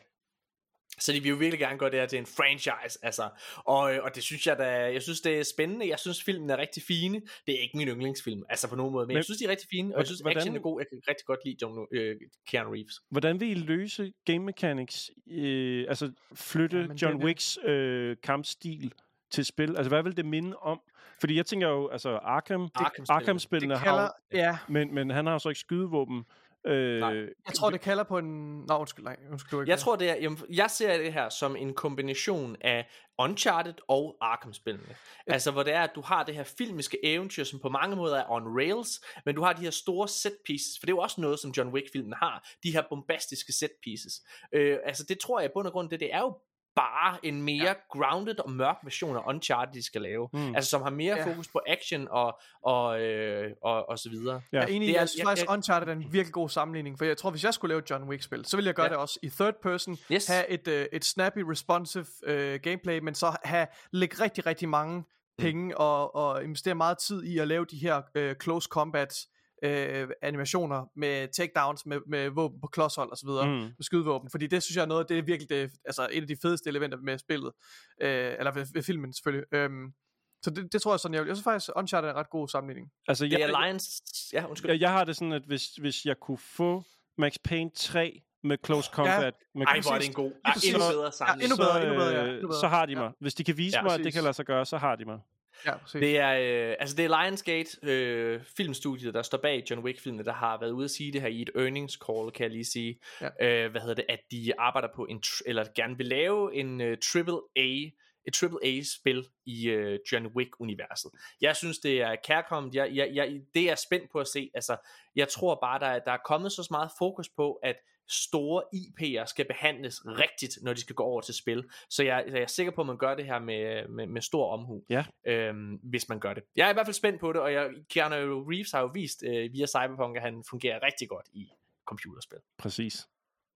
Så de vil jo virkelig gerne gøre det her til en franchise, altså. Og, og det synes jeg da, jeg synes det er spændende. Jeg synes filmen er rigtig fine. Det er ikke min yndlingsfilm, altså på nogen måde, men, men jeg synes de er rigtig fine, og jeg synes hvordan, action er god. Jeg kan rigtig godt lide John, øh, Keanu Reeves. Hvordan vil I løse game mechanics, øh, altså flytte ja, John Wicks øh, kampstil til spil? Altså hvad vil det minde om? Fordi jeg tænker jo, altså Arkham, Arkham-spillene Arkham har ja. men, men han har jo så ikke skydevåben. Øh, jeg tror det kalder på en Nå undskyld, nej, undskyld ikke. Jeg tror det er jamen, jeg ser det her som en kombination af Uncharted og Arkham-spillene. Ja. Altså hvor det er at du har det her filmiske eventyr, som på mange måder er on rails, men du har de her store set pieces, for det er jo også noget som John Wick-filmen har, de her bombastiske set pieces. Øh, altså det tror jeg i bund og grund det, det er jo bare en mere ja. grounded og mørk version af Uncharted, de skal lave. Mm. Altså, som har mere ja. fokus på action og, og, øh, og, og så videre. Ja. Jeg er enig, det er, jeg synes faktisk, Uncharted er en virkelig god sammenligning, for jeg tror, hvis jeg skulle lave et John Wick-spil, så ville jeg gøre ja. det også i third person, yes. have et, uh, et snappy, responsive uh, gameplay, men så have, lægge rigtig, rigtig mange penge mm. og, og investere meget tid i at lave de her uh, close combat Øh, animationer med takedowns med, med våben på klodshold og så videre, mm. med skydevåben, fordi det synes jeg er noget, det er virkelig det, altså et af de fedeste elementer med spillet, øh, eller ved, ved filmen selvfølgelig. Øhm, så det, det tror jeg sådan, jeg, jeg synes faktisk Uncharted er en ret god sammenligning. Altså jeg, jeg, Alliance, ja, undskyld. Jeg, jeg har det sådan, at hvis, hvis jeg kunne få Max Payne tre med close combat, ja. med Ej, hvor er det en god, ja, endnu bedre sammenligning. Ja, endnu bedre, endnu bedre, ja, endnu bedre. Så har de mig. Hvis de kan vise ja, mig, at det kan lade sig gøre, så har de mig. Ja, det er øh, altså det er Lionsgate øh, filmstudiet der står bag John Wick filmene, der har været ude at sige det her i et earnings call, kan jeg lige sige. Ja. Øh, hvad hedder det, at de arbejder på en tr- eller gerne vil lave en uh, triple A et triple A spil i uh, John Wick universet. Jeg synes det er kærkomment. Jeg, jeg, jeg, det er jeg spændt på at se. Altså jeg tror bare der, der er kommet så meget fokus på at store I P'er skal behandles rigtigt, når de skal gå over til spil. Så jeg, jeg er sikker på, at man gør det her med, med, med stor omhu, ja. øhm, hvis man gør det. Jeg er i hvert fald spændt på det, og jeg, Keanu Reeves har jo vist øh, via Cyberpunk, at han fungerer rigtig godt i computerspil. Præcis.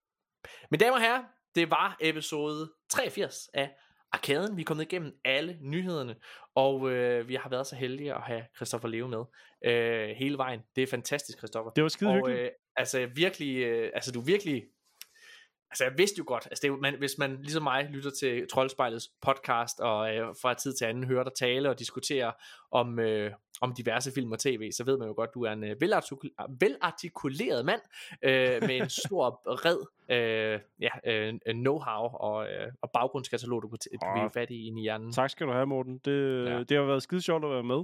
Mine damer og herrer, det var episode treogfirs af Arkaden. Vi er kommet igennem alle nyhederne, og øh, vi har været så heldige at have Christopher Leo med øh, hele vejen. Det er fantastisk, Christopher. Det var skide hyggeligt. Øh, altså virkelig, øh, altså du virkelig, altså jeg vidste jo godt, altså det er, man, hvis man ligesom mig lytter til Troldspejlets podcast, og øh, fra tid til anden hører dig tale og diskutere om, øh, om diverse film og tv, så ved man jo godt, du er en øh, velartikul- velartikuleret mand, øh, med en stor, red øh, ja, øh, know-how og, øh, og baggrundskatalog, du kunne blive fat i ind i hjernen. Tak skal du have, Morten. Det, ja. det har været skide sjovt at være med.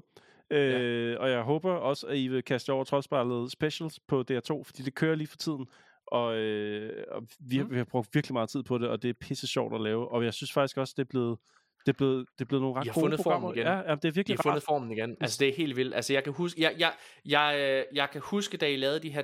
Øh, ja. Og jeg håber også, at I vil kaste over Troldspejlet specials på D R to, fordi det kører lige for tiden. Og, øh, og vi, mm. vi har brugt virkelig meget tid på det, og det er pisse sjovt at lave. Og jeg synes faktisk også, det er blevet det er blevet, det er blevet nogle ret gode fundet programmer. Formen igen. Ja, ja, det er virkelig de har fundet formen igen. Altså det er helt vildt. Altså jeg kan huske, jeg, jeg, jeg, jeg kan huske, da I lavede de her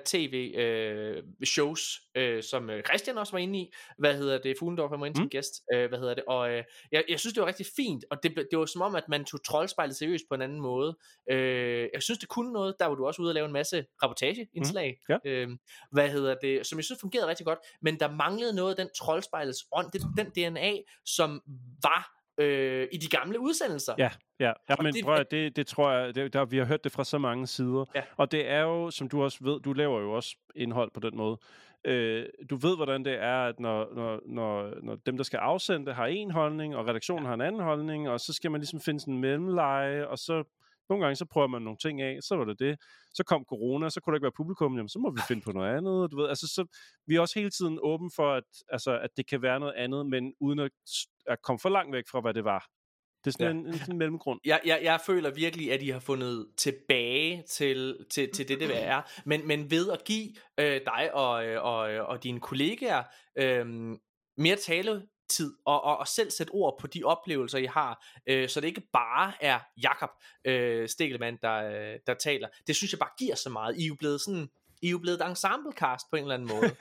tv-shows, øh, øh, som Christian også var inde i. Hvad hedder det? Fuglendorf var inde som mm. gæst. Øh, hvad hedder det? Og øh, jeg, jeg synes, det var rigtig fint. Og det, det var som om, at man tog Troldspejlet seriøst på en anden måde. Øh, jeg synes, det kunne noget. Der var du også ude at lave en masse reportageindslag. Mm. Ja. Øh, hvad hedder det? Som jeg synes fungerede rigtig godt. Men der manglede noget af den Troldspejlets ånd. Det, den D N A, som var øh, i de gamle udsendelser. Ja, ja. ja men det, prøv at, det, det tror jeg, det, der, vi har hørt det fra så mange sider. Ja. Og det er jo, som du også ved, du laver jo også indhold på den måde. Øh, du ved, hvordan det er, at når, når, når, når dem, der skal afsende det, har en holdning, og redaktionen har en anden holdning, og så skal man ligesom finde sådan en mellemleje, og så nogle gange så prøver man nogle ting af, så var det det. Så kom corona, så kunne der ikke være publikum, jamen så må vi finde på noget andet. Du ved, altså, så, vi er også hele tiden åben for, at, altså, at det kan være noget andet, men uden at, at komme for langt væk fra, hvad det var. Det er sådan ja. en, en, en mellemgrund. Jeg, jeg, jeg føler virkelig, at I har fundet tilbage til, til, til det, det er. Men, men ved at give øh, dig og, og, og dine kollegaer øh, mere taletid, og, og, og selv sætte ord på de oplevelser, I har, øh, så det ikke bare er Jakob øh, Stegelmann, der, der taler. Det synes jeg bare giver så meget. I er jo blevet sådan... I er jo blevet et ensemblecast på en eller anden måde.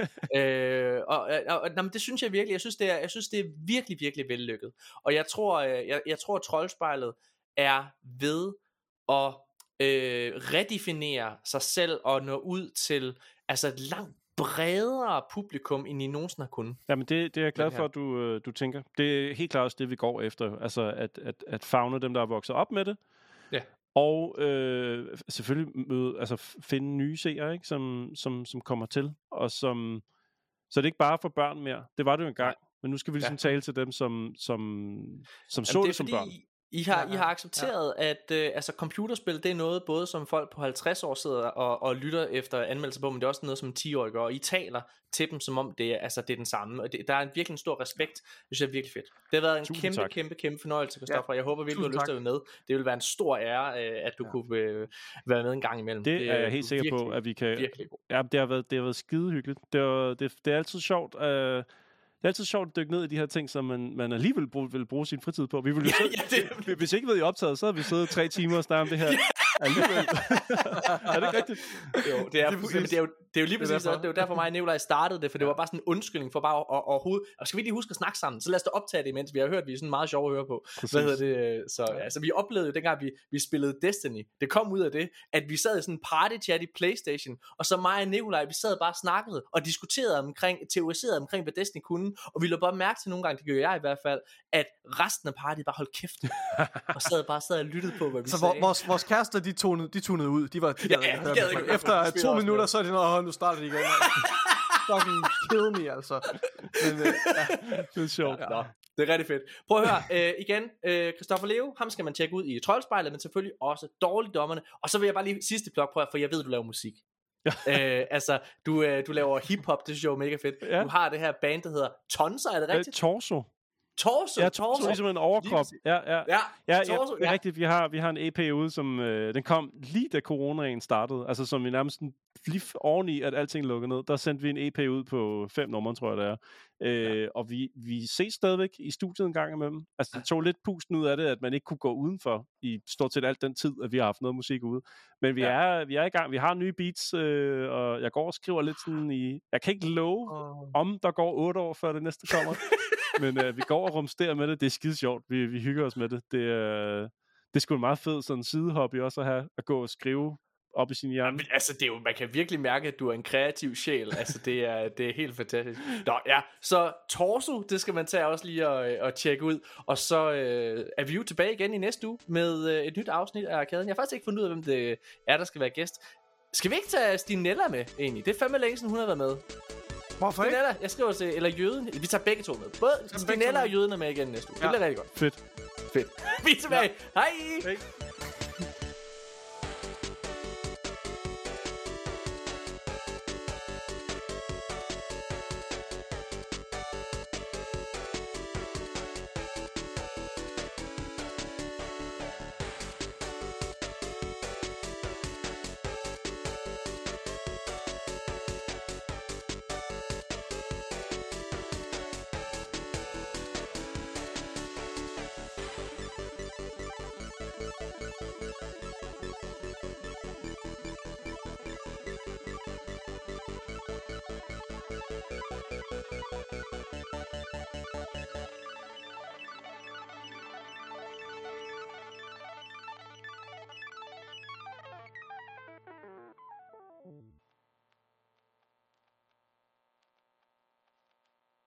øh, og og, og jamen, det synes jeg virkelig. Jeg synes, det er, jeg synes, det er virkelig, virkelig vellykket. Og jeg tror, jeg, jeg tror at Troldspejlet er ved at øh, redefinere sig selv og nå ud til altså et langt bredere publikum, end I nogensinde har kunnet. Jamen det, det er jeg glad for, at du, du tænker. Det er helt klart også det, vi går efter. Altså at, at, at favne dem, der er vokset op med det. Ja. Og øh, selvfølgelig møde, altså finde nye seere, ikke, som, som, som kommer til, og som, så det er ikke bare for børn mere. Det var det jo engang, men nu skal vi ligesom ja. tale til dem, som, som, som så det, det som fordi, børn. I har, ja, I har accepteret, ja. at øh, altså, computerspil, det er noget, både som folk på halvtreds år sidder og, og lytter efter anmeldelser på, men det er også noget, som ti-årige gør, og I taler til dem, som om det er, altså, det er den samme, og det, der er en virkelig en stor respekt. Det synes jeg er virkelig fedt. Det har været en Tusind kæmpe, tak. kæmpe, kæmpe fornøjelse, Christoffer. Ja. Jeg håber virkelig, du har lyst til at være med. Det vil være en stor ære, øh, at du ja. kunne øh, være med en gang imellem. Det, det er jeg helt sikker virkelig, på, at vi kan. Ja, det har været, det har været skide hyggeligt. Det er, det, det er altid sjovt. Øh, Det er altid sjovt at dykke ned i de her ting, som man, man alligevel brug, vil bruge sin fritid på. Vi ville ja, sidde, ja, det... Hvis ikke vi havde optaget, så havde vi siddet tre timer og snakket om det her. Alligevel. Er det ikke rigtigt? Jo, det er, det er, jamen, det er, jo, det er jo lige præcis det, det er jo derfor mig og Nikolaj startede det, for det var bare sådan en undskyldning for bare overhovedet. Og skal vi lige huske at snakke sammen, så lad os da optage det imens. Vi har hørt, vi er sådan meget sjove at høre på. Præcis. Hvad hedder det? Så ja, altså, vi oplevede jo dengang, vi, vi spillede Destiny. Det kom ud af det, at vi sad i sådan en party chat i PlayStation, og så mig og Nikolaj, vi sad bare og snakkede og diskuterede omkring, teoriserede omkring, hvad Destiny kunne, og vi lå bare mærke til nogle gange, det gør jeg i hvert fald, at resten af partyet bare holdt kæft og sad bare sad og lyttede på, hvad vi så sagde. Så vores, vores kærester, de tonede, de tunede ud. De var de ja, ja, de gad ikke. Efter to minutter, så er det noget, nu starter de igen. Fucking kill me, altså. Men, øh, ja, det er sjovt. Ja. Nå, det er rigtig fedt. Prøv at høre, øh, igen, øh, Christoffer Leo, ham skal man tjekke ud i Troldspejlet, men selvfølgelig også Dårligdommerne. Og så vil jeg bare lige sidste blok på, for jeg ved, du laver musik. øh, altså, du, øh, du laver hiphop, det synes jeg er mega fedt. Ja. Du har det her band, der hedder Tonser, er det rigtigt? Øh, torso. Torso, ja, torso. Ligesom en overkrop. Ja, ja. Ja, ja, torso, ja, det er rigtigt. Vi har, vi har en E P ude, som øh, den kom lige da coronaen startede. Altså som vi nærmest lige oveni, at alting lukkede ned. Der sendte vi en E P ud på fem numre, tror jeg det er. Øh, ja. Og vi, vi ses stadigvæk i studiet en gang imellem. Altså det tog lidt pusten ud af det, at man ikke kunne gå udenfor i stort set alt den tid, at vi har haft noget musik ude. Men vi, ja. er, vi er i gang. Vi har nye beats, øh, og jeg går og skriver lidt sådan i... Jeg kan ikke love, oh. om der går otte år, før det næste kommer. Men øh, vi går og rumsterer med det. Det er skide sjovt. Vi, vi hygger os med det. Det, øh, det er sgu en meget fed sådan sidehobby også at have, at gå og skrive op i sin hjerne. Jamen, altså, det er jo, man kan virkelig mærke, at du er en kreativ sjæl. Altså, det er, det er helt fantastisk. Nå, ja. Så Torso, det skal man tage også lige og, og tjekke ud. Og så øh, er vi jo tilbage igen i næste uge med øh, et nyt afsnit af Arkaden. Jeg har faktisk ikke fundet ud af, hvem det er, der skal være gæst. Skal vi ikke tage Stinella med, egentlig? Det er fandme længe siden, hun har været med. Hvorfor ikke? Stinella, jeg skriver til, eller Jøden. Vi tager begge to med. Både Stinella og Jøden er med igen næste uge. Ja. Det bliver rigtig godt. Fedt. Fedt. Vi er tilbage. Ja. Hej! Hej.